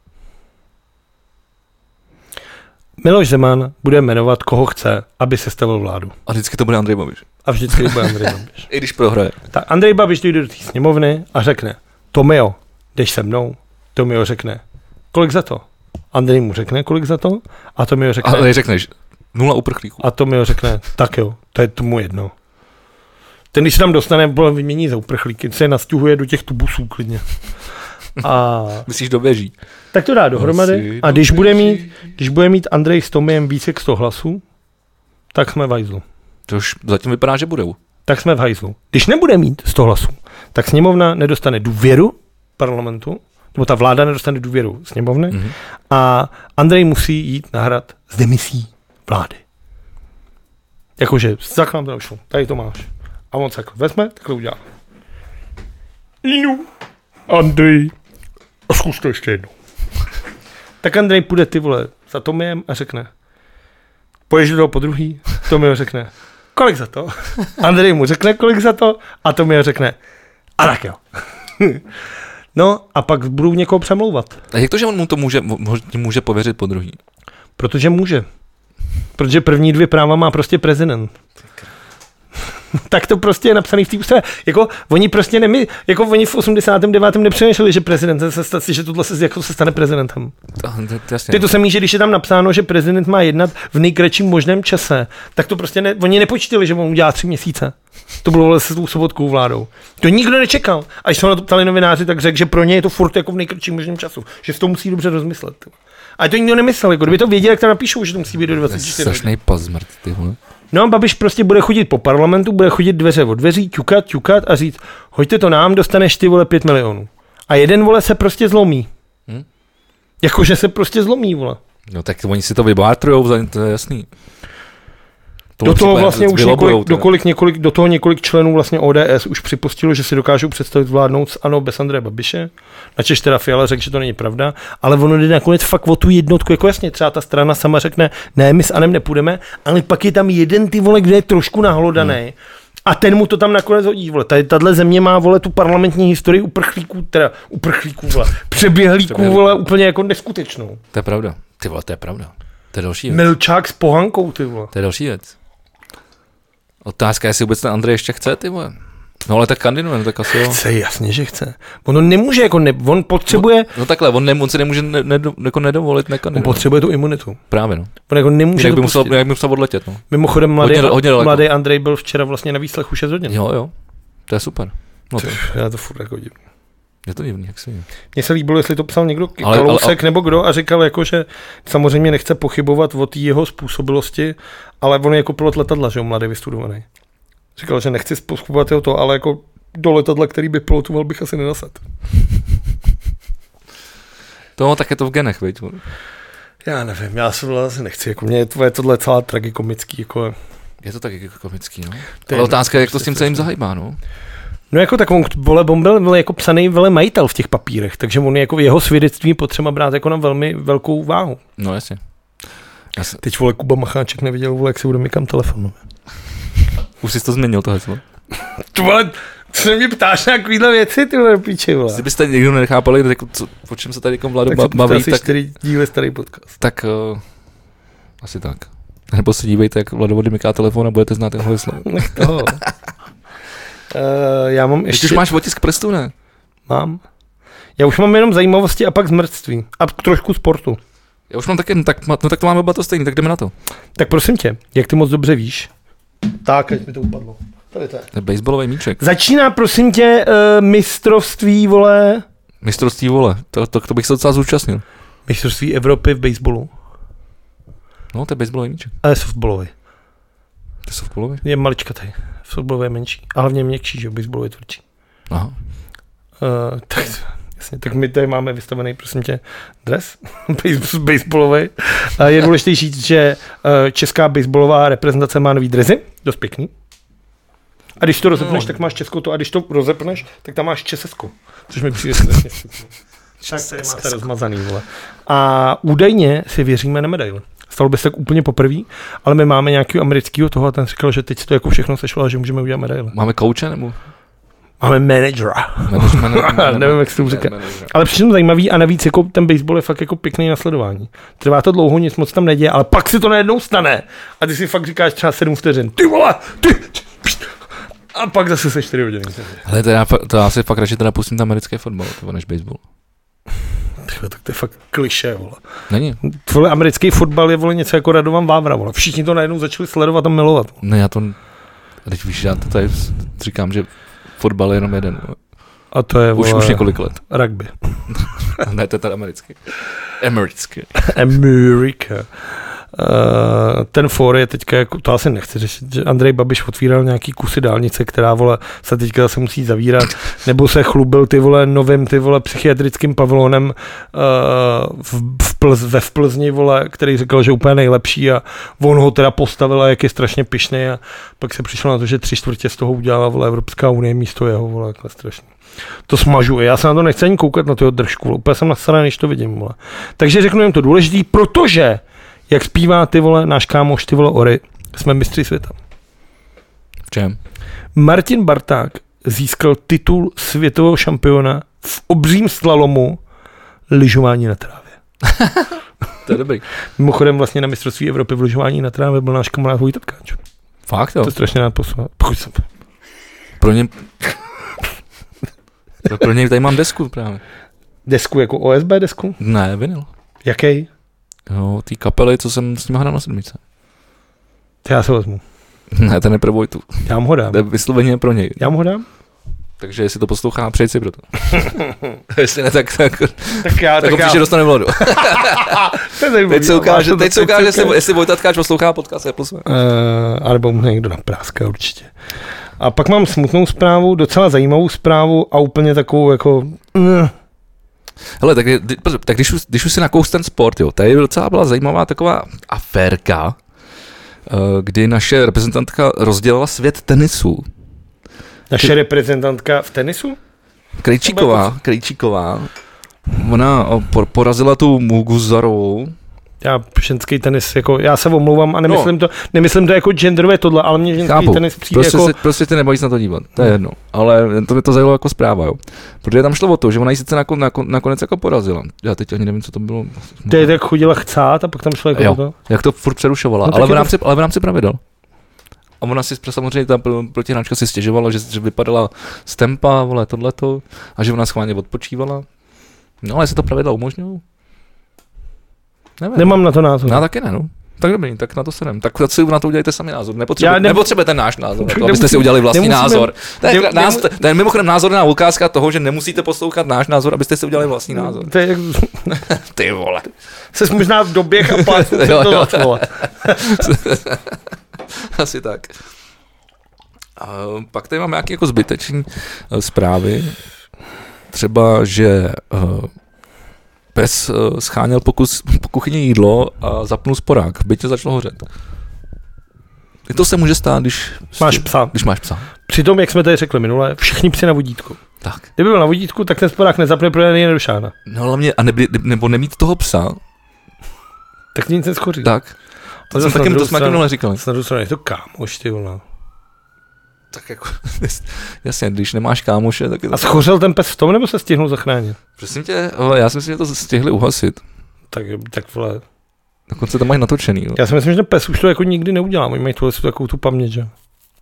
Miloš Zeman bude jmenovat, koho chce, aby sestavil vládu. A vždycky to bude Andrej Babiš. A vždycky to bude Andrej Babiš. I když prohraje. Tak Andrej Babiš jde do té sněmovny a řekne, Tomio, jdeš se mnou? Tomio řekne, kolik za to? Andrej mu řekne, kolik za to? A Tomio řekne... Ale řekneš, nula uprchlíků. A Tomio řekne, tak jo, to je tomu jedno. Ten, když se tam dostane, bylo vymění za uprchlíky, se nastěhuje do těch tubusů klidně. A... Myslíš do věží? Tak to dá dohromady a když bude mít, když bude mít Andrej s Tomiem více jak sto hlasů, tak jsme v hajzlu. To už zatím vypadá, že budou. Tak jsme v hajzlu. Když nebude mít sto hlasů, tak sněmovna nedostane důvěru parlamentu, nebo ta vláda nedostane důvěru sněmovny mm-hmm. a Andrej musí jít na hrad s demisí vlády. Jakože, tak nám to došlo, tady to máš. A on se vezme, takhle udělá. Inu, Andrej, a zkus to ještě jednou. Tak Andrej půjde, ty vole, za Tomiem a řekne, poješ do toho po druhý, Tomio řekne, kolik za to? Andrej mu řekne, kolik za to a Tomio řekne, a tak jo. No a pak budou někoho přemlouvat. A jak to, že on mu to může, může pověřit po druhý? Protože může. Protože první dvě práva má prostě prezident. Tak to prostě je napsaný v té ústavě. Jako oni prostě nemy, jako oni v osmdesátém devátém nepřemýšleli, že prezident se stane, že tohle se, jako se stane prezidentem. To, to, to, to je to samé, že když je tam napsáno, že prezident má jednat v nejkratším možném čase, tak to prostě ne, oni nepočítali, že on udělá tři měsíce. To bylo se tou Sobotkovou vládou. To nikdo nečekal. A když se na to ptali novináři, tak řekl, že pro ně je to furt jako v nejkratším možném času. Že si to musí dobře rozmyslet. A to nikdo nemyslel. Jako, kdyby to věděli, jak to napíšou, že to musí být do dvacet čtyři. Strašný pazmrt, ty vole. No, Babiš prostě bude chodit po parlamentu, bude chodit dveře od dveří, ťukat, ťukat a říct, hoďte to nám, dostaneš ty vole pět milionů. A jeden vole se prostě zlomí. Hmm? Jakože se prostě zlomí, vole. No tak oni si to vybátrujou, to je jasný. To do toho vlastně už několik, dokolik, několik, do toho několik členů vlastně O D S už připustilo, že si dokážou představit vládnout s ANO bez Andreje Babiše. Načež teda Fiala řekl, že to není pravda, ale ono jde nakonec fakt o tu jednotku, jako jasně, třeba ta strana sama řekne, ne, my s Anem nepůjdeme, ale pak je tam jeden ty vole, kde je trošku nahlodaný. Hmm. A ten mu to tam nakonec hodí, vole. Tady tahle země má, vole, tu parlamentní historii uprchlíků, teda uprchlíků, vole, přeběhlíků, vole, úplně jako neskutečnou. To je pravda. Ty vole, to je pravda. To je další věc. Milčák s pohankou, ty vole. To je další věc. Otázka, jestli vůbec ten Andrej ještě chce, ty vole. No ale tak kandiduje, no tak asi jo. Chce, jasně, že chce. On nemůže, jako ne, on potřebuje... No, no takhle, on, ne, on se nemůže ne, ne, jako nedovolit nekandidovat. On potřebuje tu imunitu. Právě, no. On jako nemůže jak by, musel, jak by musel odletět, no. Mimochodem, mladý, hodně, hodně mladý Andrej byl včera vlastně na výslechu šest hodin. Jo, jo. To je super. No to. Já to furt jako divný. Je to divný, jak se je. Mně se líbilo, jestli to psal někdo, ale, Kalousek ale, ale, nebo kdo, a říkal, jako, že samozřejmě nechce pochybovat o té jeho způsobilosti, ale on je jako pilot letadla, že jo, mladý vystudovaný. Říkal, že nechci pochybovat jeho to, ale jako do letadla, který by pilotoval, bych asi nenasad. To tak je to v genech, viď? Já nevím, já se vlastně nechci, jako mě je tohle, tohle celá tragikomický, jako... Je to taky komický, no. Ale otázka je, jak to s tím celým zahýbá, no. No jako takovou, vole, on byl, byl jako psaný vele majitel v těch papírech, takže on jako jeho svědectví potřeba brát jako na velmi velkou váhu. No jasně. Jasně. Teď, vole, Kuba Macháček neviděl, vole, jak se bude mikam telefonu. Už jsi to změnil, to heslo. Tu vole, co se mě ptáš na takovýhle věci, ty vole, píče, vole. Jestli byste někdo nechápali, tak co, o čem se tady jako Vlado tak baví, tak... čtyři díly starý podcast. Tak, uh, asi tak. Nebo se dívejte, jak Vlado odmyká telefon a budete znát jeho heslo. Nech toho. uh, já mám ještě... Ještě už máš otisk prstů, ne? Mám. Já už mám jenom zajímavosti a pak zmrtství. A trošku sportu. Já už mám taky, no tak, no tak to máme oba to stejný, tak jdeme na to. Tak prosím tě, jak ty moc dobře víš. Tak, ať mi to upadlo. Tady to je. To je baseballový míček. Začíná, prosím tě, uh, mistrovství, vole. Mistrovství, vole. To, to, to bych se docela zúčastnil. Mistrovství Evropy v baseballu. No, to je baseballový míček. Ale softballový. To je softballový? Je maličkatý. Softballový je menší. A hlavně měkčí, že baseballový je tvrdší. Aha. Uh, tak, jasně, tak my tady máme vystavený, prosím tě, dres baseballový. Uh, je důležitější, že uh, česká baseballová reprezentace má nový dresy. Dost pěkný. A když to rozepneš, No. tak máš českou to, a když to rozepneš, tak tam máš českou. Což mi přijde strašně vtipný. Tak tady máte rozmazaný, vole. A údajně si věříme na medaile. Stalo by se tak úplně poprvé, ale my máme nějakého amerického toho a ten říkal, že teď to jako všechno sešlo a že můžeme udělat medaile. Máme kouče nebo? Máme managera. Manage, manage, manage, Nevím, jak se tomu říká. Ale přitom zajímavý a navíc jako ten baseball je fakt jako pěkný nasledování. Trvá to dlouho, nic moc tam neděje, ale pak si to najednou stane. A ty si fakt říkáš třeba sedm vteřin. Ty vole, ty, a pak zase se čtyři hodiny. Ale to já, to já si fakt radši teda pustím ten americký fotbal, než baseball. Tyhle, tak to je fakt klišé, vole. Není? Vole, americký fotbal je, vole, něco jako Radovan Vávra, vole. Všichni to najednou začali sledovat a milovat. Vole. Ne, já to, teď víš, já to tady říkám, že fotbal je jenom jeden. Vole. A to je, vole, už, už několik let. Rugby. Ne, to je ten americký. Americký. Amerika. Uh, ten for je teďka, jako, to asi nechci řešit, že Andrej Babiš otvíral nějaký kusy dálnice, která, vole, se teďka zase musí zavírat, nebo se chlubil, ty vole, novým, ty vole, psychiatrickým pavilónem uh, v, v Plz, ve v Plzni, vole, který říkal, že úplně nejlepší a on ho teda postavil a jak je strašně pyšný a pak se přišlo na to, že tři čtvrtě z toho udělala, vole, Evropská unie místo jeho, vole, takhle strašně. To smažuje, já se na to nechci ani koukat na toho držku, úplně jsem nasraný, než to vidím, vole. Takže řeknu jim to důležitý, protože jak zpívá, ty vole, náš kámoš, ty vole, Ory, jsme mistři světa. V čem? Martin Barták získal titul světového šampiona v obřím slalomu lyžování na trávě. To je dobrý. Mimochodem vlastně na mistrovství Evropy v lyžování na trávě byl náš kamarád Vojta Tkáč. Fakt jo? To je strašně rád poslouchat. Pokud jsem... Pro ně... Pro něj tady mám desku právě. Desku jako O S B desku? Ne, vinyl. Jaký? Jo, ty kapely, co jsem s nimi hrál na sedmice. Já se vezmu. Ne, ten je pro Vojtu. Já mu ho dám. To je vysloveně pro něj. Já mu ho dám? Takže jestli to poslouchá, přejď si pro to. Jestli ne, tak, tak, tak já, tak, tak ho příště já. dostane vladu. teď se ukáže, teď se ukáže jestli, jestli Vojta Tkáč poslouchá podcast Apple Plus. Uh, alebo mu někdo napráska určitě. A pak mám smutnou zprávu, docela zajímavou zprávu a úplně takovou jako... Uh. Hele, tak, tak když, už, když už si nakous ten sport, jo, tady docela byla zajímavá taková aférka, kdy naše reprezentantka rozdělala svět tenisu. Naše reprezentantka v tenisu? Krejčíková, Krejčíková, ona porazila tu Muguruzarovou. Já ženský tenis, jako, já se omlouvám a nemyslím, no. to, nemyslím to jako genderové tohle, ale mě ženský Chápu. tenis přijde prostě jako... Se, prostě ty nebojíš na to dívat, to je jedno, ale to by to zajímalo jako zpráva, jo. Protože tam šlo o to, že ona ji sice nakon, nakon, nakonec jako porazila, já teď ani nevím, co to bylo. To je tak chodila chcát a pak tam šlo jako jo, to? Jak to furt přerušovala, no, ale, v rámci, to... ale v rámci pravidel. A ona si samozřejmě ta protihráčka si stěžovala, že, že vypadala z tempa, vole, tohleto, a že ona schválně odpočívala. No ale se to pravidla umožňují? Nevím. Nemám na to názor. No taky ne, no. Tak dobrý, tak na to se jdem. Tak si na to udělejte sami názor. Nepotřebujete, ne... nepotřebujete náš názor, to, abyste si udělali vlastní nemusíme... názor. To je, ne, nás, to je mimochodem názorná ukázka toho, že nemusíte poslouchat náš názor, abyste si udělali vlastní názor. To je... Ty vole. Ses možná v doběch a plácnu se to začalo. Asi tak. A pak tady mám nějaké jako zbytečné zprávy. Třeba, že uh, pes uh, scháněl po, kus, po kuchyni jídlo a zapnul sporák. V bytě začalo hořet. I to se může stát, když máš psa. Když máš psa. Přitom, jak jsme tady řekli minule, všichni psi na vodítku. Tak. Kdyby byl na vodítku, tak ten sporák nezapne, protože nejde do šána. No hlavně, a neby, nebo nemít toho psa. Tak nic neschoří. Tak. To, jsem taky, to jsme taky minule říkali. Na druhou stranu je to kámoš, ty vole. Tak jako, jasně, když nemáš kámoše, tak je to... A schořel ten pes v tom, nebo se stihnul zachránit? Prosím tě, já si myslím, že to stihli uhasit. Tak, tak vole. Dokonce to mají natočený. Jo. Já si myslím, že ten pes už to jako nikdy neudělá, oni mají tuhle takovou tu paměť, že?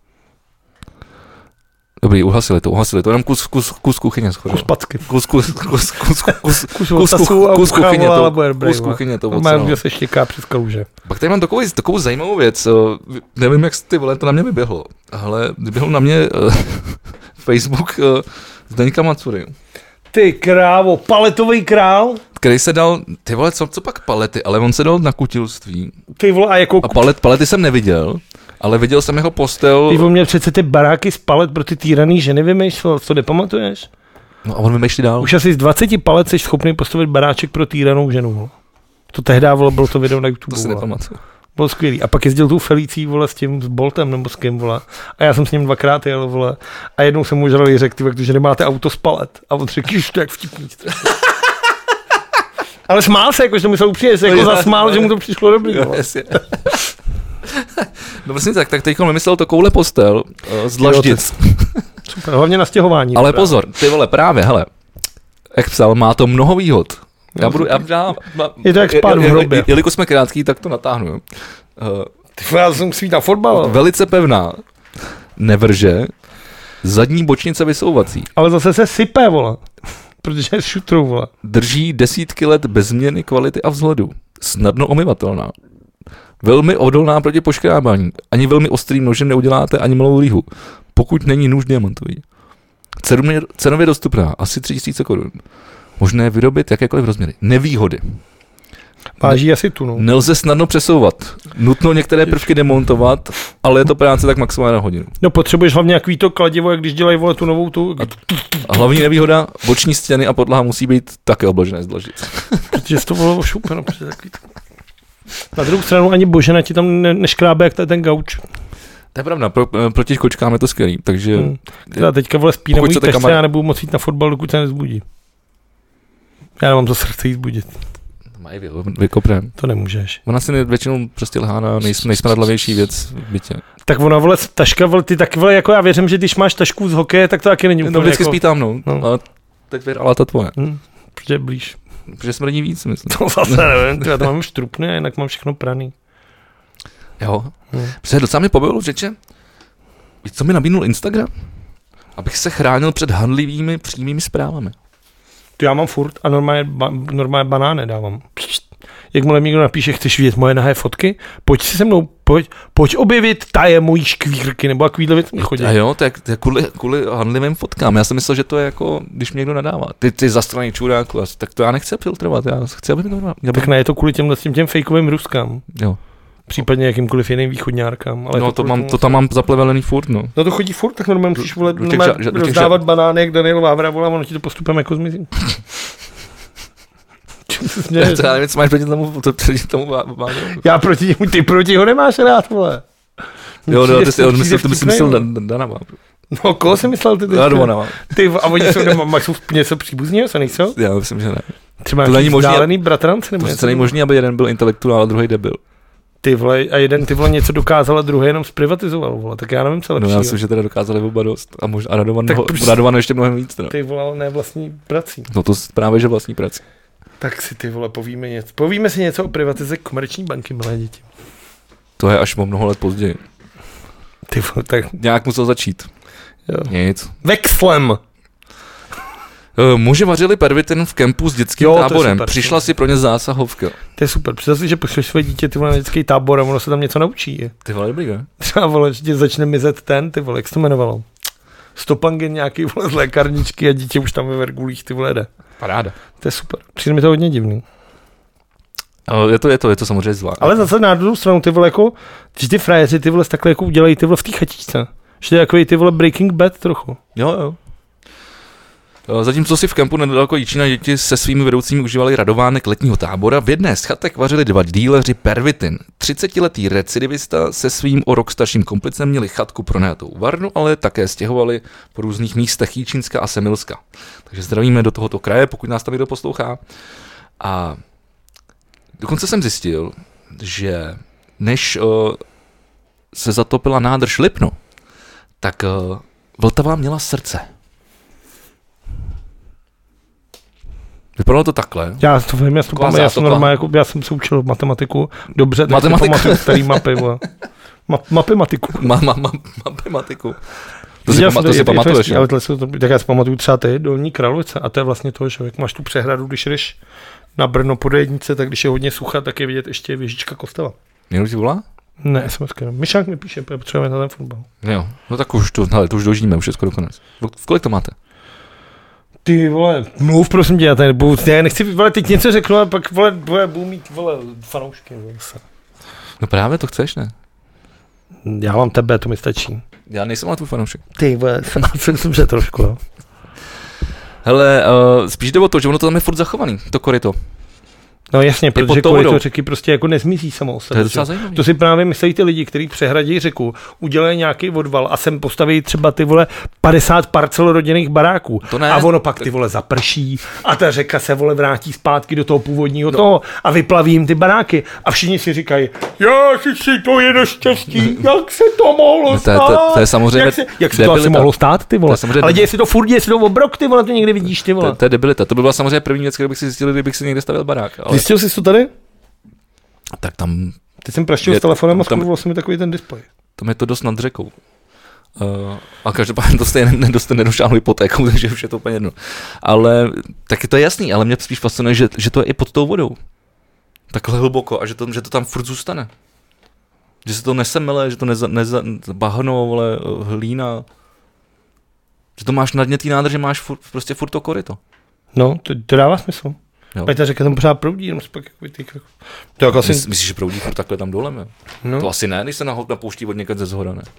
Dobrý, uhasili to, uhasili to, jenom kus, kus, kus kuchyně schořil. Kus packy. Kus, kus, kus, kus, kus, kus, kus, kus, kus kuchyně to, kus kuchyně to ocenil. Má se štěká přes kaluže. Pak tady mám takovou, takovou zajímavou věc, nevím, jak ty vole, to na mě vyběhlo, ale vyběhlo na mě uh, Facebook uh, Zdeňka Macury. Ty krávo, paletový král? Který se dal, ty vole, co, co pak palety, ale on se dal na kutilství. Ty vole, a jako... A palet, palety jsem neviděl. Ale viděl jsem jeho postel... Ty on měl přece ty baráky z palet pro ty týraný ženy vymýšlel, co nepamatuješ? No a on vymýšlí dál. Už asi z dvaceti palet jsi schopný postavit baráček pro týranou ženu. To tehdy bylo to video na YouTube. To si nepamatuju. Bylo skvělý. A pak jezdil tu Felicí, vole, s tím, s Boltem nebo s kým, vole. A já jsem s ním dvakrát jel, vole. A jednou jsem mu žrali řekl, ty, že nemáte auto spalet. A on řekl, že to jak vtipný. Ale smál se, jakože to myslel upřímně, se jako zasmál, že mu to přišlo dobrý. Jo, jasně. No vlastně tak, tak teďko vymyslel to koule postel uh, z Dlaždic. Super, hlavně na stěhování. Ale právě. Pozor, ty vole, právě, hele, jak psal, má to mnoho výhod. Já budu, já, já, já, je to jak spát v hrobě. Jelikož jsme krátký, tak to natáhnu. Uh, ty já jsem svít na fotbal. Velice pevná, nevrže, zadní bočnice vysouvací. Ale zase se sype, vole. Protože je šutrou, vole. Drží desítky let bez změny kvality a vzhledu. Snadno omyvatelná. Velmi odolná proti poškrábání. Ani velmi ostrým nožem neuděláte ani malou líhu. Pokud není nůž diamantový. Cenově, cenově dostupná. Asi tři tisíce korun. Možné vyrobit jakékoliv rozměry. Nevýhody. Váží ne, asi tu, no. Nelze snadno přesouvat. Nutno některé prvky demontovat, ale je to práce tak maximálně na hodinu. No potřebuješ hlavně nějaký to kladivo, jak když dělají, vole, tu novou tu. A, a hlavní nevýhoda, boční stěny a podlaha musí být také obložené z dlažic. Protože to bylo ošoupeno. Na druhou stranu ani Božena ti tam ne, neškrábe, jak to je ten gauč. To je pravda, pro, proti kočkám je to skvělý, takže... Hmm. Teda teďka, vole, spí na můj teďce, kamar... já nebudu moc jít na fotbal, dokud se nezbudí. Já nemám to srdce jít zbudit. Mají vykopnem. To nemůžeš. Ona si většinou prostě lhá na nejsmradlavější věc v bytě. Tak ona, vole, taška, vole, ty taky, vole, jako já věřím, že když máš tašku z hokeje, tak to taky není úplně no, vždycky jako... spí tam, no. no. Ale teď věřila ta tvoje. Hmm. Protože je blíž. Protože smrdí víc, myslím. To zase nevím, já to mám už trupný a jinak mám všechno praný. Jo. Hmm. Protože docela mi pobavilo, řeče, víš, co mi nabídnul Instagram? Abych se chránil před handlivými přímými zprávami. To já mám furt a normálně, ba, normálně banány dávám. Jakmile mi někdo napíše, chceš vidět moje nahé fotky, pojď si se mnou, pojď, pojď objevit taje mojí škvírky, nebo takovýhle věc mi chodí. A jo, to je, to je kvůli, kvůli handlivým fotkám. Já jsem myslel, že to je jako, když mě někdo nadává. Ty, ty zastraný čuráku, tak to já nechci filtrovat, já chci, aby to normálně. Tak ne, je to kvůli těm, těm, těm fejkovým ruskám. Jo. Případně jakýmkoliv jiným východňárkám. Ale no to, mám, to tam mám zaplevelený furt, no. No to chodí furt, tak normálně musíš vole, rozdávat banány, jak Daniel Vávra volá, ono ti to postupem jako zmizí. Já to já nevím, co máš proti tomu, to, proti tomu Vávru. Já proti němu, ty proti ho nemáš rád, vole. Jo, no, ty jsi myslel Dana Vávru. No, koho jsi myslel ty? Já doma nemám. Ty, a oni jsou, nebo, jsou něco příbuzního, co nejsou? Já myslím, že ne. Třeba nějaký vzdálený bratranc? Nebo to není možný, aby jeden byl intelektuál a druhý debil. Ty vole, a jeden ty vole něco dokázal a druhý jenom zprivatizoval, vole, tak já nevím, co lepšího. No já myslím, že teda dokázali oba dost a možná Radovan, Radovan ještě mnohem víc. Teda. Ty vole, ne vlastní prací. No to právě, že vlastní prací. Tak si ty vole povíme něco. Povíme si něco o privatizaci Komerční banky, milé děti. To je až o mnoho let později. Ty vole, tak... Nějak musel začít. Jo. Nic. Vexlem. Muži vařili pervitin v kempu s dětským jo, táborem. Super, Přišla si pro ně zásahovka. To je super. Představ si, že pošleš své dítě ty vole na dětský tábor a ono se tam něco naučí. Je. Ty vole, dobrý, ne? Třeba vole, že začne mizet ten, ty vole, jak se to jmenovalo? Stopangin nějaký vole z lékárničky a dítě už tam ve vergulích ty vole jde. Paráda. To je super. Přijde mi to hodně divný. Je to, je to, je to samozřejmě zvláštní. Ale zase na druhou stranu ty vole jako, že ty frajeři ty vole takhle jako udělají ty vole v té chatičce. Že to je jako ty vole Breaking Bad trochu. Jo, jo. Zatímco si v kempu nedaleko Jičína děti se svými vedoucími užívali radovánek letního tábora, v jedné z chatek vařili dva díleři pervitin. třicetiletý recidivista se svým o rok starším komplicem měli chatku pronajatou Varnu, ale také stěhovali po různých místech Jičínska a Semilska. Takže zdravíme do tohoto kraje, pokud nás tam někdo poslouchá. A dokonce jsem zjistil, že než uh, se zatopila nádrž Lipno, tak uh, Vltava měla srdce. Vypadalo to takhle. Já to vím, já, to pamatuju, já jsem normálně, jako, já jsem se učil matematiku dobře, tak si pamatuju starý mapy. Ma, mapematiku. Ma, ma, ma, mapematiku. To si, pama, to si pamatuješ. Ale to, tak já si pamatuju třeba ty Dolní Kralovice a to je vlastně to, že jak máš tu přehradu, když jdeš na Brno po D jedničce, tak když je hodně sucha, tak je vidět ještě věžička kostela. Někdo ti volá? Ne, es em es ke. Myšák mi píše, potřebujeme na ten fotbal. Jo, no tak už to, hele, to už dožíme, už je skoro konec. V kolik to máte? Ty vole, mluv prosím tě, já tady budu, já nechci, vole, teď něco řeknu, ale pak vole, vole budu mít, vole, fanoušky, vole, se. No právě to chceš, ne? Já mám tebe, to mi stačí. Já nejsem ale tvůj fanoušek. Ty vole, jsem se trošku, jo. Hele, uh, spíš jde o to, že ono to tam je furt zachovaný, to koryto. No jasně, protože to koryto řeky prostě jako nezmizí samo o sebe. To, to si právě myslí ty lidi, kteří přehradí řeku, udělají nějaký odval a sem postaví třeba ty vole padesát parcel rodinných baráků. A ono pak ty vole zaprší a ta řeka se vole vrátí zpátky do toho původního no. toho a vyplaví jim ty baráky. A všichni si říkají, si to je neštěstí, jak se to mohlo no, to, stát? To, to je samozřejmě jak se, jak se to asi mohlo stát, ty vole? Ale děje si to furt, děje si to obrok, ty vole, to někde vidíš, ty vole. To, to je debilita, to by byla samozřejmě první věc, kdybych si zjistil, kdybych si někde stavil barák. Ale... Zjistil jsi to tady? Tak tam... Teď jsem praštil s telefonem a zkusil jsem mi takový ten displej. Tam je to dost nad řekou. Uh, a každopádně to stejně nedošáhnu hypotékou, takže už je to úplně jedno. Ale taky to je jasný, ale mě spíš fascinuje, že, že to je i pod tou vodou. Takhle hluboko a že to, že to tam furt zůstane. Že se to nesemele, že to neza, neza, bahno, vole, hlína. Že to máš na dně té nádrže, máš furt, prostě furt to koryto. No, to, to dává smysl. Pak ta řeka tam pořád proudí, jenom se pak jako ty... To jako asi... Myslíš, že proudí furt takhle tam dole, no. To asi ne, když se napouští od někde ze zhora, ne?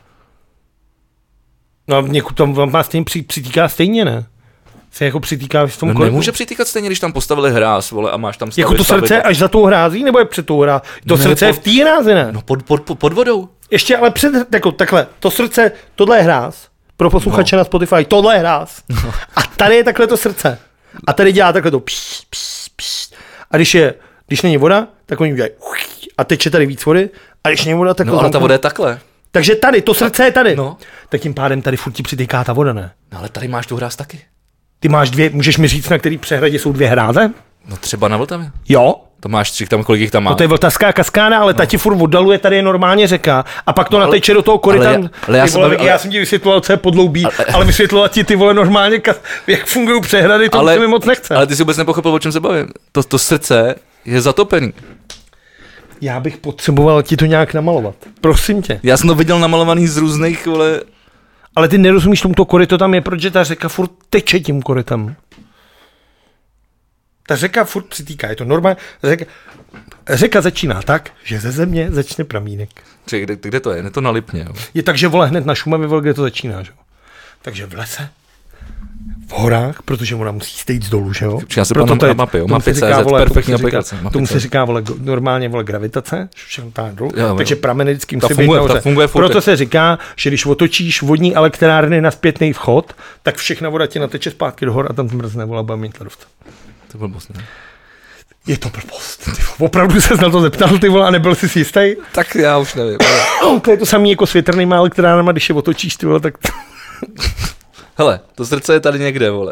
No a někud tam vám má stejně přitýká stejně, ne? Se jako přitýká v tom no, korytu. Nemůže přitýkat stejně, když tam postavili hráz, vole, a máš tam stavit, jako to srdce stavit. Až za tou hrází, nebo je před tou hrází? To ne, srdce pod, je v té hrázi, ne? No pod, pod, pod vodou. Ještě ale před, jako, takhle, to srdce, tohle je hráz, pro posluchače no. na Spotify, tohle je hráz. No. A tady je takhle to srdce. A tady dělá takhle to pš, pš, pš. A když je, když není voda, tak oni udělají a teče tady víc vody. A když není voda, tak... No ale ta voda je takhle. Takže tady, to srdce je tady. No. Tak tím pádem tady furt ti přitýká ta voda, ne? No ale tady máš tu hráz taky. Ty máš dvě, můžeš mi říct, na který přehradě jsou dvě hráze? No třeba na Vltavě. Jo. To máš tři, tam kolik jich tam má. No to je vltavská kaskáda, ale no. ta ti furt oddaluje, tady je normálně řeka. A pak to no, nateče do toho koryta. Ale, ale já, vole, baví, ale... já jsem ti vysvětloval, co je podloubí, ale, ale vysvětlovat ti ty vole normálně, jak fungují přehrady, to ale, mi moc nechce. Ale ty si vůbec nepochopil, o čem se bavím. To, to srdce je zatopený. Já bych potřeboval ti to nějak namalovat. Prosím tě. Já jsem to viděl namalovaný z různých, vole... Ale ty nerozumíš tomu, to koryto tam je, protože ta řeka furt teče tím korytem. Ta řeka furt přitýká, je to normální. Řeka, řeka začíná tak, že ze země začne pramínek. Čekaj, kde, kde to je? Je to na Lipně, jo? Je tak, že vole hned na Šumavě, vole, kde to začíná, že jo? Takže v lese, v horách, protože ona musí stejt z dolů, že jo? Já se pamatuju na mapy, jo? Mapy C Z, perfektní aplikace. Tomu se říká, vole, normálně, vole, gravitace, všechno tam dolů, jo, takže prameny vždycky musí být nahoře. Proto se říká, že když otočíš vodní elektrárny na zpětný vchod, tak všechna voda ti nateče zpátky do hor a tam zmrzne, vole, bude mít ledovce. To byl blbost, ne? Je to blbost. Ty, opravdu ses na to zeptal, ty vole, a nebyl jsi si jistý? Tak já už nevím. Ale... To je to samé jako s větrnýma elektrárnama, když je otočíš, ty vole, tak... Hele, to srdce je tady někde, vole.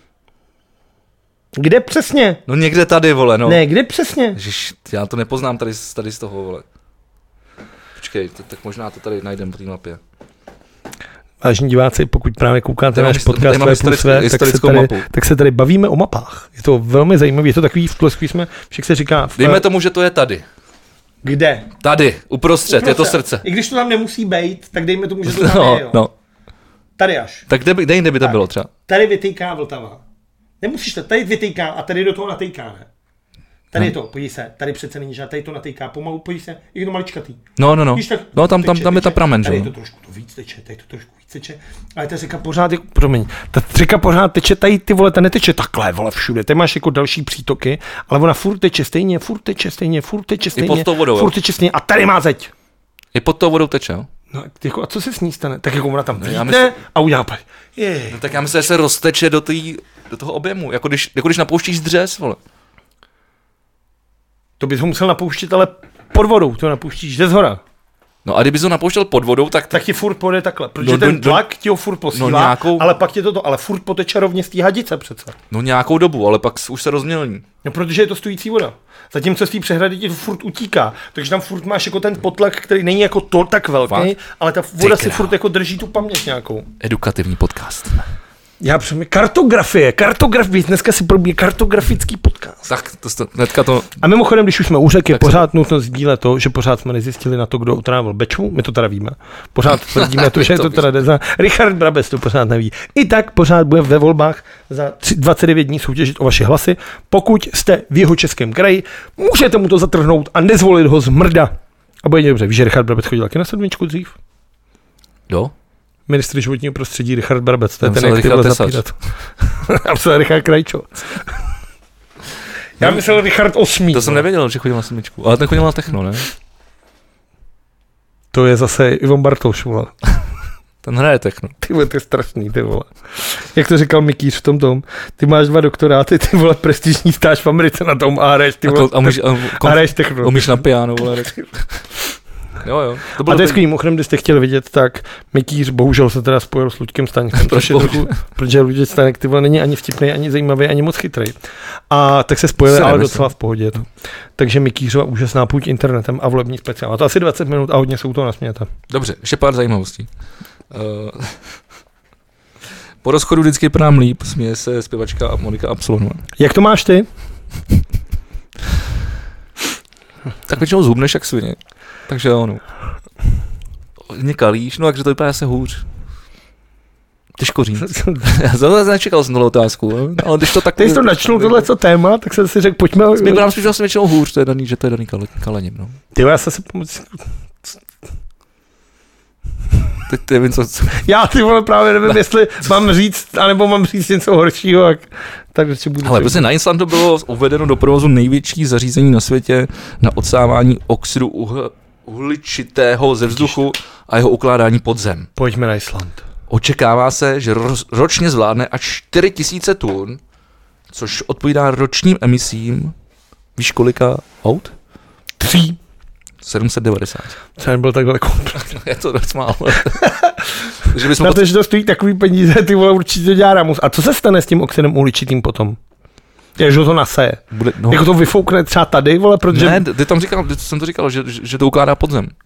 Kde přesně? No někde tady, vole, no. Ne, kde přesně? Ježiš, já to nepoznám tady, tady z toho, vole. Počkej, to, tak možná to tady najdem po té mapě. Vážení diváci, pokud právě koukáte náš podcast Své plus Své, tak se, tady, tak se tady bavíme o mapách. Je to velmi zajímavé, je to takový vkles, který jsme, však se říká... V... Dejme tomu, že to je tady. Kde? Tady, uprostřed, uprostřed, je to srdce. I když to tam nemusí být, tak dejme tomu, že to tam no, je, jo. No. Tady až. Tak kde by, kde jinde by to tak, bylo třeba? Tady vytýká Vltava. Nemusíš to, tady vytýká a tady do toho natýká, ne? Tady hmm. je to, podívej se, tady přece není žádný, tady to natýká pomalu, podívej se, je to maličkatý. No, no, no. Víš, tak, no tam, tam, teče, tam je ta pramen, že? Tady je to trošku to víc teče, tady to trošku víc teče, ale ta řeka pořád je, promiň, ta řeka pořád teče, tady ty vole, ta neteče takhle, vole, všude, ty máš jako další přítoky, ale ona furt teče stejně, furt teče stejně, furt teče stejně, I pod tou vodou, furt teče stejně a tady má zeď. I pod tou vodou teče, jo? No, jako, a co se s ní stane? Tak jako ona tam vlítne mysl... a udělá pak. No, tak já myslím, že se rozteče do, tý, do toho objemu, jako když, jako když napouštíš dřez, vole. To bys ho musel napouštět, ale pod vodou, to napouštíš ze zhora. No a kdybys ho napouštěl pod vodou, tak... Tak ti furt pojde takhle, protože no, ten tlak do, ti ho furt posílá, no, nějakou... ale pak tě to, ale furt poteče rovně z té hadice přece. No nějakou dobu, ale pak už se rozmělní. No protože je to stojící voda. Zatímco z té přehrady ti to furt utíká, takže tam furt máš jako ten potlak, který není jako to tak velký, Fakt? ale ta voda si furt jako drží tu paměť nějakou. Edukativní podcast. Já přemýšlím, kartografie, kartografie, dneska si probíje kartografický podcast. Tak, to, to, hnedka to... A mimochodem, když už jsme u řeky, je pořád se... nutno sdílet to, že pořád jsme nezjistili na to, kdo otrávil Bečvu, my to teda víme. Pořád tvrdíme to, že to, to teda nezná. Richard Brabec to pořád neví. I tak pořád bude ve volbách za dvacet devět dní soutěžit o vaše hlasy. Pokud jste v Jihočeském kraji, můžete mu to zatrhnout a nezvolit ho z mrda. A bude dobře. Víš, že Richard Brabec chodil taky na sedmičku dřív? Jo? Ministr životního prostředí Richard Brabec, to je Tam ten, jak ty vole zapírat. A psal Richard Krajčo. Já myslel Richard osmý. To jsem nevěděl, že chodil na sedmičku, ale ten chodil na techno, ne? To je zase Ivan Bartoš, vole. Ten hraje techno. Ty vole, to je strašný, ty vole. Jak to říkal Mikýř v tom tom, ty máš dva doktoráty, ty vole, prestižní stáž v Americe na tom a hraješ, ty vole, a, můž, a, a hraješ techno. Umíš na piano, vole. Jo, jo. To a to je skvělý, mimochodem, když jste chtěli vidět, tak Mikýř bohužel se teda spojil s Luďkem Staňkem, trochu, protože Luděk Staněk, ty vole, není ani vtipný, ani zajímavý, ani moc chytrý. A tak se spojili, ale docela v pohodě. To. Takže Mikýřova úžasná půjť internetem a volební speciál. A to asi dvacet minut a hodně se u toho nasmějete. Dobře, ještě pár zajímavostí. Uh, po rozchodu vždycky vypadám líp, směje se zpěvačka Monika Absolonová. Jak to máš ty? Tak většinou zhubneš jak svině. Takže jo, no. Někalíš, no takže to vypadá se hůř. Těžko říct. Já zase nečekal jsem tohle otázku, ale když to tak... Ty jsi to načnul tohleto téma, tak jsem si řekl, pojďme... Vypadám spíš vlastně většinou hůř, to je daný, že to je daný kalením, no. Ty já se se pomoci... Ty, ty nevím, co... Já ty vole právě nevím, jestli mám říct, anebo mám říct něco horšího, jak... tak ještě budu... Ale prostě na Islandu bylo uvedeno do provozu největší zařízení na světě na odsávání oxidu uhl, uhličitého ze vzduchu a jeho ukládání pod zem. Pojďme na Island. Očekává se, že roz, ročně zvládne až čtyři tisíce tun, což odpovídá ročním emisím, víš kolika aut? Tří. sedm set devadesát. To nebyl tak daleko. Je to dost málo. Na to, že to stojí takový peníze, ty vole, určitě to dělá Ramus. A co se stane s tím oxidem uhličitým potom? Jak to naseje? Bude, no. Jako to vyfoukne třeba tady, vole, protože... Ne, ty tam říkal, ty jsem to říkal, že, že to ukládá pod zem.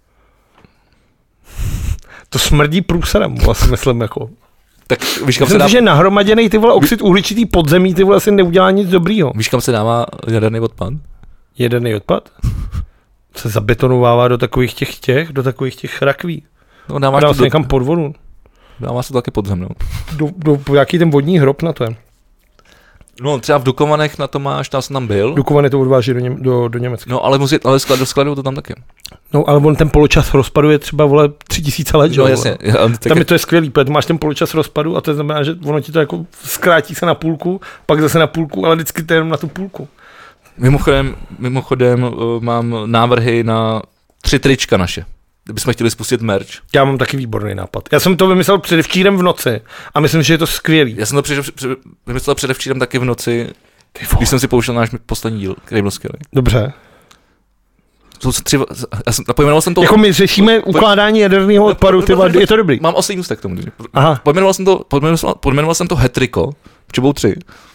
To smrdí průserem, vlastně myslím, jako. Tak víš, kam myslím, se dá... že nahromaděnej ty vole oxid uhličitý podzemí, ty vole asi neudělá nic dobrýho. Víš, kam se dává jaderný odpad? Jaderný odpad? Se zabetonovává do takových těch těch, do takových těch rakví. No, dáváš dá to se do... někam pod vodu. Dává se to taky pod zem, no. Do, do, jaký ten vodní hrob na to je? No, třeba v Dukovanech na to máš, tam jsem tam byl. Dukovany to odváží do, Něm, do, do Německa. No, ale, musí, ale skladu, skladu to tam taky. No, ale on ten poločas rozpadu je třeba, vole, tři tisíce let, že? No, jasně. Já, tam je to je skvělý, protože máš ten poločas rozpadu a to znamená, že ono ti to jako zkrátí se na půlku, pak zase na půlku, ale vždycky to je jenom na tu půlku. Mimochodem, mimochodem uh, mám návrhy na tři trička naše. Kdybychom chtěli spustit merch. Já mám taky výborný nápad. Já jsem to vymyslel předevčírem v noci a myslím, že je to skvělý. Já jsem to před, před, vymyslel předevčírem taky v noci, když jsem si pouštěl náš poslední díl, který byl skvělý. Dobře. Jsou tři, já jsem, pojmenoval jsem to... Jako my řešíme ukládání jaderného odpadu, ty je to dobrý. Mám osmý ústek k tomu. Aha. Pojmenoval jsem to, pojmenoval, pojmenoval jsem to Hetriko, čebou tři.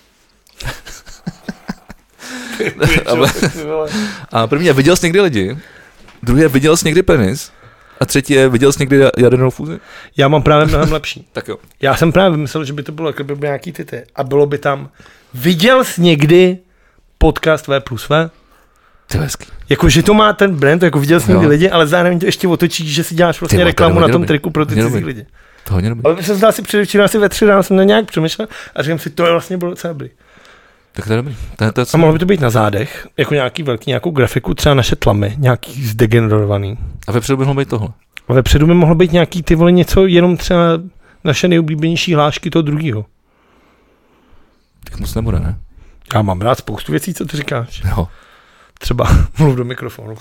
A první je, viděl jsi někdy lidi, druhý je, viděl jsi někdy penis a třetí je, viděl jsi někdy jadernou fúzi? Já mám právě mnohem lepší. Tak jo. Já jsem právě myslel, že by to bylo, jako by nějaký tyty a bylo by tam, viděl jsi někdy podcast V plus V? To je hezký. Jako, že to má ten brand, jako viděl jsi někdy lidi, ale zároveň to ještě otočíš, že si děláš vlastně Tyba, reklamu na tom dobrý. Triku pro ty cizí lidi. To hodně dobrý. Ale jsem zdal si předevčírem asi ve tři ráno jsem na nějak přemýšlel a říkám si, to je vlastně bylo docela dobrý. Tak to je dobrý. To je, to je a mohlo by to být na zádech, jako nějaký velký, nějakou grafiku, třeba naše tlamy, nějaký zdegenerovaný. A vepředu by mohlo být tohle. A vepředu by mohlo být nějaký ty vole něco, jenom třeba naše nejoblíbenější hlášky toho druhého. Tak moc nebude, ne? Já mám rád spoustu věcí, co ty říkáš. Jo. Třeba mluv do mikrofonu.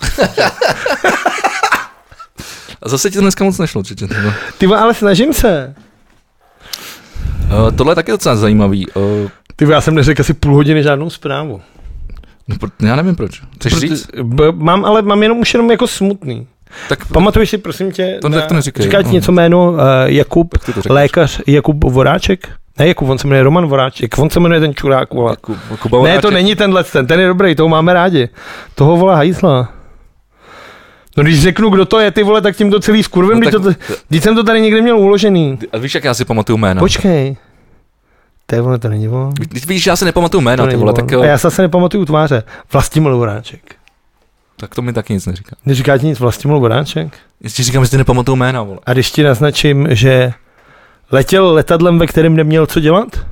A zase ti to dneska moc nešlo, či no. Ty ale snažím se. Uh, tohle je taky docela zajímavý. Uh, Ty já jsem neřekl asi půl hodiny žádnou zprávu. No, já nevím proč. Chceš Proto, říct? B- mám, ale mám jenom už jenom jako smutný. Tak pamatuješ si, prosím tě, to, na, to neříkej, říká ti no. něco jméno uh, Jakub, lékař Jakub Voráček? Ne, Jakub, on se jmenuje Roman Voráček, on se jmenuje ten čurák, vole. Jakub, Jakub ne, to není tenhle, ten, ten je dobrý, toho máme rádi. Toho vole hajzla. No když řeknu, kdo to je, ty vole, tak tím to celý skurvím, no, když, to, když jsem to tady někde měl uložený. A víš, jak já si pamatuju jméno? Počkej. To je, vole, to není on. Když víš, já si nepamatuju jméno, ty vole, tak jo. A já se asi nepamatuju tváře. Vlastimil Voráček. Tak to mi taky nic neříká. Neříká ti nic Vlastimil Voráček? Ještě říkám, že si nepamatuju jména, vole. A když ti naznačím, že letěl letadlem, ve kterém neměl co dělat?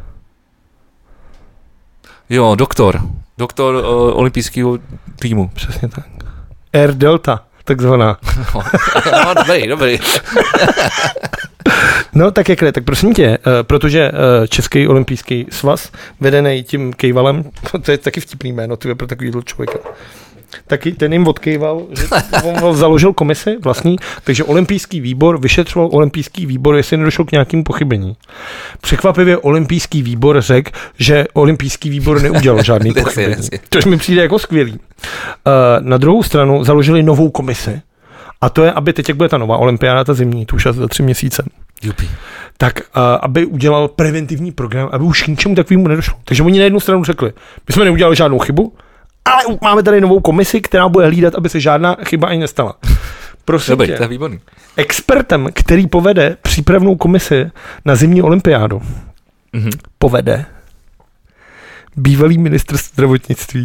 Jo, doktor. Doktor uh, olympijského týmu. Přesně tak. Air Delta, takzvaná. No, dobrý, dobrý. No tak jak ne, tak prosím tě, uh, protože uh, Český olympijský svaz, vedený tím Kejvalem, to je taky vtipný jméno, tyhle pro takovýhle člověka, taky ten jim odkejval, že on založil komisi vlastní, takže olympijský výbor vyšetřoval olympijský výbor, jestli nedošlo k nějakému pochybení. Překvapivě olympijský výbor řekl, že olympijský výbor neudělal žádný pochybení, což mi přijde jako skvělý. Uh, na druhou stranu založili novou komisi, a to je, aby teď, jak bude ta nová olympiáda, ta zimní, tu už za tři měsíce, Jupi. tak uh, aby udělal preventivní program, aby už k ničemu takovému nedošlo. Takže oni na jednu stranu řekli, my jsme neudělali žádnou chybu, ale máme tady novou komisi, která bude hlídat, aby se žádná chyba ani nestala. Prosím Dobrý, tě, to je výborný. Expertem, který povede přípravnou komisi na zimní olympiádu, mm-hmm. povede bývalý ministr zdravotnictví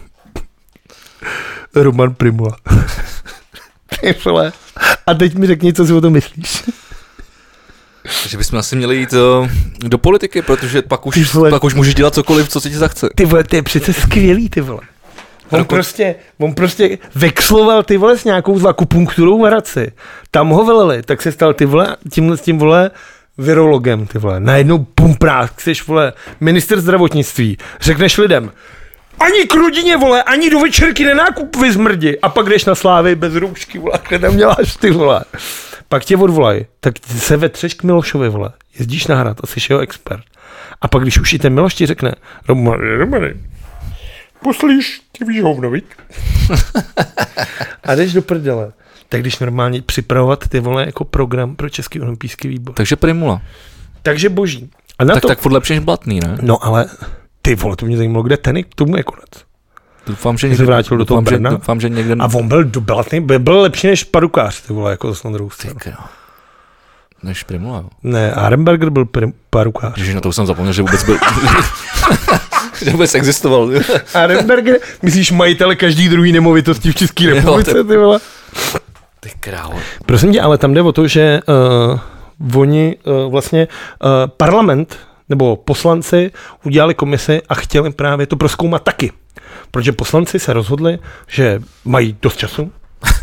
Roman Prymula. A teď mi řekni, co si o tom myslíš. Takže bychom asi měli jít uh, do politiky, protože pak už, pak už můžeš dělat cokoliv, co se ti zachce. Ty vole, to je přece skvělý, ty vole. On Roku... prostě, on prostě vexloval, ty vole, s nějakou akupunkturou v Hradci. Tam ho veleli, tak se stal, ty vole, tímhle s tím, vole, virologem, ty vole. Najednou pumprák, jsi, vole, minister zdravotnictví. Řekneš lidem, ani k rodině, vole, ani do večerky nenákup zmrdi. A pak jdeš na Slávy bez roušky, vole, kde tam děláš, ty vole. Pak tě odvolají, tak se vetřeš k Milošovi, vole. Jezdíš na Hrad a jsi jeho expert. A pak, když už i ten Miloš ti řekne, Romane, Romane, poslíš, ty víš hovnovit. A jdeš do prdele. Tak když normálně připravovat ty vole jako program pro Český olympijský výbor. Takže Prymula. Takže boží. A na tak to... tak furt lepší než Blatný, ne? No ale ty vole, to mě zajímalo, kde ten, tomu je konec. Doufám, že někde, vrátil do toho Brna. Doufám, že někde... A on byl Blatný, byl lepší než Parukář, ty vole, jako zase na druhou stranu. Než Prymula. Ne, Arenberger byl prim, Parukář. Ježiš, na to jsem zapomněl, že vůbec byl... že vůbec existoval. Arenberger, myslíš majitele každý druhý nemovitosti v České republice, ty vole? Ty krávo. Prosím tě, ale tam jde o to, že uh, oni uh, vlastně uh, parlament nebo poslanci udělali komisi a chtěli právě to prozkoumat taky. Protože poslanci se rozhodli, že mají dost času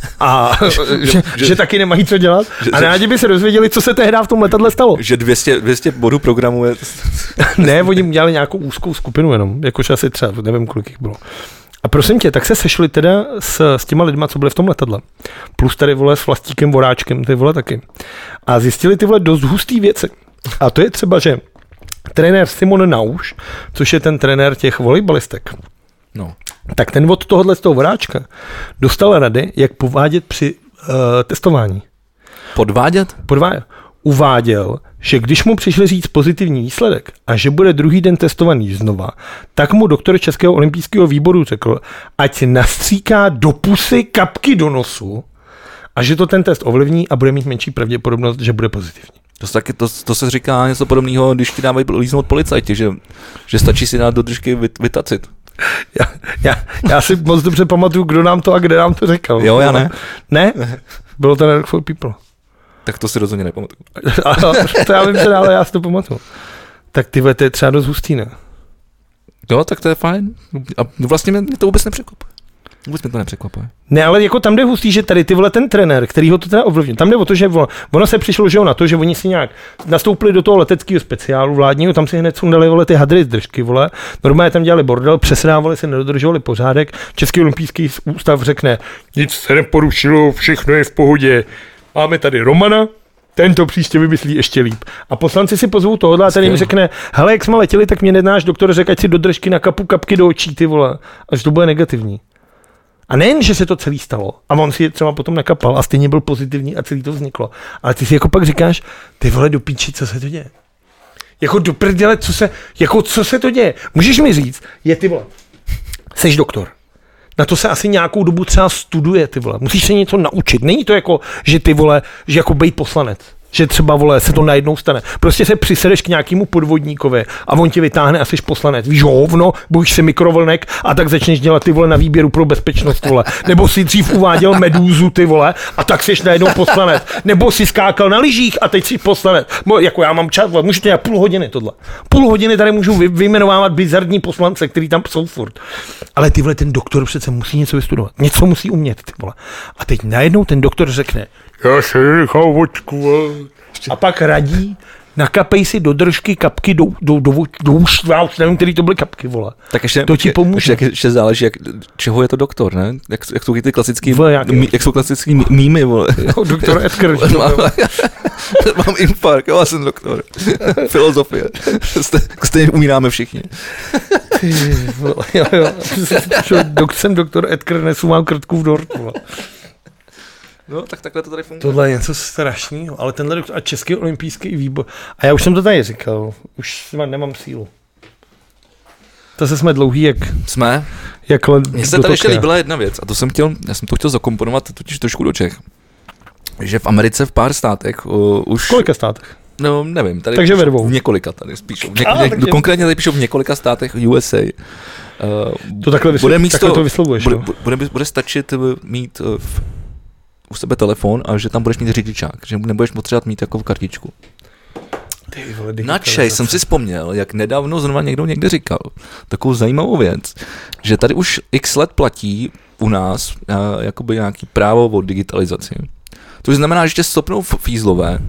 a že, že, že, že taky nemají co dělat že, a rádi by se dozvěděli, co se tehdy v tom letadle stalo. Že dvě stě, dvě stě bodů programu je... Ne, oni udělali nějakou úzkou skupinu jenom, jakož asi třeba, nevím, kolik jich bylo. A prosím tě, tak se sešli teda s, s těma lidma, co byli v tom letadle. Plus tady, vole, s Vlastíkem Voráčkem, ty vole taky. A zjistili ty vole dost hustý věci. A to je třeba, že trenér Simon Nauš, což je ten trenér těch volejbalistek, no. tak ten od tohohle z toho Voráčka dostal rady, jak povádět při uh, testování. Podvádět? Podvádět. Uváděl, že když mu přišli říct pozitivní výsledek a že bude druhý den testovaný znova, tak mu doktor Českého olympijského výboru řekl, ať nastříká do pusy kapky do nosu a že to ten test ovlivní a bude mít menší pravděpodobnost, že bude pozitivní. To, taky, to, to se říká něco podobného, když ti dávají líznout policajti, že, že stačí si dát do držky vyt, vytacit. Já, já, já si moc dobře pamatuju, kdo nám to a kde nám to řekl. Jo, já ne. Ne? Bylo to Network for People. Tak to si rozhodně nepamatuju. To já vím, že ale já si to pamatuju. Tak tyhle, to je třeba dost hustý, ne? Jo, tak to je fajn. A vlastně mě to vůbec nepřekvapuje. Vůbec mě to nepřekvapuje. Ne, ale jako tam jde hustý, že tady ty vole ten trenér, který ho to teda ovlivnil. Tam jde o to, že ono, ono se přišlo, že jo, na to, že oni si nějak nastoupili do toho leteckého speciálu vládního, tam si hned sundali vole ty hadry z držky, vole. Normálně tam dělali bordel, přesrávali se, nedodržovali pořádek. Český olympijský ústav řekne, nic se neporušilo, všechno je v pohodě. Máme tady Romana, ten to příště vymyslí ještě líp. A poslanci si pozvou tohohle a ten jim řekne, hele, jak jsme letěli, tak mě náš doktor řekl, ať si do držky nakapu kapky do očí, ty vole, až to bude negativní. A nejen, že se to celý stalo, a on si je třeba potom nakapal a stejně byl pozitivní a celý to vzniklo. Ale ty si jako pak říkáš, ty vole do píči, co se to děje? Jako do prdele, co se, jako co se to děje? Můžeš mi říct, je ty vole, seš doktor. Na to se asi nějakou dobu třeba studuje, ty vole. Musíš se něco naučit. Není to jako, že ty vole, že jako bejt poslanec. Že třeba, vole, se to najednou stane. Prostě se přisedeš k nějakému podvodníkovi a on tě vytáhne a jsi poslanec. Víš, hovno, bojíš si mikrovlnek a tak začneš dělat ty vole na výběru pro bezpečnost, vole. Nebo si dřív uváděl medúzu, ty vole, a tak jsi najednou poslanec. Nebo si skákal na lyžích a teď jsi poslanec. Mo, jako já mám čas, vole, můžu dělat půl hodiny tohle. Půl hodiny tady můžu vy, vyjmenovávat bizarní poslance, který tam jsou furt. Ale ty vole, ten doktor přece musí něco vystudovat. Něco musí umět, ty vole. A teď najednou ten doktor řekne, Já se nechám očkovat. A pak radí, nakapej si do držky kapky do, do, do, do už, já už nevím, který to byly kapky, vole. Tak ještě, to ti pomůže. Ještě, ještě záleží, jak, čeho je to doktor, ne? Jak, jak jsou ty klasický, vole, mí, jak jsou klasický mí, mýmy, vole. Jo, doktor Edgar. mám, mám infarkt, jo, já jsem doktor. Filozofie. Stejně umíráme všichni. Ty, vole, jo, jo. Dok, jsem doktor Edgar, nesu vám krtku v dort, vole. No, tak takhle to tady funguje. Tohle je něco strašného, ale tenhle doktor a Český olympijský výbor. A já už jsem to tady říkal, už nemám sílu. To se jsme dlouhý, jak... Jsme? Jak let, Mně se tady ještě líbila jedna věc a to jsem chtěl, já jsem to chtěl zakomponovat totiž trošku do Čech. Že v Americe v pár státech uh, už... V kolika státech? No, nevím, tady takže ve dvou. V několika tady spíš. V něk, A, něk, takže... Konkrétně tady píšou v několika státech U S A. Uh, to takhle, vysl... bude místo, takhle to vyslovuješ, bude, no? bude, bude stačit mít uh, v, u sebe telefon a že tam budeš mít řidičák, že nebudeš potřebovat mít takovou kartičku. Na Čech jsem si vzpomněl, jak nedávno zrovna někdo někde říkal takovou zajímavou věc, že tady už x let platí u nás uh, jakoby nějaký právo o digitalizaci. To znamená, že tě stopnou fízlové,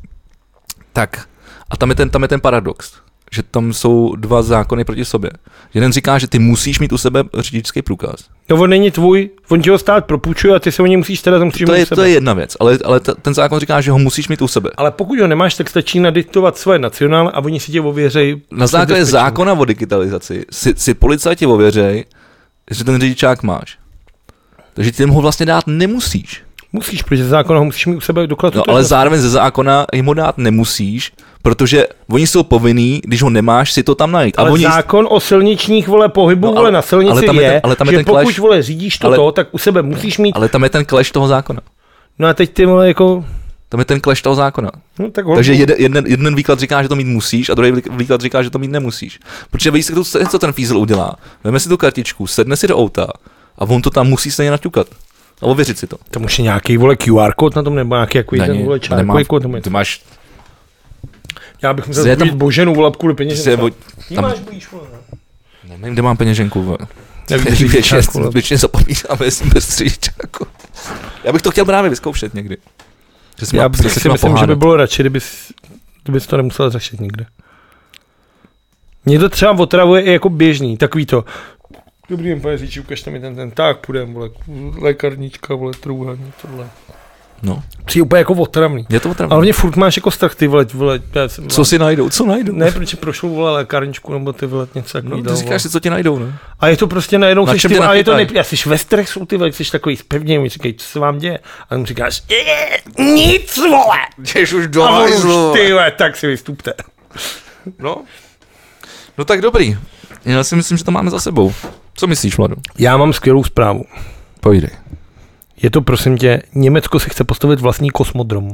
tak a tam je ten, tam je ten paradox, že tam jsou dva zákony proti sobě. Jeden říká, že ty musíš mít u sebe řidičský průkaz. No on není tvůj, on ti ho stát propůjčuje a ty se o něj musíš starat, musíš to mít je, u sebe. To je jedna věc, ale, ale t- ten zákon říká, že ho musíš mít u sebe. Ale pokud ho nemáš, tak stačí nadiktovat svoje nacionál a oni si tě ověřejí. Na základě zákona o digitalizaci si, si policajti ověřejí, že ten řidičák máš. Takže ty ho vlastně dát nemusíš. Musíš, protože zákona ho musíš mít u sebe doklad. No, ale zároveň ze zákona jim ho dát nemusíš, protože oni jsou povinní, když ho nemáš, si to tam najít. Ale a oni... zákon o silničních vole pohybu no, ale, vole na silnici ale tam je, ten, ale tam je, že ten pokud clash, vole řídíš toto, ale, tak u sebe musíš mít. Ale tam je ten clash toho zákona. No a teď ty vole jako... Tam je ten clash toho zákona. No, tak Takže jeden, jeden, jeden výklad říká, že to mít musíš a druhý výklad říká, že to mít nemusíš. Protože víš, co ten fízl udělá. Veme si tu kartičku, sedne si do auta a on to tam musí stejně naťukat. A ověřit si to. Tam už je nějaký vole Q R kód na tom, nebo nějaký jako ten vole čárkový kód. Ty máš... Já bych musel zbudit Boženu vole kvůli peněženku. Tam... máš blíž, vole. Nevím, kde mám peněženku, vole. Většině zapomínám, jestli bez řidičáku. Já bych to chtěl právě vyzkoušet někdy. Já bych si myslím, že by bylo radši, kdybys, kdybys to nemusel řešit nikde. Mně to třeba otravuje i jako běžný, takový to. Dobrý den, pane řidiči, ukažte mi ten, ten, tak půjdem, vole, lékarnička, vole, trůhaní, tohle. No. Přijde úplně jako otravný. Je to otravný. Ale mě furt máš jako strach, ty vole, vole. Já jsem, co si najdou, co najdou? Ne, protože prošlo, vole, lékarničku, nebo ty vole, něco takový. No, ty říkáš si, co ti najdou, ne? A je to prostě najednou, Na seš, ty, a je to nejp... Já jsi ve stresu, ty vole, jsi takový zpevněný, mi říkají, co se vám děje? A mu říkáš, nic, vole! Jdeš už do a už, ty vole, tak si vystupte. No. No tak dobrý. Já si myslím, že to máme za sebou. Co myslíš, Vlado? Já mám skvělou zprávu. Pojdej. Je to, prosím tě, Německo si chce postavit vlastní kosmodrom.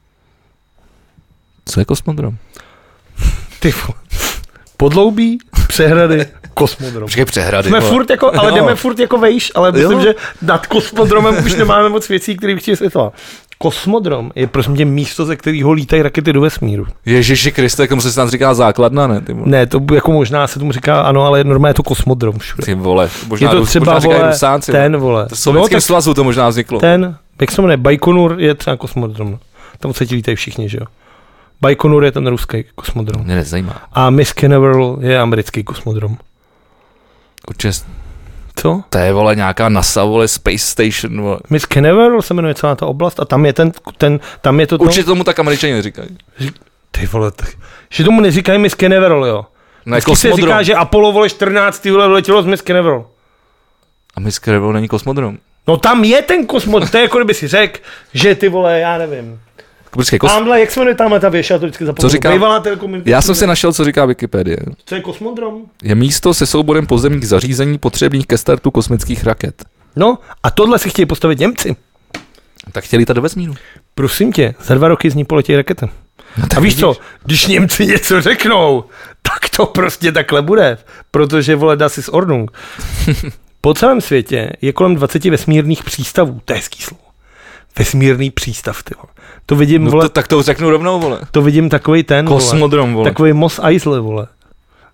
Co je kosmodrom? Ty podloubí, přehrady, kosmodrom. Počkej, přehrady. Jsme furt jako, ale no. jdeme furt jako vejš, ale myslím, jo. že nad kosmodromem už nemáme moc věcí, které bych chtěl světla. Kosmodrom je prosím tě místo, ze kterého lítají rakety do vesmíru. Ježiši Kriste, tomu se snad říká základna, ne? Ty ne, to jako možná se tomu říká, ano, ale normálně je to kosmodrom všude. Ty vole, možná, je to třeba, možná vole, Rusánci, ten, vole. To Sovětském no, svazu to možná vzniklo. Ten, jak se jmenuje, Bajkonur je třeba kosmodrom. Tam se ti lítají všichni, že jo. Bajkonur je ten ruský kosmodrom. Mě nezajímá. A Miss Canaveral je americký kosmodrom. Určitě. Co? To je, vole, nějaká NASA, vole, Space Station, vole. Miss Canaveral se jmenuje celá ta oblast a tam je ten, ten tam je to... Určitě tomu tak Američani neříkají. Ty vole, tak... Že tomu neříkají Miss Canaveral, jo. No, jako se říká, že Apollo, vole, čtrnáct vole, letělo z Miss Canaveral. A Miss Canaveral není kosmodrom. No tam je ten kosmodrom, to je jako kdyby si řekl, že ty vole, já nevím. Počkej, kos... Tamhle, jak se jmenuje tamhle ta věž, já to vždycky zapomínám. Co říká? Já jsem si našel, co říká Wikipedie. Co je kosmodrom? Je místo se souborem pozemních zařízení potřebných ke startu kosmických raket. No, a tohle si chtějí postavit Němci. Tak chtěli jít do vesmíru. Prosím tě, za dva roky z ní poletí raketa. No, a víš vidíš? Co, když Němci něco řeknou, tak to prostě takhle bude, protože vole das ist Ordnung. Po celém světě je kolem dvacet vesmírných přístavů, to je hezký slovo. Vesmírný přístav, ty vole. To vidím, no vole. To, tak to řeknu rovnou, vole. To vidím takovej ten, kosmodrom, vole. Takový Mos Eisley, vole.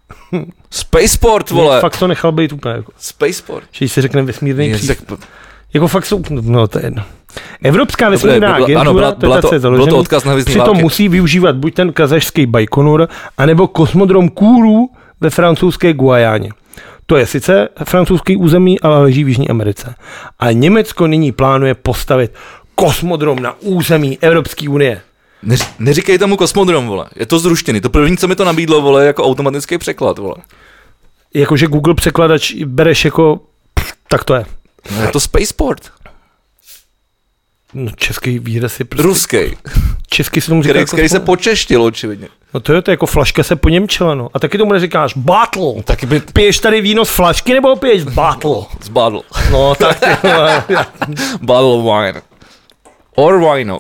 Spaceport, vole. Mě fakt to nechal být úplně jako. Spaceport. Že si řekne vesmírný přístav. Jako fakt jsou, no to je jedno. Evropská vesmírná agentura, ano, byla, byla to, bylo to odkaz na hvězdní přitom války. musí využívat buď ten kazašský Bajkonur, anebo kosmodrom Kourou ve francouzské Guajáně. To je sice francouzský území, ale leží v Jižní Americe. A Německo nyní plánuje postavit kosmodrom na území Evropské unie. Ne, neříkej tomu kosmodrom, vole. Je to zruštěný. To první, co mi to nabídlo, vole, jako automatický překlad, vole. Jakože Google překladač bereš jako, tak to je. No, je to Spaceport. No, český výraz je prostě... Ruský. Český se tomu říká Který, jako který se počeštil, očividně. No to je to jako flaška se po němčela, no. A taky tomu neříkáš bottle. Taky by... Piješ tady víno z flašky nebo piješ bottle? Z bottle. No tak ty Bottle wine. Or wino.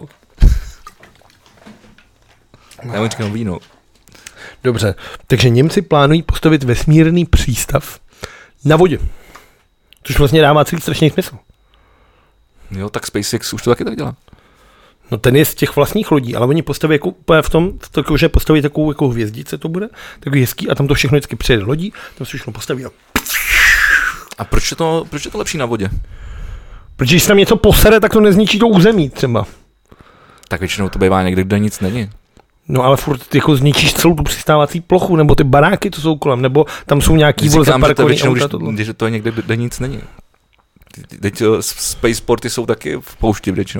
Já mu říkám víno. Dobře, takže Němci plánují postavit vesmírný přístav na vodě. Což vlastně dává celý strašný smysl. Jo, tak SpaceX už to taky tak dělá. No ten je z těch vlastních lodí, ale oni postaví jako úplně v tom, v to, že postaví takovou jako hvězdice to bude, takový hezký a tam to všechno vždycky přijede lodí, tam se všechno postaví a... A proč je to, proč je to lepší na vodě? Protože když se tam něco posere, tak to nezničí to území třeba. Tak většinou to bývá někde, kde nic není. No ale furt jako zničíš celou tu přistávací plochu, nebo ty baráky, co jsou kolem, nebo tam jsou nějaký vole zaparkovaný auta. Když, když to je někde, kde nic není. Teď spaceporty jsou taky v poušti většinou.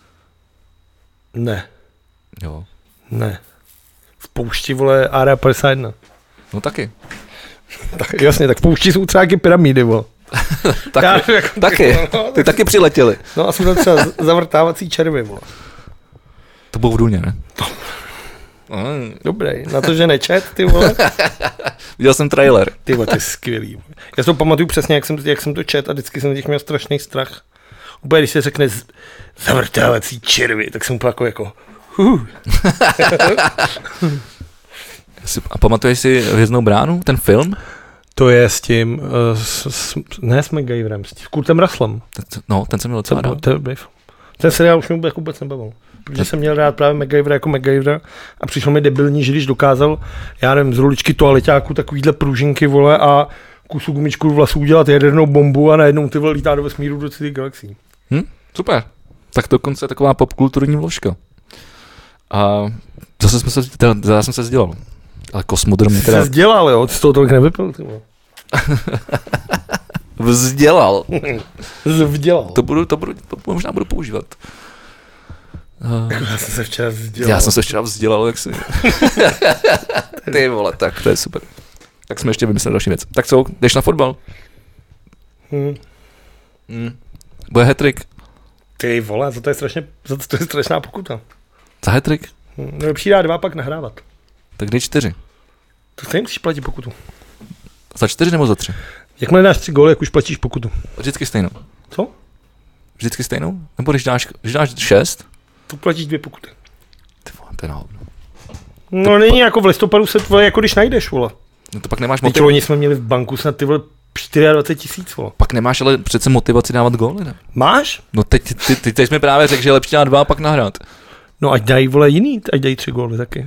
Ne. Jo. Ne. V poušti, vole, Area padesát jedna. No taky. Tak, jasně, tak v poušti jsou třeba taky pyramidy, vole. taky, Já, jako, taky. No, ty taky přiletěli. No a jsou tam třeba zavrtávací červy, vole. To bylo v Duně, ne? Mm. Dobrý, na to, že nečet, ty vole. Viděl jsem trailer. Ty vole, ty skvělý. Já si to pamatuju přesně, jak jsem, jak jsem to čet a vždycky jsem těch měl strašný strach. Úplně, když se řekne z, zavrtávací červy, tak jsem úplně jako jako huh. A pamatuješ si Hvězdnou bránu, ten film? To je s tím, uh, s, s, ne s MacGyverem, s Kurtem Russlem. No, ten jsem měl docela rád. Ten, ten seriál už mě vůbec nebavil. Protože jsem měl rád právě MacGyvera jako MacGyvera a přišlo mi debilní, že když dokázal, já nevím, z ruličky toaleťáku takovýhle pružinky, vole, a kusu gumičku vlasů udělat jadernou bombu a najednou ty vole lítá do vesmíru do celých galaxií. Hm, super. Tak dokonce taková popkulturní vložka. A zase jsme se, teda, zase jsem se vzdělal. Ale kosmodrom... Jsi teda... se vzdělal, jo? Ty z toho tolik nevypil, ty vole. Vzdělal. Vzdělal. To budu, to budu, to možná budu používat. Uh, já jsem se včera vzdělal. Já jsem se včera vzdělal, jak si... Ty vole, tak to je super. Tak jsme ještě vymysleli další věc. Tak co, jdeš na fotbal? Hmm. Hmm. Bude hat-trick. Ty vole, za to je strašně, za to je strašná pokuta. Za hat-trick? Hmm. Nejlepší dá dva, pak nahrávat. Tak dej čtyři. To stejně musíš platit pokutu. Za čtyři nebo za tři? Jakmile dáš tři góly, jak už platíš pokutu. Vždycky stejnou. Co? Vždycky stejnou? Nebo když dáš, když dáš šest? Tu platíš dvě pokuty. Ty vole, to je na hovno. No to není pa... jako v listopadu se tvoje, jako když najdeš, vole. No to pak nemáš motivaci. Teď oni jsme měli v banku snad ty vole dvacet čtyři tisíc, vole. Pak nemáš ale přece motivaci dávat góly, ne? Máš? No teď, ty, ty, ty teď mi právě řekl, že je lepší dát dva a pak nahrát. No ať dají, vole, jiný, ať dají tři góly taky.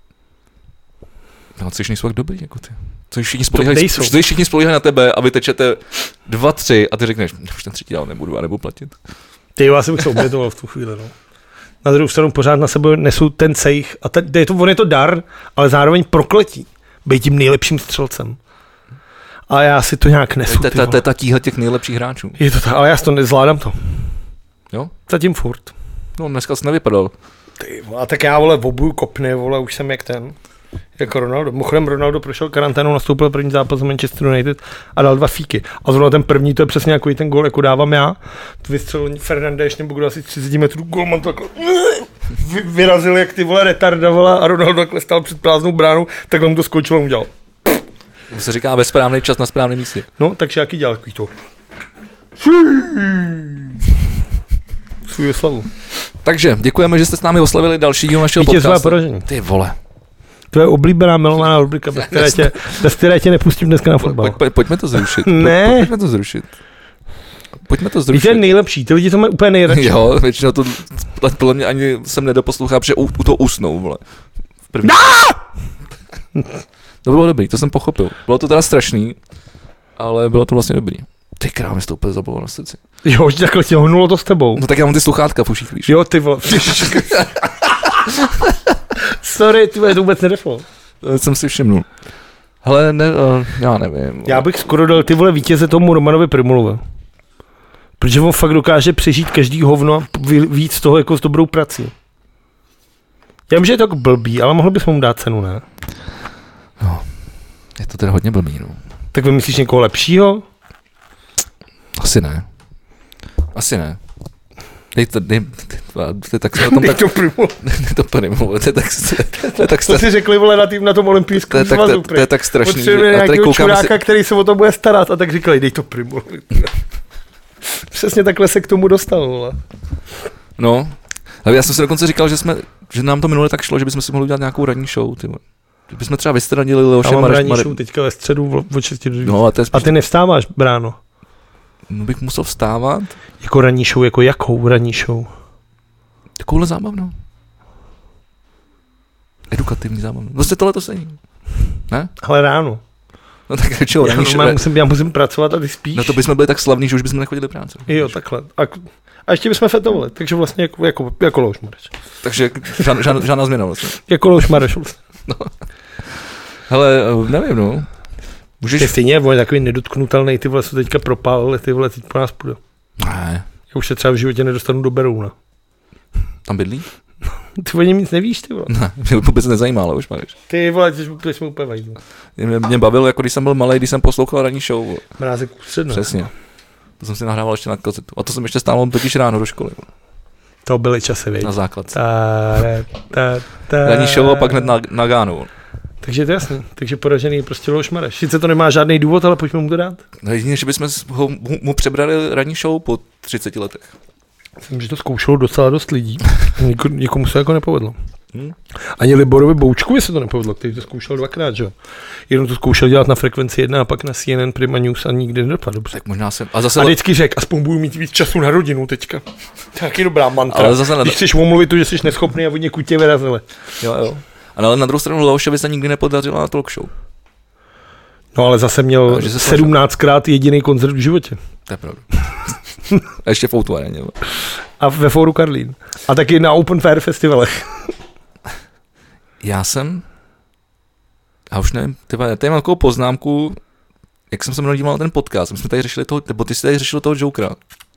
No což nejsou tak dobrý, jako ty. Co všichni spolíhají, co všichni spolíhají na tebe a vy tečete dva, tři a ty řekneš, už ten třetí dál nebudu a nebudu platit. Ty jo, asi bych se obětoval v tu chvíli, no. Na druhou stranu pořád na sebe nesu ten cejch a ten, je to, on je to dar, ale zároveň prokletí. Být tím nejlepším střelcem. A já si to nějak nesu. To je ta tíha těch nejlepších hráčů. Je to tak, ale já to nezvládám to. Jo? Zatím furt. No dneska jsi nevypadal. Ty vole, a tak já vole obuju kopny, vole, už jsem jak ten. Jako Ronaldo. Mimochodem Ronaldo prošel karanténou, nastoupil první zápas z Manchester United a dal dva fíky. A zrovna ten první, to je přesně jako ten gól, jako dávám já. To vystřelil Fernandes, nebo kdo asi třicet metrů, golman takhle vy, vyrazil jak ty vole retarda, vole, a Ronaldo takhle stál před prázdnou bránou, tak on to skočil a udělal. To se říká ve správný čas na správném místě. No, takže jaký dělal takový to. Svůj slavu. Takže děkujeme, že jste s námi oslavili dalšího našeho podcastu. Poražení. Ty vole. To je oblíbená milovaná rubrika, bez které tě, bez které tě nepustím dneska na fotbal. Pojď, pojď, pojďme to zrušit. Ne. Pojď, pojďme to zrušit. Pojďme to zrušit. Víte, nejlepší, ty lidi to mají úplně nejradši. Jo, většinou to, podle mě ani jsem nedoposlouchal, protože u, u toho usnou, vole. V první. To bylo dobrý, to jsem pochopil. Bylo to teda strašný, ale bylo to vlastně dobrý. Ty krávě, mi to úplně zabolo na srdci. Jo, takhle tě hnulo to s tebou. No tak já mám ty sluchátka v uších, víš. Jo, ty vole. Sorry, ty vole, to vůbec nedešlo. To jsem si všimnul. Hele, ne, uh, já nevím. Já bych skoro dal ty vole vítěze tomu Romanovi Primulovi. Protože on fakt dokáže přežít každý hovno a víc z toho jako s dobrou prací. Já vím, že je to blbý, ale mohl bys mu dát cenu, ne? No, je to teda hodně blbý, no. Tak vymyslíš někoho lepšího? Asi ne. Asi ne. Dej to, dej, dej, tak se o tom tak... Dej to Primul. Dej to Primul, to je tak... To je tak to si řekli, vole, na, tým, na tom olympijském svazu. To je tak strašný. Potřebujeme nějakého čuráka, si... který se o to bude starat a tak říkali, dej to Primul. Přesně takhle se k tomu dostal, vole. No, ale já jsem si dokonce říkal, že jsme, že nám to minule tak šlo, že bychom si mohli udělat nějakou ranní show, ty. Že bychom třeba vystranili Leoše Mareš. Já mám ranní Mare... show teďka ve středu v šesti do no, a, spíš... a ty nevstáváš, bráno? No bych musel vstávat. Jako ranní show, jako jakou ranní show? Takovouhle zábavnou. Edukativní zábavnou. Vlastně tohle to sejím. Ne? Ale ráno. No tak čeho, já, ranní já, musím, já musím pracovat a ty spíš. No to bychom byli tak slavní, že už bychom nechodili práce. Jo, takhle. A, a ještě bychom fetovali, takže vlastně jako, jako, jako Leoš Mareš. Takže žád, žád, žádná změna vlastně. Jako Leoš Mareš. No. Hele, nevím, no. Můžeš... Ty stejně, on je takový nedotknutelný, ty vole, se teďka propálili, ty vole, teď po nás půjde. Ne. Já už se třeba v životě nedostanu do Berouna. Tam bydlí? Ty o něm nic nevíš, ty vole. Ne, mě vůbec nezajímá, ale už máš. Ty vole, ty jsme úplně vajdou. Mě, mě bavilo, jako když jsem byl malý, když jsem poslouchal ranní show. Mrázek ústředno. Přesně. To jsem si nahrával ještě na kazetu. A to jsem ještě stál totiž ráno do školy. To byly časy, věď. Na základce. Ta, ta, ta, ranní show a pak hned na, na Gánu. Takže to je jasný. Takže poražený je prostě Leoš Mareš. Sice to nemá žádný důvod, ale pojďme mu to dát. No jedině, že bychom ho, mu, mu přebrali ranní show po třiceti letech. Myslím, že to zkoušelo docela dost lidí. Něko, někomu se jako nepovedlo. Hmm. Ani Liborovi Boučkovi se to nepovedlo, který to zkoušel dvakrát, že jo. Jenom to zkoušel dělat na Frekvenci jedna a pak na C N N Prima News a nikdy nedopadl dobře. Tak možná jsem... A, zase a vždycky řekl, aspoň budu mít víc času na rodinu teďka. Taky dobrá mantra. Ale zase když chceš omluvit to, že jsi neschopný a od někud tě vyrazili. Jo, jo. Ale na druhou stranu Leošovi se nikdy nepodařila na talk show. No ale zase měl sedmnáctkrát jediný koncert v životě. To je pravda. A ještě v Outu Areně. A ve Fóru Karlín. A taky na Open Fair festivalech. Já jsem, já už nevím, tyba, já tady mám takovou poznámku, jak jsem se mnou díval na ten podcast, my jsme tady řešili toho, nebo ty jsi tady řešil toho Jokera.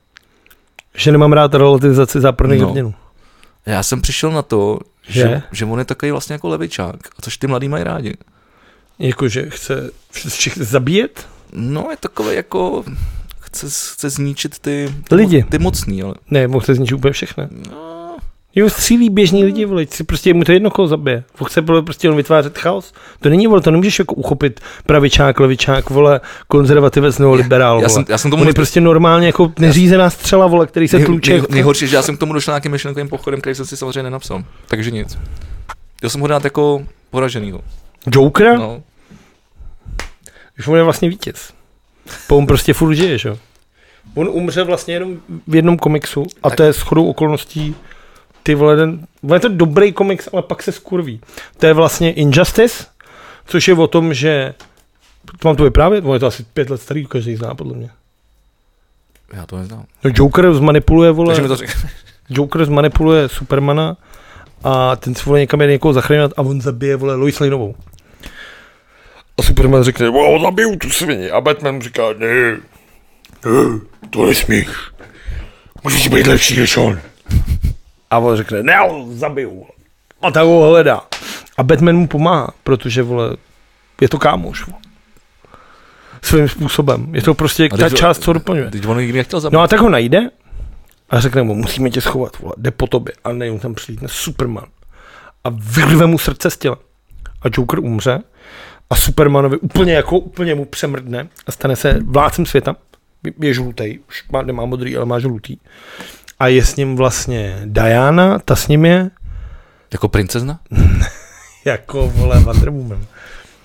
Že nemám rád relativizaci záporných no. hrdinů. Já jsem přišel na to, že, že? že on je takový vlastně jako levičák, a což ty mladý mají rádi. Jakože chce všechny zabíjet? No je takový jako, chce, chce zničit ty, lidi. Ty mocný, ale. Ne, on chce zničit úplně všechny. No. Jo, střílí běžní lidi, vole, si prostě mu to jedno koho zabije. On chce prostě on vytvářet chaos. To není, vole, to nemůžeš jako uchopit pravičák, levičák, vole, konzervativec nebo liberál, vole. Já jsem, já jsem tomu on je prostě normálně jako neřízená střela, vole, který se nej, tluče. Nej, nejhorší, že já jsem k tomu došel nějakým myšlenkovým pochodem, který jsem si samozřejmě nenapsal. Takže nic. Já jsem ho dát jako poraženýho. Jokera? No. Už on je vlastně vítěz. Po on prostě furt žije, že jo. On umře vlastně jenom v jednom komiksu a tak. To je shodou okolností ty vole, ten, je to dobrý komiks, ale pak se skurví. To je vlastně Injustice, což je o tom, že to mám to vyprávět, on je to asi pět let starý, každý zná podle mě. Já to neznám. No, Joker zmanipuluje, vole, mi to Joker zmanipuluje Supermana a ten si vole někam jde někoho zachránit a on zabije, vole, Lois Laneovou. A Superman řekne, wow, zabiju tu svini. A Batman říká, ne, ne, to nesmíš. Můžeš být lepší než on. A on řekne, ne, zabiju. A tak ho hledá. A Batman mu pomáhá, protože, vole, je to kámoš. Svým způsobem. Je to prostě ta část, co doplňuje. No a tak ho najde a řekne mu, musíme tě schovat, vole, jde po tobě. A ne, tam přijde Superman. A vyrve mu srdce z těla. A Joker umře. A Supermanovi úplně jako, úplně mu přemrdne a stane se vládcem světa. Je žlutej, už má, nemá modrý, ale má žlutý. A je s ním vlastně Diana, ta s ním je... Jako princezna? Jako, vole, Wonder Woman. Uh,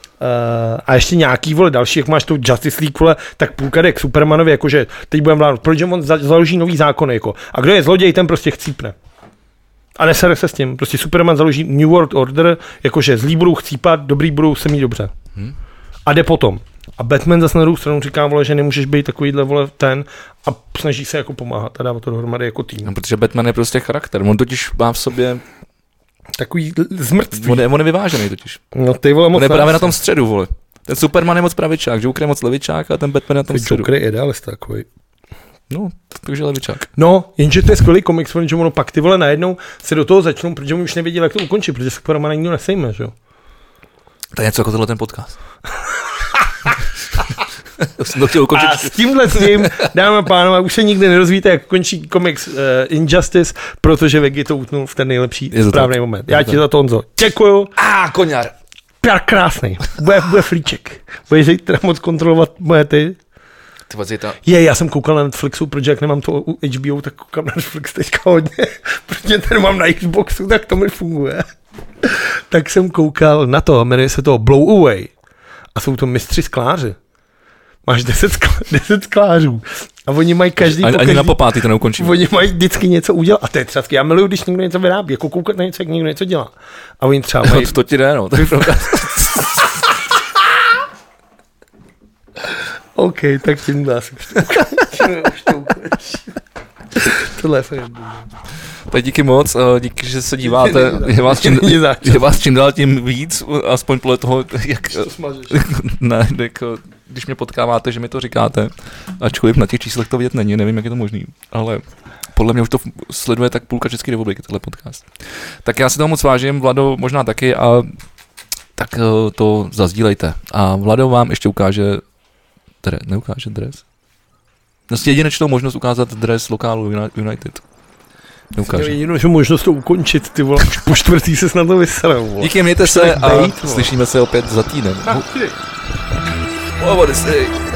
a ještě nějaký, vole, další, jak máš tu Justice League, vole, tak půlka jde k Supermanovi, jakože teď budeme vládnout, protože on založí nový zákon, jako. A kdo je zloděj, ten prostě chcípne. A nesere se s tím. Prostě Superman založí New World Order, jakože zlí budou chcípat, dobrý budou se mít dobře. Hmm. A jde potom. A Batman zase na druhou stranu říká, vole, že nemůžeš být takovýhle, vole, ten a snaží se jako pomáhat a dávat to dohromady jako tým. No, protože Batman je prostě charakter, on totiž má v sobě takový zmrtvý. On je, on je vyvážený totiž. No ty vole, moc on je právě na tom středu, vole. Ten Superman je moc pravičák, Joker je moc levičák a ten Batman je na tom ty středu. Joker je idealista takový. No, takže levičák. No, jenže to je skvělý komiks, že ono pak ty vole najednou se do toho začnou, protože on už nevěděl, jak to ukončit, protože se Supermana nikdo nesejme, že jo. To je něco jako tohle ten podcast. Jsem to chtěl ukončit. A s tímhle s tím, dámy a pánové, už se nikdy nerozvíte, jak končí komiks uh, Injustice, protože Veggie to utnul v ten nejlepší správný tak. moment. Já ti za to, Honzo, děkuju. A ah, koňar. Pěr krásný. Bude, bude flíček. Budeš zítra moc kontrolovat moje ty. Ty ta... Je, já jsem koukal na Netflixu, protože jak nemám to u H B O, tak koukám na Netflix teďka hodně. Protože ten mám na Xboxu, tak to mi funguje. Tak jsem koukal na to, jmenuje se to Blow Away. A jsou to mistři skláři. Máš deset, skl- deset sklářů. A oni mají každý... Ani, ani na popátý to neukončím. Oni mají vždycky něco udělat. A to je třeba, já miluju, když někdo něco vyrábí, jako koukat na něco, jak někdo něco dělá. A oni třeba mají... No, to ti jde, no. To je OK, tak tím dá se už to ukončím. Tohle je fakt. Tak díky moc, díky, že se díváte, je vás čím, je vás čím dál tím víc, aspoň podle toho, jak, ne, jak, když mě potkáváte, že mi to říkáte, ačkoliv na těch číslech to vidět není, nevím, jak je to možný, ale podle mě už to sleduje tak půlka České republiky, tenhle podcast. Tak já si toho moc vážím, Vlado možná taky, a tak to zazdílejte. A Vlado vám ještě ukáže, dres, neukáže dres? Vlastně jedinečnou možnost ukázat dres lokálu United. Neukáže. Jedinou možnost to ukončit, ty vole, už po čtvrtý ses na to vysral. Díky, mějte se a bejt, slyšíme se opět za týden. Ah, oh, what is it?